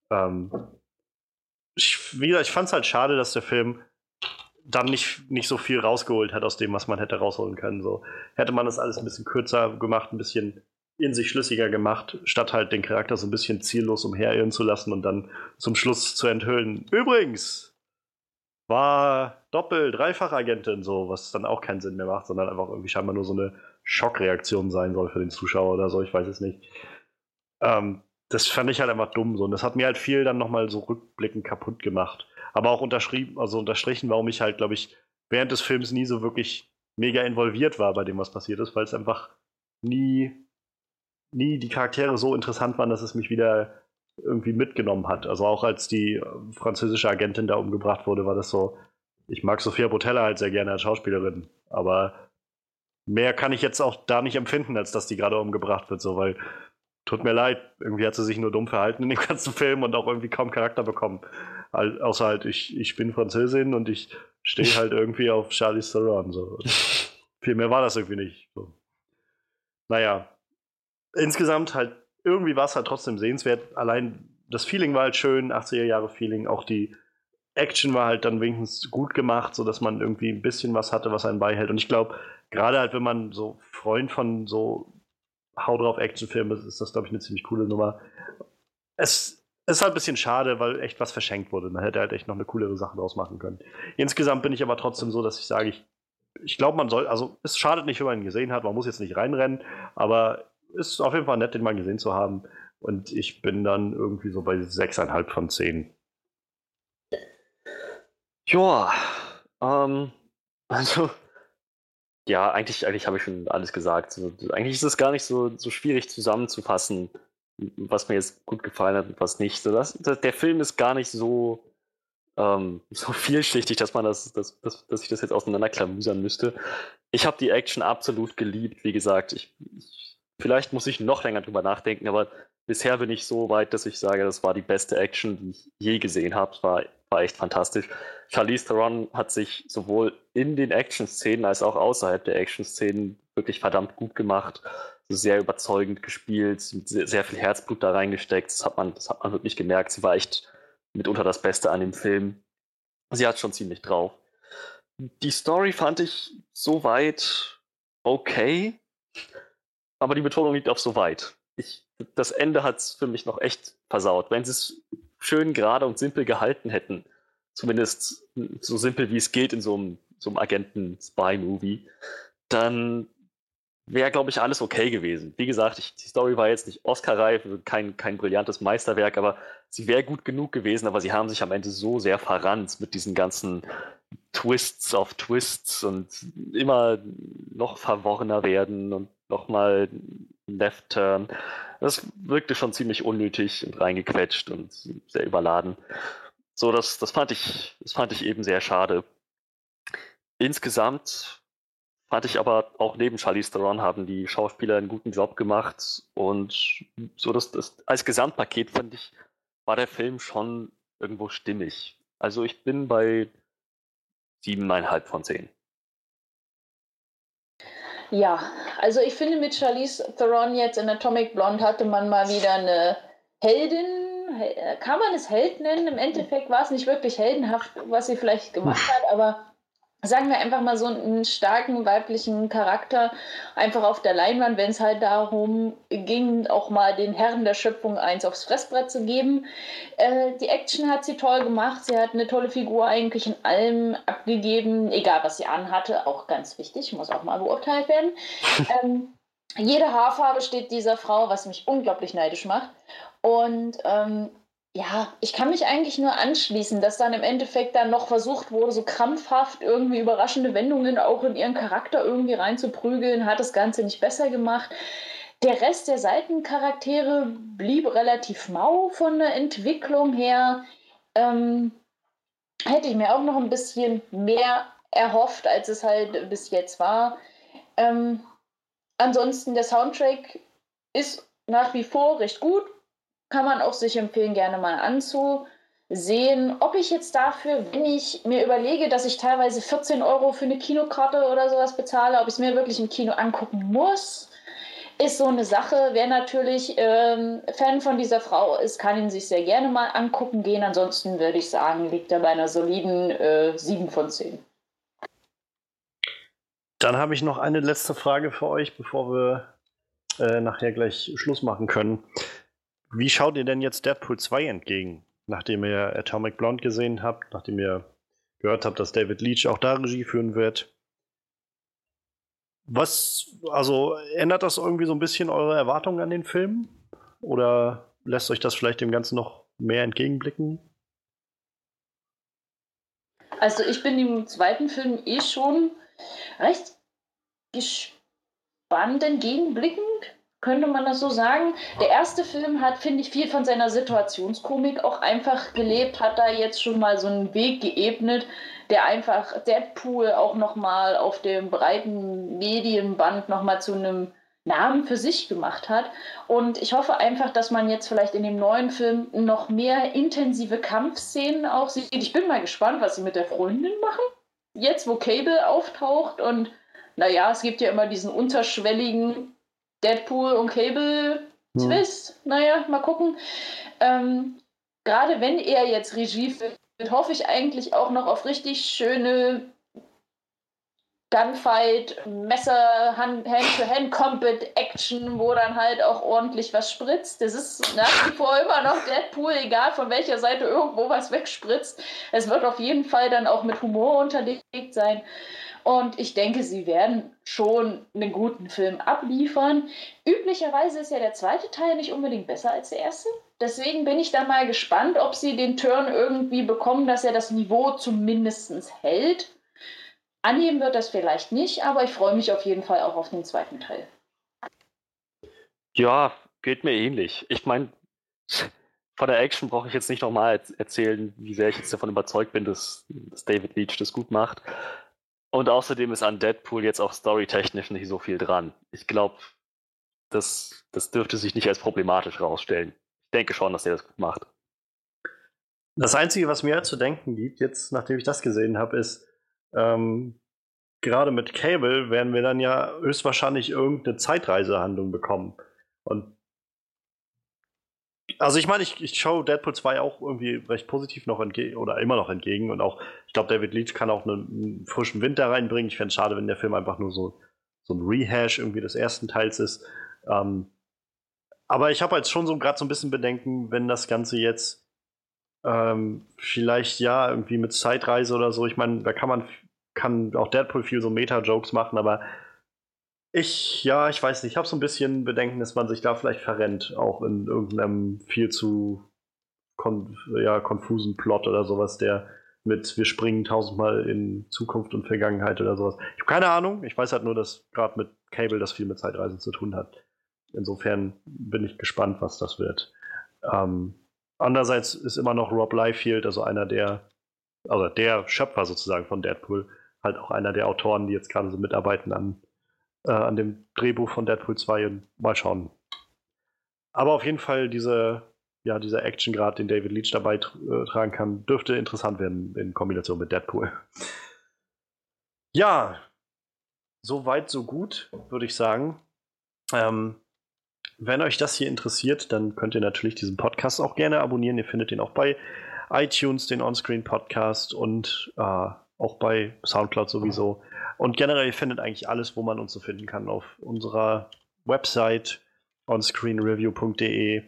Wie gesagt, ich fand es halt schade, dass der Film dann nicht so viel rausgeholt hat aus dem, was man hätte rausholen können. So hätte man das alles ein bisschen kürzer gemacht, ein bisschen in sich schlüssiger gemacht, statt halt den Charakter so ein bisschen ziellos umherirren zu lassen und dann zum Schluss zu enthüllen. Übrigens war Dreifach-Agentin, so, was dann auch keinen Sinn mehr macht, sondern einfach irgendwie scheinbar nur so eine Schockreaktion sein soll für den Zuschauer oder so, ich weiß es nicht. Das fand ich halt einfach dumm so. Und das hat mir halt viel dann nochmal so rückblickend kaputt gemacht. Aber auch unterstrichen, warum ich halt, glaube ich, während des Films nie so wirklich mega involviert war bei dem, was passiert ist, weil es einfach nie die Charaktere so interessant waren, dass es mich wieder irgendwie mitgenommen hat. Also auch als die französische Agentin da umgebracht wurde, war das so, ich mag Sophia Boutella halt sehr gerne als Schauspielerin, aber mehr kann ich jetzt auch da nicht empfinden, als dass die gerade umgebracht wird, so, weil tut mir leid, irgendwie hat sie sich nur dumm verhalten in dem ganzen Film und auch irgendwie kaum Charakter bekommen. Außer halt, ich bin Französin und ich stehe halt irgendwie auf Charlize Theron. So. Viel mehr war das irgendwie nicht. So. Naja, insgesamt halt, irgendwie war es halt trotzdem sehenswert. Allein das Feeling war halt schön, 80er-Jahre-Feeling. Auch die Action war halt dann wenigstens gut gemacht, sodass man irgendwie ein bisschen was hatte, was einen beihält. Und ich glaube, gerade halt, wenn man so Freund von so Hau drauf Actionfilmen ist das, glaube ich, eine ziemlich coole Nummer. Es ist halt ein bisschen schade, weil echt was verschenkt wurde. Man hätte halt echt noch eine coolere Sache draus machen können. Insgesamt bin ich aber trotzdem so, dass ich sage, ich glaube, man soll, also es schadet nicht, wenn man ihn gesehen hat, man muss jetzt nicht reinrennen, aber es ist auf jeden Fall nett, den mal gesehen zu haben. Und ich bin dann irgendwie so bei 6,5 von 10. Joa, also, ja, eigentlich habe ich schon alles gesagt. So, eigentlich ist es gar nicht so schwierig zusammenzufassen, was mir jetzt gut gefallen hat und was nicht. So, der Film ist gar nicht so vielschichtig, dass ich das jetzt auseinanderklamüsern müsste. Ich habe die Action absolut geliebt. Wie gesagt, vielleicht muss ich noch länger drüber nachdenken, aber bisher bin ich so weit, dass ich sage, das war die beste Action, die ich je gesehen habe. Es war echt fantastisch. Charlize Theron hat sich sowohl in den Action-Szenen als auch außerhalb der Action-Szenen wirklich verdammt gut gemacht. Sehr überzeugend gespielt, sehr, sehr viel Herzblut da reingesteckt. Das hat man wirklich gemerkt. Sie war echt mitunter das Beste an dem Film. Sie hat schon ziemlich drauf. Die Story fand ich soweit okay, aber die Betonung liegt auf soweit. Das Ende hat es für mich noch echt versaut. Wenn sie es schön gerade und simpel gehalten hätten, zumindest so simpel wie es geht in so einem Agenten-Spy-Movie, dann wäre, glaube ich, alles okay gewesen. Wie gesagt, die Story war jetzt nicht Oscar-reif, kein brillantes Meisterwerk, aber sie wäre gut genug gewesen, aber sie haben sich am Ende so sehr verrannt mit diesen ganzen Twists auf Twists und immer noch verworrener werden und nochmal Left Turn. Das wirkte schon ziemlich unnötig und reingequetscht und sehr überladen. So, das fand ich eben sehr schade. Insgesamt fand ich aber auch neben Charlize Theron haben die Schauspieler einen guten Job gemacht und so das als Gesamtpaket fand ich, war der Film schon irgendwo stimmig. Also ich bin bei 7,5 von 10. Ja, also ich finde, mit Charlize Theron jetzt in Atomic Blonde hatte man mal wieder eine kann man es Held nennen? Im Endeffekt war es nicht wirklich heldenhaft, was sie vielleicht gemacht hat, aber sagen wir einfach mal so einen starken weiblichen Charakter einfach auf der Leinwand, wenn es halt darum ging, auch mal den Herren der Schöpfung eins aufs Fressbrett zu geben. Die Action hat sie toll gemacht, sie hat eine tolle Figur eigentlich in allem abgegeben, egal was sie anhatte, auch ganz wichtig, muss auch mal beurteilt werden. Jede Haarfarbe steht dieser Frau, was mich unglaublich neidisch macht. Und ja, ich kann mich eigentlich nur anschließen, dass dann im Endeffekt dann noch versucht wurde, so krampfhaft irgendwie überraschende Wendungen auch in ihren Charakter irgendwie reinzuprügeln, hat das Ganze nicht besser gemacht. Der Rest der Seitencharaktere blieb relativ mau von der Entwicklung her. Hätte ich mir auch noch ein bisschen mehr erhofft, als es halt bis jetzt war. Ansonsten der Soundtrack ist nach wie vor recht gut. Kann man auch sich empfehlen, gerne mal anzusehen. Ob ich jetzt dafür, wenn ich mir überlege, dass ich teilweise 14 Euro für eine Kinokarte oder sowas bezahle, ob ich es mir wirklich im Kino angucken muss, ist so eine Sache. Wer natürlich Fan von dieser Frau ist, kann ihn sich sehr gerne mal angucken gehen. Ansonsten würde ich sagen, liegt er bei einer soliden 7 von 10. Dann habe ich noch eine letzte Frage für euch, bevor wir nachher gleich Schluss machen können. Wie schaut ihr denn jetzt Deadpool 2 entgegen? Nachdem ihr Atomic Blonde gesehen habt, nachdem ihr gehört habt, dass David Leitch auch da Regie führen wird. Also ändert das irgendwie so ein bisschen eure Erwartungen an den Film? Oder lässt euch das vielleicht dem Ganzen noch mehr entgegenblicken? Also ich bin im zweiten Film schon recht gespannt entgegenblickend, könnte man das so sagen. Der erste Film hat, finde ich, viel von seiner Situationskomik auch einfach gelebt, hat da jetzt schon mal so einen Weg geebnet, der einfach Deadpool auch nochmal auf dem breiten Medienband nochmal zu einem Namen für sich gemacht hat. Und ich hoffe einfach, dass man jetzt vielleicht in dem neuen Film noch mehr intensive Kampfszenen auch sieht. Ich bin mal gespannt, was sie mit der Freundin machen. Jetzt, wo Cable auftaucht und naja, es gibt ja immer diesen unterschwelligen Deadpool und Cable Twist. Naja, mal gucken. Gerade wenn er jetzt Regie führt, hoffe ich eigentlich auch noch auf richtig schöne Gunfight, Messer, Hand-to-Hand-Combat-Action, wo dann halt auch ordentlich was spritzt. Das ist nach wie vor immer noch Deadpool, egal von welcher Seite irgendwo was wegspritzt. Es wird auf jeden Fall dann auch mit Humor unterlegt sein. Und ich denke, sie werden schon einen guten Film abliefern. Üblicherweise ist ja der zweite Teil nicht unbedingt besser als der erste. Deswegen bin ich da mal gespannt, ob sie den Turn irgendwie bekommen, dass er das Niveau zumindest hält. Annehmen wird das vielleicht nicht, aber ich freue mich auf jeden Fall auch auf den zweiten Teil. Ja, geht mir ähnlich. Ich meine, von der Action brauche ich jetzt nicht nochmal erzählen, wie sehr ich jetzt davon überzeugt bin, dass David Leitch das gut macht. Und außerdem ist an Deadpool jetzt auch storytechnisch nicht so viel dran. Ich glaube, das dürfte sich nicht als problematisch rausstellen. Ich denke schon, dass er das gut macht. Das Einzige, was mir zu denken gibt, jetzt nachdem ich das gesehen habe, ist, gerade mit Cable werden wir dann ja höchstwahrscheinlich irgendeine Zeitreisehandlung bekommen. Und also ich meine, ich schaue Deadpool 2 auch irgendwie recht positiv noch entgegen oder immer noch entgegen und auch, ich glaube, David Leitch kann auch einen frischen Wind da reinbringen. Ich fände es schade, wenn der Film einfach nur so ein Rehash irgendwie des ersten Teils ist. Aber ich habe halt schon so gerade so ein bisschen Bedenken, wenn das Ganze jetzt vielleicht ja irgendwie mit Zeitreise oder so. Ich meine, da kann auch Deadpool viel so Meta-Jokes machen, aber ich weiß nicht, ich habe so ein bisschen Bedenken, dass man sich da vielleicht verrennt, auch in irgendeinem viel zu konfusen Plot oder sowas, der mit wir springen tausendmal in Zukunft und Vergangenheit oder sowas. Ich habe keine Ahnung, ich weiß halt nur, dass gerade mit Cable das viel mit Zeitreisen zu tun hat. Insofern bin ich gespannt, was das wird. Andererseits ist immer noch Rob Liefeld, also der Schöpfer sozusagen von Deadpool, halt auch einer der Autoren, die jetzt gerade so mitarbeiten an dem Drehbuch von Deadpool 2 und mal schauen. Aber auf jeden Fall dieser Actiongrad, den David Leitch dabei tragen kann, dürfte interessant werden in Kombination mit Deadpool. Ja, so weit, so gut, würde ich sagen. wenn euch das hier interessiert, dann könnt ihr natürlich diesen Podcast auch gerne abonnieren. Ihr findet den auch bei iTunes, den Onscreen-Podcast und auch bei Soundcloud sowieso. Und generell, ihr findet eigentlich alles, wo man uns so finden kann, auf unserer Website onscreenreview.de.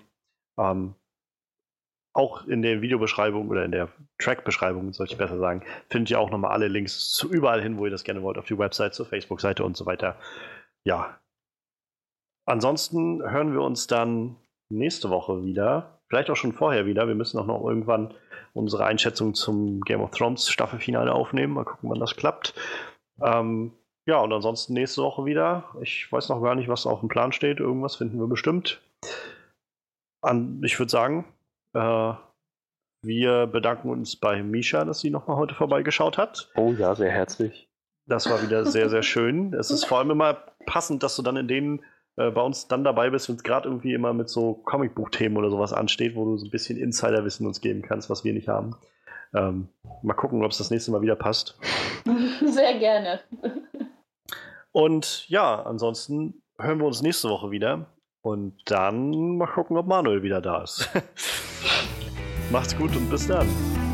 Auch in der Videobeschreibung oder in der Track-Beschreibung, sollte ich besser sagen, findet ihr auch nochmal alle Links zu überall hin, wo ihr das gerne wollt, auf die Website, zur Facebook-Seite und so weiter. Ja. Ansonsten hören wir uns dann nächste Woche wieder. Vielleicht auch schon vorher wieder. Wir müssen auch noch irgendwann unsere Einschätzung zum Game of Thrones Staffelfinale aufnehmen. Mal gucken, wann das klappt. Ja, und ansonsten nächste Woche wieder. Ich weiß noch gar nicht, was auf dem Plan steht. Irgendwas finden wir bestimmt. Ich würde sagen, wir bedanken uns bei Misha, dass sie nochmal heute vorbeigeschaut hat. Oh ja, sehr herzlich. Das war wieder sehr, sehr schön. Es ist vor allem immer passend, dass du dann in denen bei uns dann dabei bist, wenn es gerade irgendwie immer mit so Comicbuch-Themen oder sowas ansteht, wo du so ein bisschen Insiderwissen uns geben kannst, was wir nicht haben. Mal gucken, ob es das nächste Mal wieder passt. Sehr gerne. Und ja, ansonsten hören wir uns nächste Woche wieder. Und dann mal gucken, ob Manuel wieder da ist. Macht's gut und bis dann.